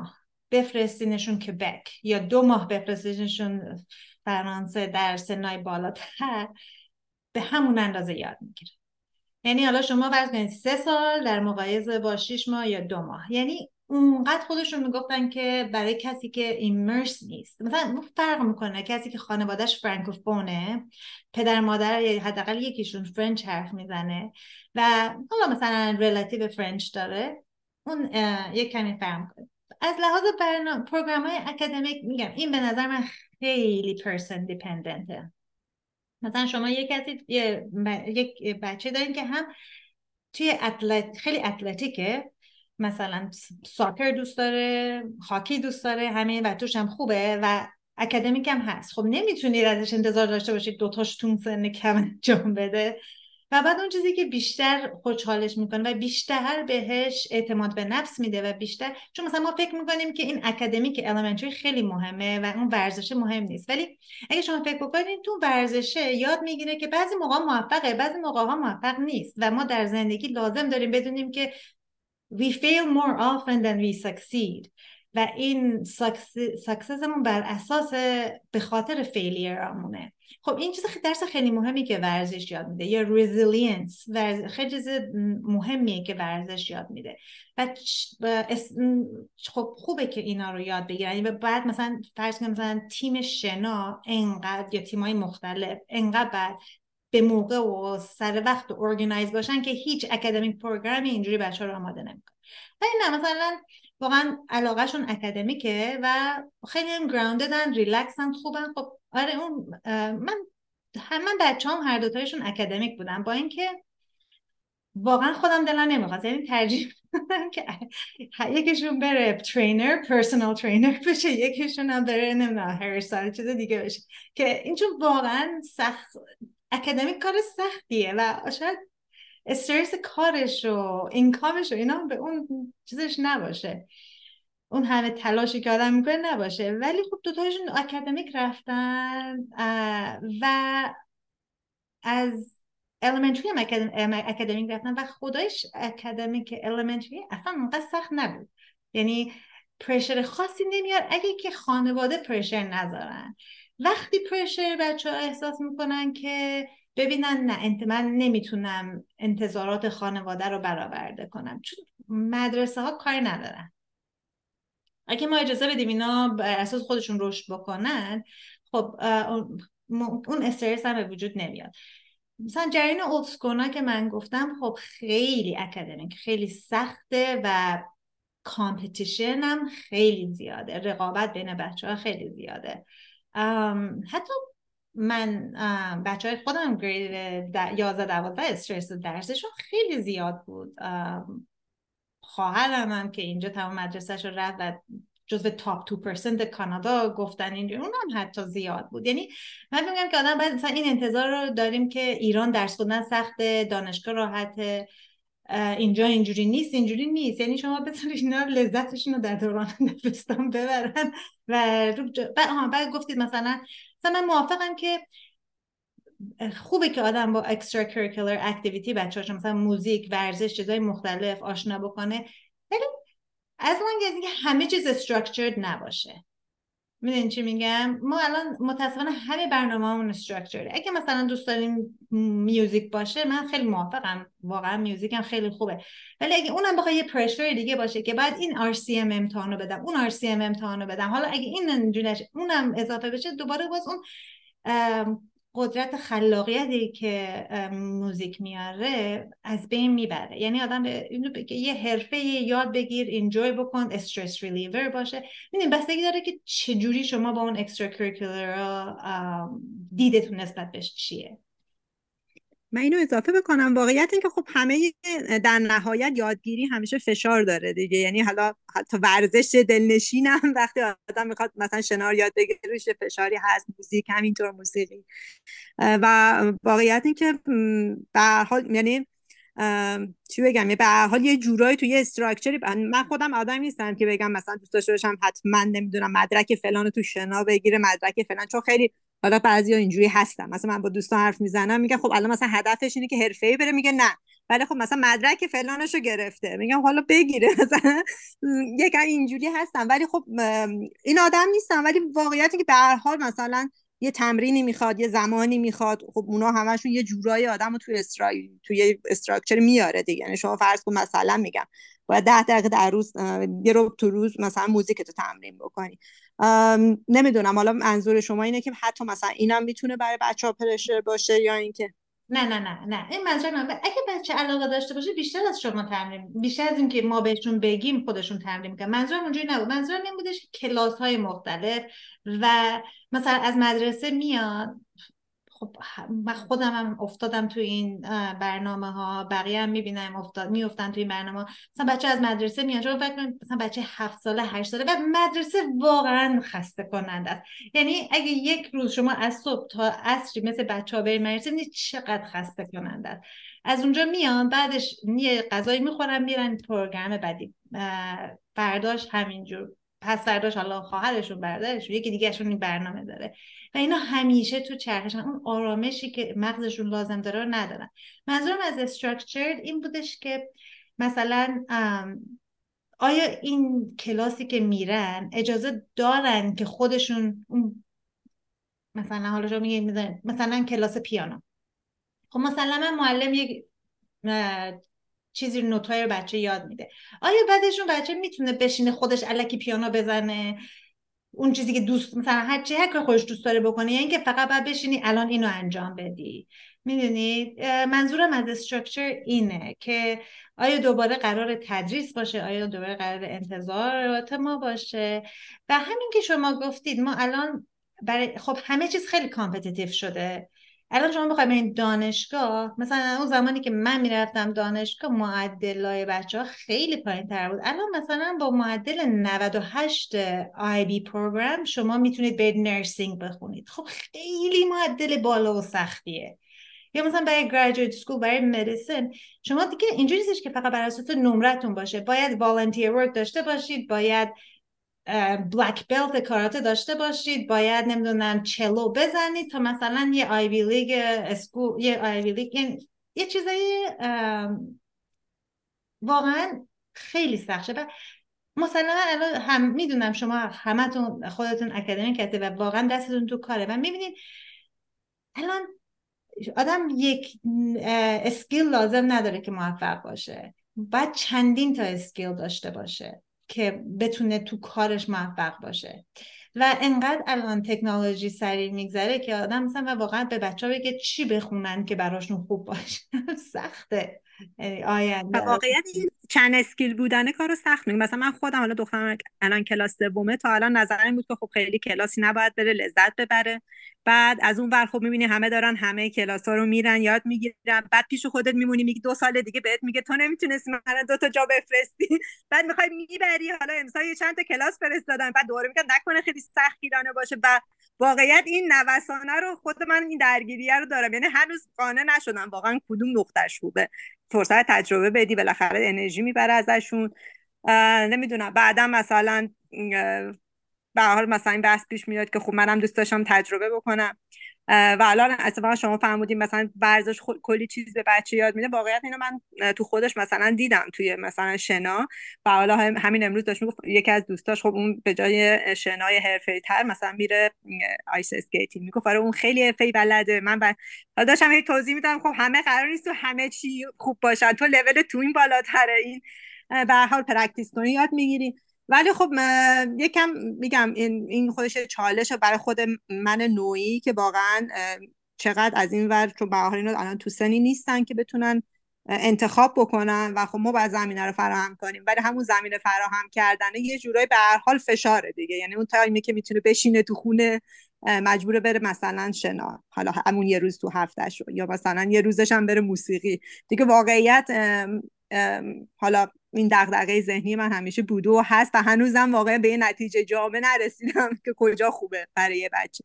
بفرستینشون کبک یا دو ماه بفرستینشون فرانسه در سنای بالاتر، به همون اندازه یاد میگیره. یعنی حالا شما فرض کنید سه سال در مقایسه با شش ماه یا دو ماه، یعنی اونقدر خودشون میگفتن که برای کسی که ایمرس نیست، مثلا فرق میکنه کسی که خانوادهش فرانکوفونه، پدر مادر یا حداقل یکیشون فرنچ حرف میزنه و حالا مثلا ریلیتیو فرنچ داره، اون یک کمی فرق میکنه. از لحاظ برنامه پروگرام‌های اکادمیک میگم این به نظر من خیلی پرسن دیپندنته. مثلا شما یک کسی یک بچه دارین که هم توی اتلت خیلی اتلتیکه، مثلا ساکر دوست داره، هاکی دوست داره، همین و توش هم خوبه و اکادمیک هم هست. خب نمیتونید ازش انتظار داشته باشید دوتاش تون سن کم انجام بده. و بعد اون چیزی که بیشتر خوشحالش میکنه و بیشتر بهش اعتماد به نفس میده و بیشتر، چون مثلا ما فکر میکنیم که این اکادمیک المنتری خیلی مهمه و اون ورزش مهم نیست، ولی اگه شما فکر بکنید تو ورزشه یاد میگیره که بعضی موقع موفقه، بعضی موقع ها موفق نیست و ما در زندگی لازم داریم بدونیم که we fail more often than we succeed و این ساکسسمون بر اساس به خاطر فیلیرامونه. خب این چیز درس خیلی مهمی که ورزش یاد میده، یا resilience، خیلی چیز مهمیه که ورزش یاد میده و خب خوبه که اینا رو یاد بگیرن. و بعد مثلا فرض کنید مثلا تیم شنا انقدر یا تیمای مختلف انقدر بعد به موقع و سر وقت و ارگنایز باشن که هیچ اکادمیک پروگرامی اینجوری بچه‌ها رو آماده نمیکنه. ولی نه، مثلا واقعا علاقهشون اکادمیکه و خیلی هم گراونددن، ریلکسن، خوبن. خب آره اون من من بچه‌ام هر دو تایشون اکادمیک بودن، با اینکه واقعا خودم دلم نمیخواست، یعنی ترجیح میدم که یکیشون بره ترینر، پرسونال ترینر بشه، یکیشون هم بره نمیدونم هر استایل چیز دیگه بشه، که این چون واقعا سخت اکادمیک کار سختیه و شاید استرس کارش و اینکامش و اینا به اون چیزش نباشه، اون همه تلاشی که آدم میکنه نباشه. ولی خب دوتایشون اکادمیک رفتن و از elementary هم اکادمیک رفتن و خدایش اکادمیک elementary اصلا اونقدر سخت نبود، یعنی پرشر خاصی نمیاد اگه که خانواده پرشر نذارن. وقتی پرشر بچه ها احساس میکنن که ببینن نه انت من نمیتونم انتظارات خانواده رو برآورده کنم، چون مدرسه ها کاری ندارن، اگه ما اجازه بدیم اینا بر اساس خودشون رشد بکنن، خب اون استرس هم به وجود نمیاد. مثلا جریان اولدسکونا که من گفتم خب خیلی اکادمیک، خیلی سخته و کامپتیشن هم خیلی زیاده، رقابت بین بچه ها خیلی زیاده. حتی من بچه های خودم گرید یازده دوازده استرس درسشون خیلی زیاد بود. خواهرم هم که اینجا تمام مدرسهش رو رفت و جزو تاپ دو درصد کانادا گفتن اینجا، اونم حتی زیاد بود. یعنی من میگم که آدم باید مثلا این انتظار رو داریم که ایران درس خوندن سخته، دانشگاه راحته، اینجا اینجوری نیست، اینجوری نیست. یعنی شما بذارید اینا لذتشون رو در دوران دبستان ببرن و رو ج... بعد بعد گفتید مثلا مثلا من موافقم که خوبه که آدم با اکسترا کریکولر اکتیویتی بچه‌هاش مثلا موزیک، ورزش، چیزای مختلف آشنا بکنه، ولی از لانگ از اینکه همه چیز استراکچرد نباشه. میدونین چی میگم؟ ما الان متاسفانه همه برنامه‌مون استراکچرده. اگه مثلا دوست داریم میوزیک باشه، من خیلی موافقم، واقعا میوزیکم خیلی خوبه، ولی اگه اونم بخواد یه پرشر دیگه باشه که بعد این آر سی ام امتحانو بدم، اون آر سی ام امتحانو بدم، حالا اگه این اینجوری اونم اضافه بشه، دوباره باز اون قدرت خلاقیتی که موزیک میاره از بین میبره. یعنی آدم اینو بگه یه حرفه یاد بگیر، انجوی بکن، استرس ریلیور باشه. ببین بستگی داره که چجوری شما با اون اکسترا کریکولر دیدتون نسبت بهش چیه. من اینو اضافه بکنم، واقعیت این که خب همه در نهایت یادگیری همیشه فشار داره دیگه. یعنی حالا حتی ورزش دلنشینم وقتی آدم میخواد مثلا شنا یاد بگیره روش فشاری هست، موزیک همینطور، موسیقی. و واقعیت این که به هر حال یعنی چی بگم، به هر حال یه جورایی توی استراکچری، من خودم آدم نیستم که بگم مثلا دوست داشته باشم حتما نمیدونم مدرک فلان تو شنا بگیره، مدرک فلان، چون خیلی حالا بعضیا اینجوری هستن، مثلا من با دوستان حرف میزنم میگم خب الان مثلا هدفش اینه که حرفه‌ای بره، میگه نه ولی خب مثلا مدرک فلانشو گرفته، میگم حالا بگیره مثلا. یکم اینجوری هستن ولی خب این آدم نیستن، ولی واقعیتی که به هر حال مثلا یه تمرینی میخواد، یه زمانی میخواد، خب اونا همشون یه جورایی آدمو توی استرا توی استراکچر میاره دیگه. یعنی شما فرض کن مثلا میگم باید ده دقیقه در روز یه رو تو روز مثلا موزیکتو تمرین بکنی. نمیدونم حالا منظور شما اینه که حتی مثلا اینم میتونه برای بچه‌ها پرشر باشه یا اینکه نه نه نه نه این منظور من اگه بچه علاقه داشته باشه بیشتر از شما تمرین، بیشتر از این که ما بهشون بگیم خودشون تمرین میکنن. منظورم اونجوری نبود، منظورم این بودش که کلاس های مختلف و مثلا از مدرسه میاد. خب من خودم هم افتادم تو این برنامه ها، بقیه هم میبینم افتاد میافتن تو این برنامه. مثلا بچه از مدرسه میاد، شما فکر کنید مثلا بچه هفت ساله هشت ساله و مدرسه واقعا خسته کننده است. یعنی اگه یک روز شما از صبح تا عصر مثل بچه‌ها برید مدرسه، ببینید چقدر خسته کننده است. از اونجا میان بعدش یه غذایی میخورن میرن پروگرام بعدی، فرداش همینجور، پس فرداش حالا خواهرشون برادرشون یکی دیگهشون این برنامه داره و اینا همیشه تو چرخشن، اون آرامشی که مغزشون لازم داره رو ندارن. منظورم از استراکچرد این بودش که مثلا آیا این کلاسی که میرن اجازه دارن که خودشون مثلا حالا شما میگید مثلا کلاس پیانو، خب مثلا من معلم یک چیزی نوتای رو بچه یاد میده، آیا بعدشون بچه میتونه بشینه خودش الکی پیانو بزنه اون چیزی که دوست مثلا هر چی هر کار خودش دوست داره بکنه، یا اینکه فقط باید بشینی الان اینو انجام بدی؟ میدونید منظورم از استراکچر اینه که آیا دوباره قرار تدریس باشه، آیا دوباره قرار انتظارات ما باشه. و همین که شما گفتید ما الان برای خب همه چیز خیلی کامپتیتیو شده. الان شما بخواید برید دانشگاه، مثلا اون زمانی که من میرفتم دانشگاه معدلای بچه ها خیلی پایین تر بود. الان مثلا با معدل نود و هشت آی بی پروگرام شما میتونید برید نرسینگ بخونید. خب خیلی معدل بالا و سختیه. یا مثلا برای گریجویت سکول، برای مدیسن شما دیگه اینجوری نیستش که فقط بر اساس نمرتون باشه، باید والنتیر ورک داشته باشید، باید بلک بلت کاراته داشته باشید، باید نمیدونم چلو بزنید تا مثلا یه آیوی لیگ اسکول، یه آیوی لیگ، یعنی یه چیزایی واقعا خیلی سخته. و مثلا الان هم میدونم شما همتون خودتون اکادمیک هستید و واقعا دستتون تو کاره و میبینید الان آدم یک اسکیل لازم نداره که موفق باشه، باید چندین تا اسکیل داشته باشه که بتونه تو کارش موفق باشه. و انقدر الان تکنولوژی سریع میگذره که آدم مثلا واقعا به بچه ها بگه چی بخونن که براشون خوب باشه سخته. آینده واقعیت این چند اسکیل بودن کارو سخت میکنه. مثلا من خودم حالا دخترم الان کلاس سومه، تا الان نظرم بود که خب خیلی کلاسی نباید بره، لذت ببره. بعد از اون ور خب میبینی همه دارن همه کلاس ها رو میرن یاد میگیرن، بعد پیش خودت میمونی میگی دو سال دیگه بهت میگه تو نمیتونستی من دو تا جا بفرستی بعد میخوای میبری، حالا امسال یه چند تا کلاس فرستادن، بعد دوباره میگن نکنه خیلی سخت گیرانه باشه. و واقعیت این نوسانه رو خود من این درگیریه رو دارم، یعنی هنوز قانع نشدم واقعا کدوم نقطهش خوبه. فرصت تجربه بدی بالاخره انرژی میبره ازشون. نمیدونم بعدا مثلا به حال مثلا این بحث پیش میاد که خب منم دوست داشتم تجربه بکنم و الان اتفاقا شما فرمودین مثلا ورزش کلی چیز به بچه یاد میده. واقعیت اینو من تو خودش مثلا دیدم توی مثلا شنا. و حالا همین امروز داشت میگفت یکی از دوستاش خب اون به جای شنای حرفه‌ای‌تر مثلا میره آیس اسکیتینگ، میگفت آره اون خیلی حرفه‌ای بلده. من بعد حالا داشتم هی توضیح میدم خب همه قرار نیست تو همه چی خوب باشن، تو لول تو این بالاتره، این به هر حال پرکتیس کنی یاد میگیری. ولی خب یکم میگم این این خودش چالشه برای خود من نوعی که واقعا چقدر از این ور، چون به هر حال اینا الان تو سنی نیستن که بتونن انتخاب بکنن و خب ما باید زمینه رو فراهم کنیم، ولی همون زمینه فراهم کردن یه جورایی به هر حال فشاره دیگه. یعنی اون تایمی که میتونه بشینه تو خونه مجبوره بره مثلا شنا، حالا همون یه روز تو هفتهش، یا مثلا یه روزش هم بره موسیقی دیگه. واقعیت ام ام حالا این دغدغه ذهنی من همیشه بوده و هست و هنوزم واقعا به یه نتیجه جامع نرسیدم که کجا خوبه برای یه بچه.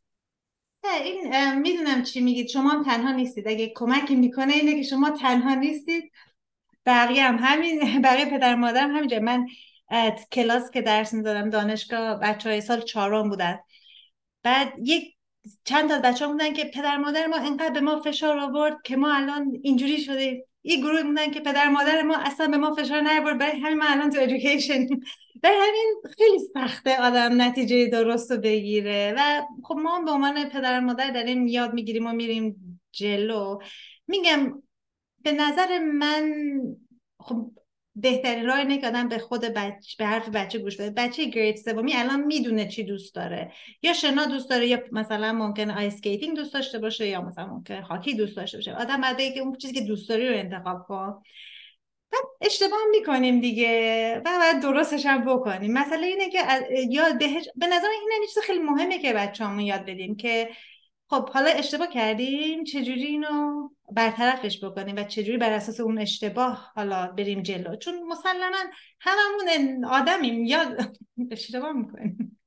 این میدونم چی میگید، شما هم تنها نیستید. اگه کمکی میکنه اینه که شما تنها نیستید، بقیه هم همین، بقیه پدر مادرم همینجا. من کلاس که درس میدادم دانشگاه، بچهای سال چهارم بودن، بعد یک چند تا بچه ها بودن که پدر مادر ما انقدر به ما فشار آورد که ما الان اینجوری شده. یه گروه بودن که پدر مادر ما اصلا به ما فشار نیاورد، برای همین ما الان تو ادویکیشن. برای همین خیلی سخته آدم نتیجه درست رو بگیره و خب ما به عنوان پدر مادر داریم یاد میگیریم و میریم جلو. میگم به نظر من خب بهترین راه اینه که آدم به خود بچه، به حرف بچه گوش بده. بچه گرید سومی الان میدونه چی دوست داره، یا شنا دوست داره، یا مثلا ممکنه آیس اسکیتینگ دوست داشته باشه، یا مثلا ممکنه هاکی دوست داشته باشه. آدم بعد بگه اون چیزی که دوست داری رو انتخاب کن. بعد اشتباه میکنیم دیگه و بعد درستش هم بکنیم. مسئله اینه که یاد بهش، به نظر این یه چیز خیلی مهمه که بچه‌هامون یاد بدیم که خب حالا اشتباه کردیم چجوری اینو برطرفش بکنیم و چجوری بر اساس اون اشتباه حالا بریم جلو، چون مسلما هممون آدمیم، یاد اشتباه میکنیم.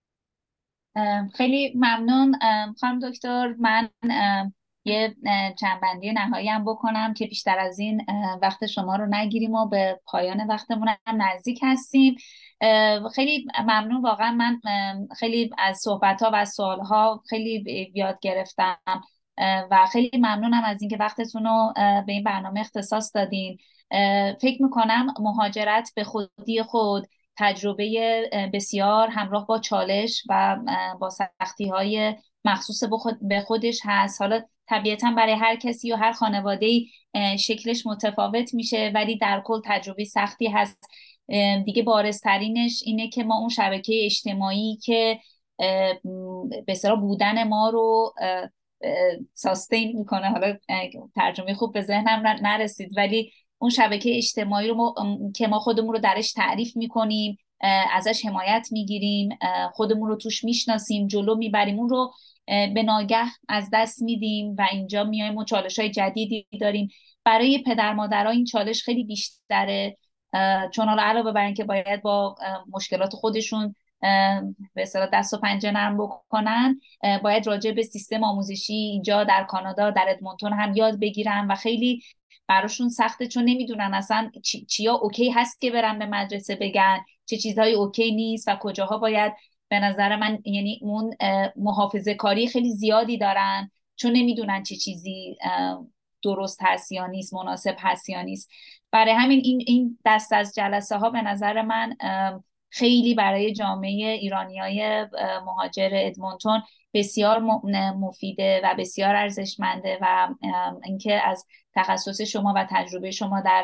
خیلی ممنون خانم دکتر. من یه جنبندی نهایی هم بکنم که بیشتر از این وقت شما رو نگیریم و به پایان وقتمون هم نزدیک هستیم. خیلی ممنون واقعا. من خیلی از صحبت‌ها و سوال‌ها خیلی یاد گرفتم و خیلی ممنونم از اینکه وقتتون رو به این برنامه اختصاص دادین. فکر میکنم مهاجرت به خودی خود تجربه بسیار همراه با چالش و با سختی‌های مخصوص به خودش هست. حالا طبیعتا برای هر کسی و هر خانواده‌ای شکلش متفاوت میشه، ولی در کل تجربه سختی هست. دیگه بارزترینش اینه که ما اون شبکه اجتماعی که به اصطلاح بودن ما رو ساستین میکنه، حالا ترجمه خوب به ذهنم نرسید، ولی اون شبکه اجتماعی رو ما، که ما خودمون رو درش تعریف میکنیم، ازش حمایت میگیریم، خودمون رو توش میشناسیم، جلو میبریم، اون رو به ناگه از دست میدیم و اینجا میایم و چالش های جدیدی داریم. برای پدر مادرها این چالش خیلی بیشتره، چون حالا علاوه بر اینکه باید با مشکلات خودشون به اصطلاح دست و پنجه نرم بکنن، باید راجع به سیستم آموزشی اینجا در کانادا در ادمونتون هم یاد بگیرن و خیلی براشون سخته، چون نمیدونن اصلا چی، چیا اوکی هست که برن به مدرسه بگن، چه چیزهایی اوکی نیست و کجاها باید. به نظر من یعنی اون محافظه کاری خیلی زیادی دارن، چون نمیدونن چه چی چیزی درست هست یا نیست، مناسب هست یا نیست. برای همین این این دست از جلسه ها به نظر من خیلی برای جامعه ایرانیای مهاجر ادمونتون بسیار مفیده و بسیار ارزشمنده و اینکه از تخصص شما و تجربه شما در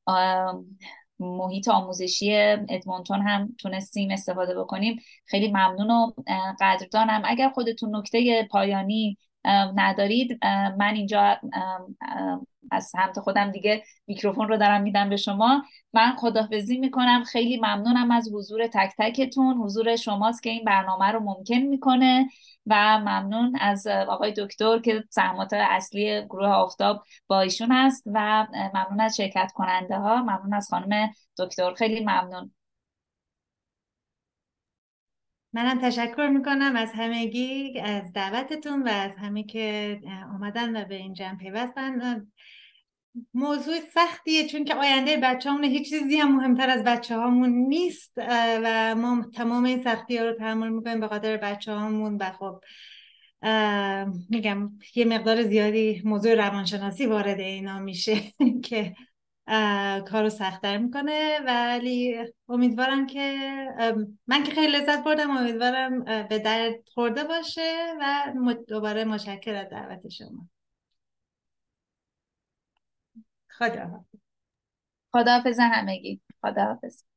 محیط آموزشی ادمونتون هم تونستیم استفاده بکنیم. خیلی ممنون و قدردانم. اگر خودتون نکته پایانی ندارید، من اینجا از سمت خودم دیگه میکروفون رو دارم میدم به شما. من خداحافظی میکنم. خیلی ممنونم از حضور تک تکتون. حضور شماست که این برنامه رو ممکن میکنه و ممنون از آقای دکتر که زحمات اصلی گروه آفتاب با ایشون هست و ممنون از شرکت کننده ها. ممنون از خانم دکتر. خیلی ممنون. منم تشکر میکنم از همگی، از دعوتتون و از همه که آمدن و به این جمع پیوستن. موضوع سختیه چون که آینده بچه همونه، هیچ چیزی هم مهمتر از بچه هامون نیست و ما تمام این سختی ها رو تحمل میکنیم به خاطر بچه هامون و خب میگم یه مقدار زیادی موضوع روانشناسی وارد اینا میشه که کارو سخت‌تر میکنه، ولی امیدوارم که من که خیلی لذت بردم، امیدوارم به درد خورده باشه و دوباره متشکرم از دعوت شما. خدا خداحافظ همگی. خداحافظ.